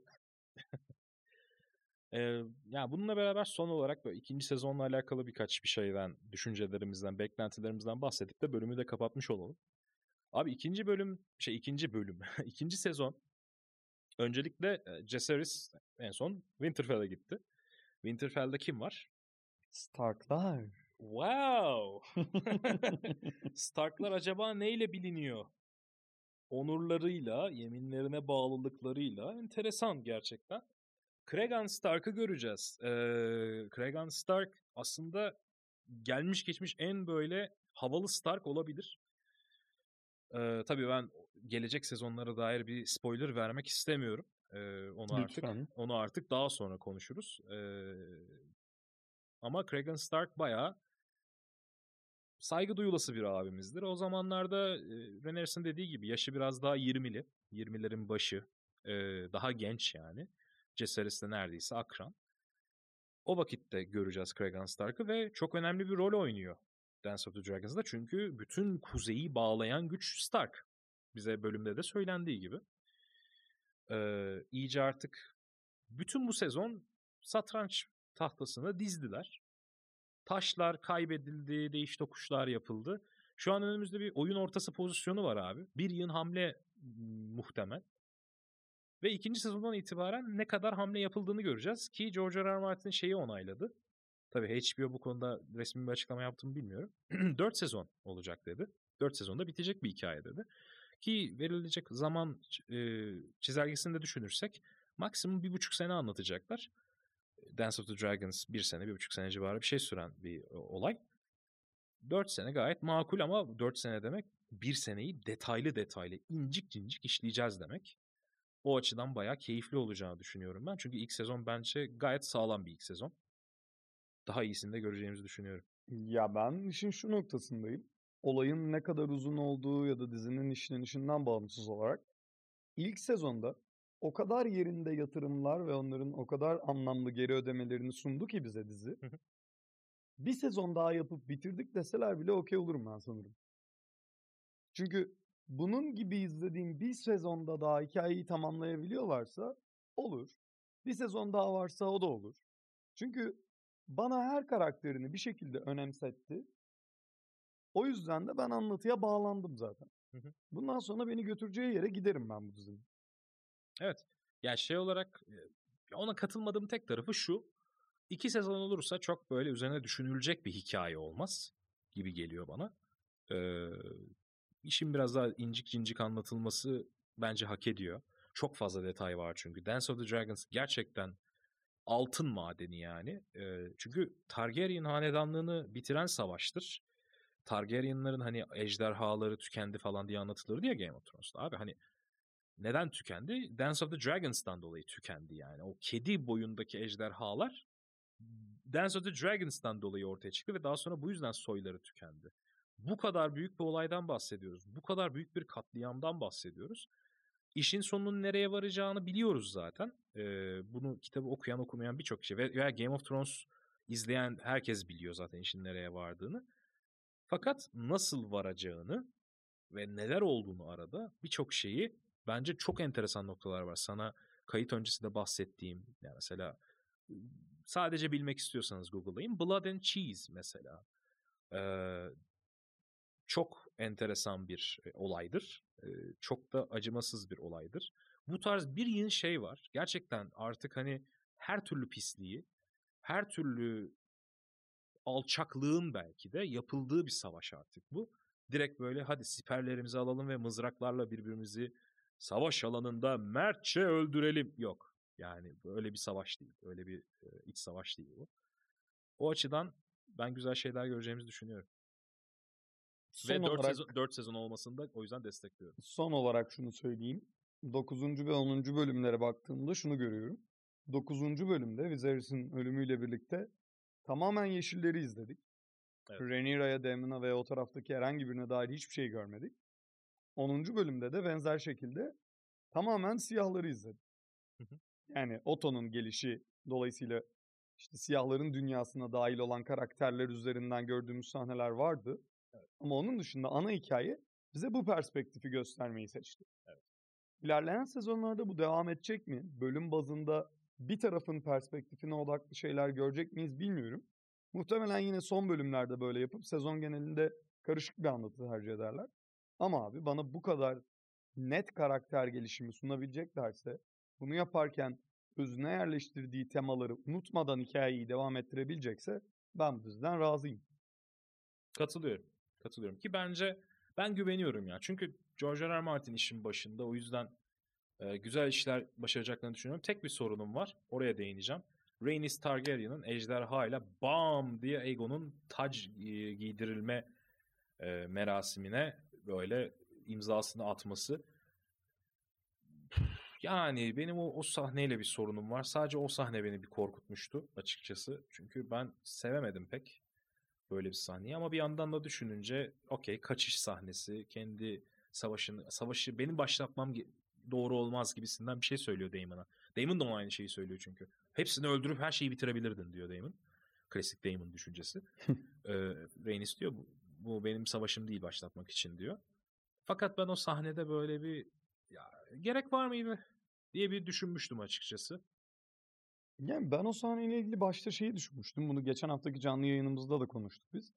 Ee, ya bununla beraber son olarak böyle ikinci sezonla alakalı birkaç bir şeyden, düşüncelerimizden, beklentilerimizden bahsedip de bölümü de kapatmış olalım. Abi ikinci bölüm, şey ikinci bölüm, ikinci sezon öncelikle e, Jaehaerys en son Winterfell'e gitti. Winterfell'de kim var? Starklar. Wow! Starklar acaba neyle biliniyor? Onurlarıyla, yeminlerine bağlılıklarıyla enteresan gerçekten. Cregan Stark'ı göreceğiz. Ee, Cregan Stark aslında gelmiş geçmiş en böyle havalı Stark olabilir. Ee, tabii ben gelecek sezonlara dair bir spoiler vermek istemiyorum. Ee, onu artık Lütfen. onu artık daha sonra konuşuruz. Ee, ama Cregan Stark bayağı saygı duyulası bir abimizdir. O zamanlarda e, Rhaenyra'sın dediği gibi yaşı biraz daha yirmili. yirmilerin başı. E, daha genç yani. Jaehaerys de neredeyse akran. O vakitte göreceğiz Cregan Stark'ı ve çok önemli bir rol oynuyor Dance of the Dragons'da. Çünkü bütün kuzeyi bağlayan güç Stark. Bize bölümde de söylendiği gibi. Ee, iyice artık bütün bu sezon satranç tahtasına dizdiler. Taşlar kaybedildi, değiş tokuşlar yapıldı. Şu an önümüzde bir oyun ortası pozisyonu var abi. Bir yığın hamle muhtemel. Ve ikinci sezondan itibaren ne kadar hamle yapıldığını göreceğiz. Ki George R. R. Martin şeyi onayladı. Tabii H B O bu konuda resmi bir açıklama yaptığımı bilmiyorum. dört sezon olacak dedi. dört sezonda bitecek bir hikaye dedi. Ki verilecek zaman e, çizelgesini de düşünürsek maksimum bir buçuk sene anlatacaklar. Dance of the Dragons bir sene, bir buçuk sene civarı bir şey süren bir olay. Dört sene gayet makul ama dört sene demek bir seneyi detaylı detaylı, incik cincik işleyeceğiz demek. O açıdan bayağı keyifli olacağını düşünüyorum ben. Çünkü ilk sezon bence gayet sağlam bir ilk sezon. Daha iyisini de göreceğimizi düşünüyorum. Ya ben işin şu noktasındayım. Olayın ne kadar uzun olduğu ya da dizinin işlenişinden bağımsız olarak ilk sezonda o kadar yerinde yatırımlar ve onların o kadar anlamlı geri ödemelerini sundu ki bize dizi. Bir sezon daha yapıp bitirdik deseler bile okey olurum ben sanırım. Çünkü bunun gibi izlediğim bir sezonda daha hikayeyi tamamlayabiliyorlarsa olur. Bir sezon daha varsa o da olur. Çünkü bana her karakterini bir şekilde önemsetti. O yüzden de ben anlatıya bağlandım zaten. Hı hı. Bundan sonra beni götüreceği yere giderim ben bu dizinin. Evet. Yani şey olarak ona katılmadığım tek tarafı şu. İki sezon olursa çok böyle üzerine düşünülecek bir hikaye olmaz gibi geliyor bana. Ee, işin biraz daha incik cincik anlatılması bence hak ediyor. Çok fazla detay var çünkü. Dance of the Dragons gerçekten altın madeni yani. Ee, çünkü Targaryen hanedanlığını bitiren savaştır. Targaryenların hani ejderhaları tükendi falan diye anlatılır diye Game of Thrones'ta. Abi hani neden tükendi? Dance of the Dragons'tan dolayı tükendi yani. O kedi boyundaki ejderhalar Dance of the Dragons'tan dolayı ortaya çıktı ve daha sonra bu yüzden soyları tükendi. Bu kadar büyük bir olaydan bahsediyoruz. Bu kadar büyük bir katliamdan bahsediyoruz. İşin sonunun nereye varacağını biliyoruz zaten. Ee, bunu kitabı okuyan okumayan birçok kişi veya Game of Thrones izleyen herkes biliyor zaten işin nereye vardığını. Fakat nasıl varacağını ve neler olduğunu arada birçok şeyi bence çok enteresan noktalar var. Sana kayıt öncesinde bahsettiğim yani mesela sadece bilmek istiyorsanız Google'layın. Blood and Cheese mesela. Ee, çok enteresan bir olaydır. Ee, çok da acımasız bir olaydır. Bu tarz bir yığın şey var. Gerçekten artık hani her türlü pisliği, her türlü alçaklığın belki de yapıldığı bir savaş artık bu. Direkt böyle hadi siperlerimizi alalım ve mızraklarla birbirimizi savaş alanında mertçe öldürelim. Yok. Yani böyle bir savaş değil. Öyle bir e, iç savaş değil bu. O açıdan ben güzel şeyler göreceğimizi düşünüyorum. Son ve dört olarak, sezon dört sezon olmasını da o yüzden destekliyorum. Son olarak şunu söyleyeyim. dokuzuncu ve onuncu bölümlere baktığımda şunu görüyorum. dokuzuncu bölümde Viserys'in ölümüyle birlikte tamamen yeşilleri izledik. Evet. Rhaenyra'ya, Daemon'a ve o taraftaki herhangi birine dair hiçbir şey görmedik. onuncu bölümde de benzer şekilde tamamen siyahları izledik. Hı hı. Yani Otto'nun gelişi dolayısıyla işte siyahların dünyasına dahil olan karakterler üzerinden gördüğümüz sahneler vardı. Evet. Ama onun dışında ana hikaye bize bu perspektifi göstermeyi seçti. Evet. İlerleyen sezonlarda bu devam edecek mi? Bölüm bazında bir tarafın perspektifine odaklı şeyler görecek miyiz bilmiyorum. Muhtemelen yine son bölümlerde böyle yapıp sezon genelinde karışık bir anlatı tercih ederler. Ama abi bana bu kadar net karakter gelişimi sunabileceklerse, bunu yaparken özüne yerleştirdiği temaları unutmadan hikayeyi devam ettirebilecekse ben bu diziden razıyım. Katılıyorum. Katılıyorum ki bence ben güveniyorum ya. Çünkü George R. R. Martin işin başında, o yüzden e, güzel işler başaracaklarını düşünüyorum. Tek bir sorunum var. Oraya değineceğim. Rhaenys Targaryen'ın ejderhayla bam diye Aegon'un tac e, giydirilme e, merasimine böyle imzasını atması. Yani benim o, o sahneyle bir sorunum var. Sadece o sahne beni bir korkutmuştu açıkçası. Çünkü ben sevemedim pek böyle bir sahneyi, ama bir yandan da düşününce okey, kaçış sahnesi, kendi savaşını, savaşı benim başlatmam doğru olmaz gibisinden bir şey söylüyor Daemon'a. Daemon da aynı şeyi söylüyor çünkü. Hepsini öldürüp her şeyi bitirebilirdin diyor Daemon. Klasik Daemon düşüncesi. ee, Rhaenys diyor bu, bu benim savaşım değil başlatmak için diyor. Fakat ben o sahnede böyle bir ya, gerek var mıydı diye bir düşünmüştüm açıkçası. Yani ben o sahneyle ilgili başta şeyi düşünmüştüm. Bunu geçen haftaki canlı yayınımızda da konuştuk biz.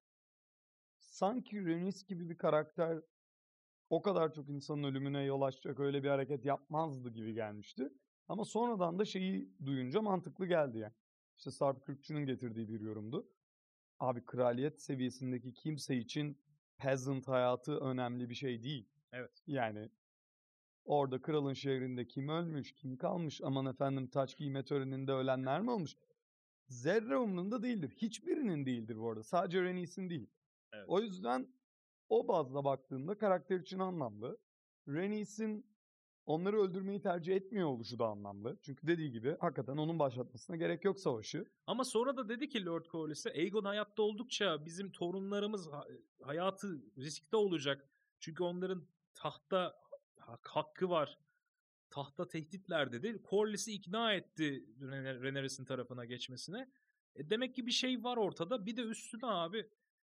Sanki Rhaenys gibi bir karakter o kadar çok insanın ölümüne yol açacak öyle bir hareket yapmazdı gibi gelmişti. Ama sonradan da şeyi duyunca mantıklı geldi yani. İşte Sarp Kürkçü'nün getirdiği bir yorumdu. Abi kraliyet seviyesindeki kimse için peasant hayatı önemli bir şey değil. Evet. Yani orada kralın şehrinde kim ölmüş, kim kalmış, aman efendim taç giyme töreninde ölenler mi olmuş? Zerre umurunda değildir. Hiçbirinin değildir bu arada. Sadece Rhaenys'in değil. Evet. O yüzden o bazda baktığında karakter için anlamlı. Rhaenys'in onları öldürmeyi tercih etmiyor oluşu da anlamlı. Çünkü dediği gibi hakikaten onun başlatmasına gerek yok savaşı. Ama sonra da dedi ki Lord Corlys'e, Aegon hayatta oldukça bizim torunlarımız hayatı riskte olacak. Çünkü onların tahta hakkı var. Tahta tehditler dedi. Corlys'i ikna etti Rhaenys'in tarafına geçmesine. E demek ki bir şey var ortada. Bir de üstüne abi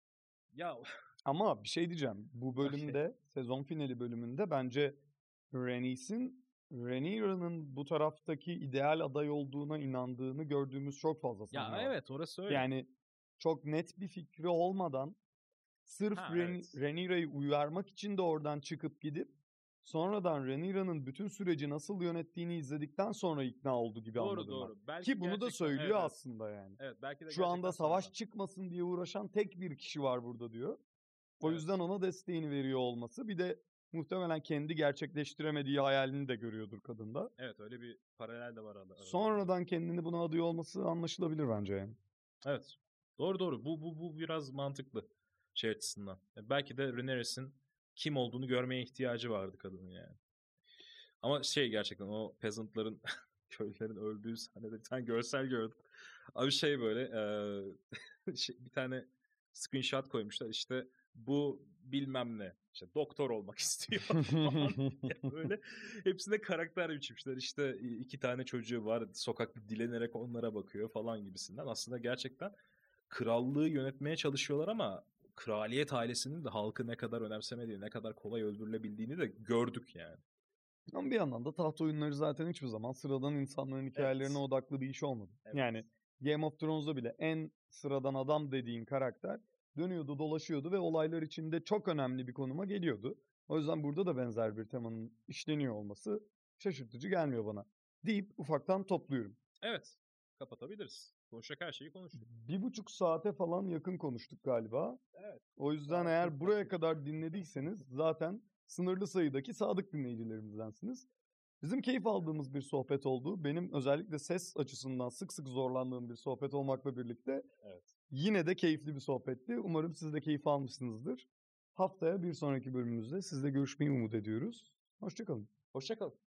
ya ama bir şey diyeceğim. Bu bölümde, okay. Sezon finali bölümünde bence Rhaenys'in Rhaenyra'nın bu taraftaki ideal aday olduğuna inandığını gördüğümüz çok fazla sahne var. Ya evet, orası öyle. Yani çok net bir fikri olmadan sırf ha, Ren- evet. Rhaenyra'yı uyarmak için de oradan çıkıp gidip sonradan Rhaenyra'nın bütün süreci nasıl yönettiğini izledikten sonra ikna oldu gibi doğru, anladım doğru. ben. Belki Ki bunu da söylüyor evet, aslında yani. Evet, belki de şu anda savaş sonradan. çıkmasın diye uğraşan tek bir kişi var burada diyor. O evet. yüzden ona desteğini veriyor olması, bir de muhtemelen kendi gerçekleştiremediği hayalini de görüyordur kadında. Evet, öyle bir paralel de var arada. Sonradan kendini buna adıyor olması anlaşılabilir bence yani. Evet. Doğru doğru. Bu bu bu biraz mantıklı şey açısından. Belki de Rhaenys'in kim olduğunu görmeye ihtiyacı vardı kadının yani. Ama şey, gerçekten o peasantların köylülerin öldüğü sahnede bir tane görsel gördüm. Abi şey böyle e, şey, bir tane screenshot koymuşlar, işte bu bilmem ne, işte doktor olmak istiyor falan. Yani böyle hepsine karakter biçmişler. İşte iki tane çocuğu var, sokakta dilenerek onlara bakıyor falan gibisinden. Aslında gerçekten krallığı yönetmeye çalışıyorlar ama kraliyet ailesinin de halkı ne kadar önemsemediğini, ne kadar kolay öldürülebildiğini de gördük yani. Ama bir yandan da taht oyunları zaten hiçbir zaman sıradan insanların hikayelerine evet. odaklı bir iş olmadı. Evet. Yani Game of Thrones'da bile en sıradan adam dediğin karakter dönüyordu, dolaşıyordu ve olaylar içinde çok önemli bir konuma geliyordu. O yüzden burada da benzer bir temanın işleniyor olması şaşırtıcı gelmiyor bana. Deyip ufaktan topluyorum. Evet. kapatabiliriz. Konuşacak her şeyi konuştuk. Bir buçuk saate falan yakın konuştuk galiba. Evet. O yüzden Daha eğer çok buraya yaklaşık. kadar dinlediyseniz zaten sınırlı sayıdaki sadık dinleyicilerimizdensiniz. Bizim keyif aldığımız bir sohbet oldu. Benim özellikle ses açısından sık sık zorlandığım bir sohbet olmakla birlikte Evet. yine de keyifli bir sohbetti. Umarım siz de keyif almışsınızdır. Haftaya bir sonraki bölümümüzde sizle görüşmeyi umut ediyoruz. Hoşça kalın. Hoşça kalın.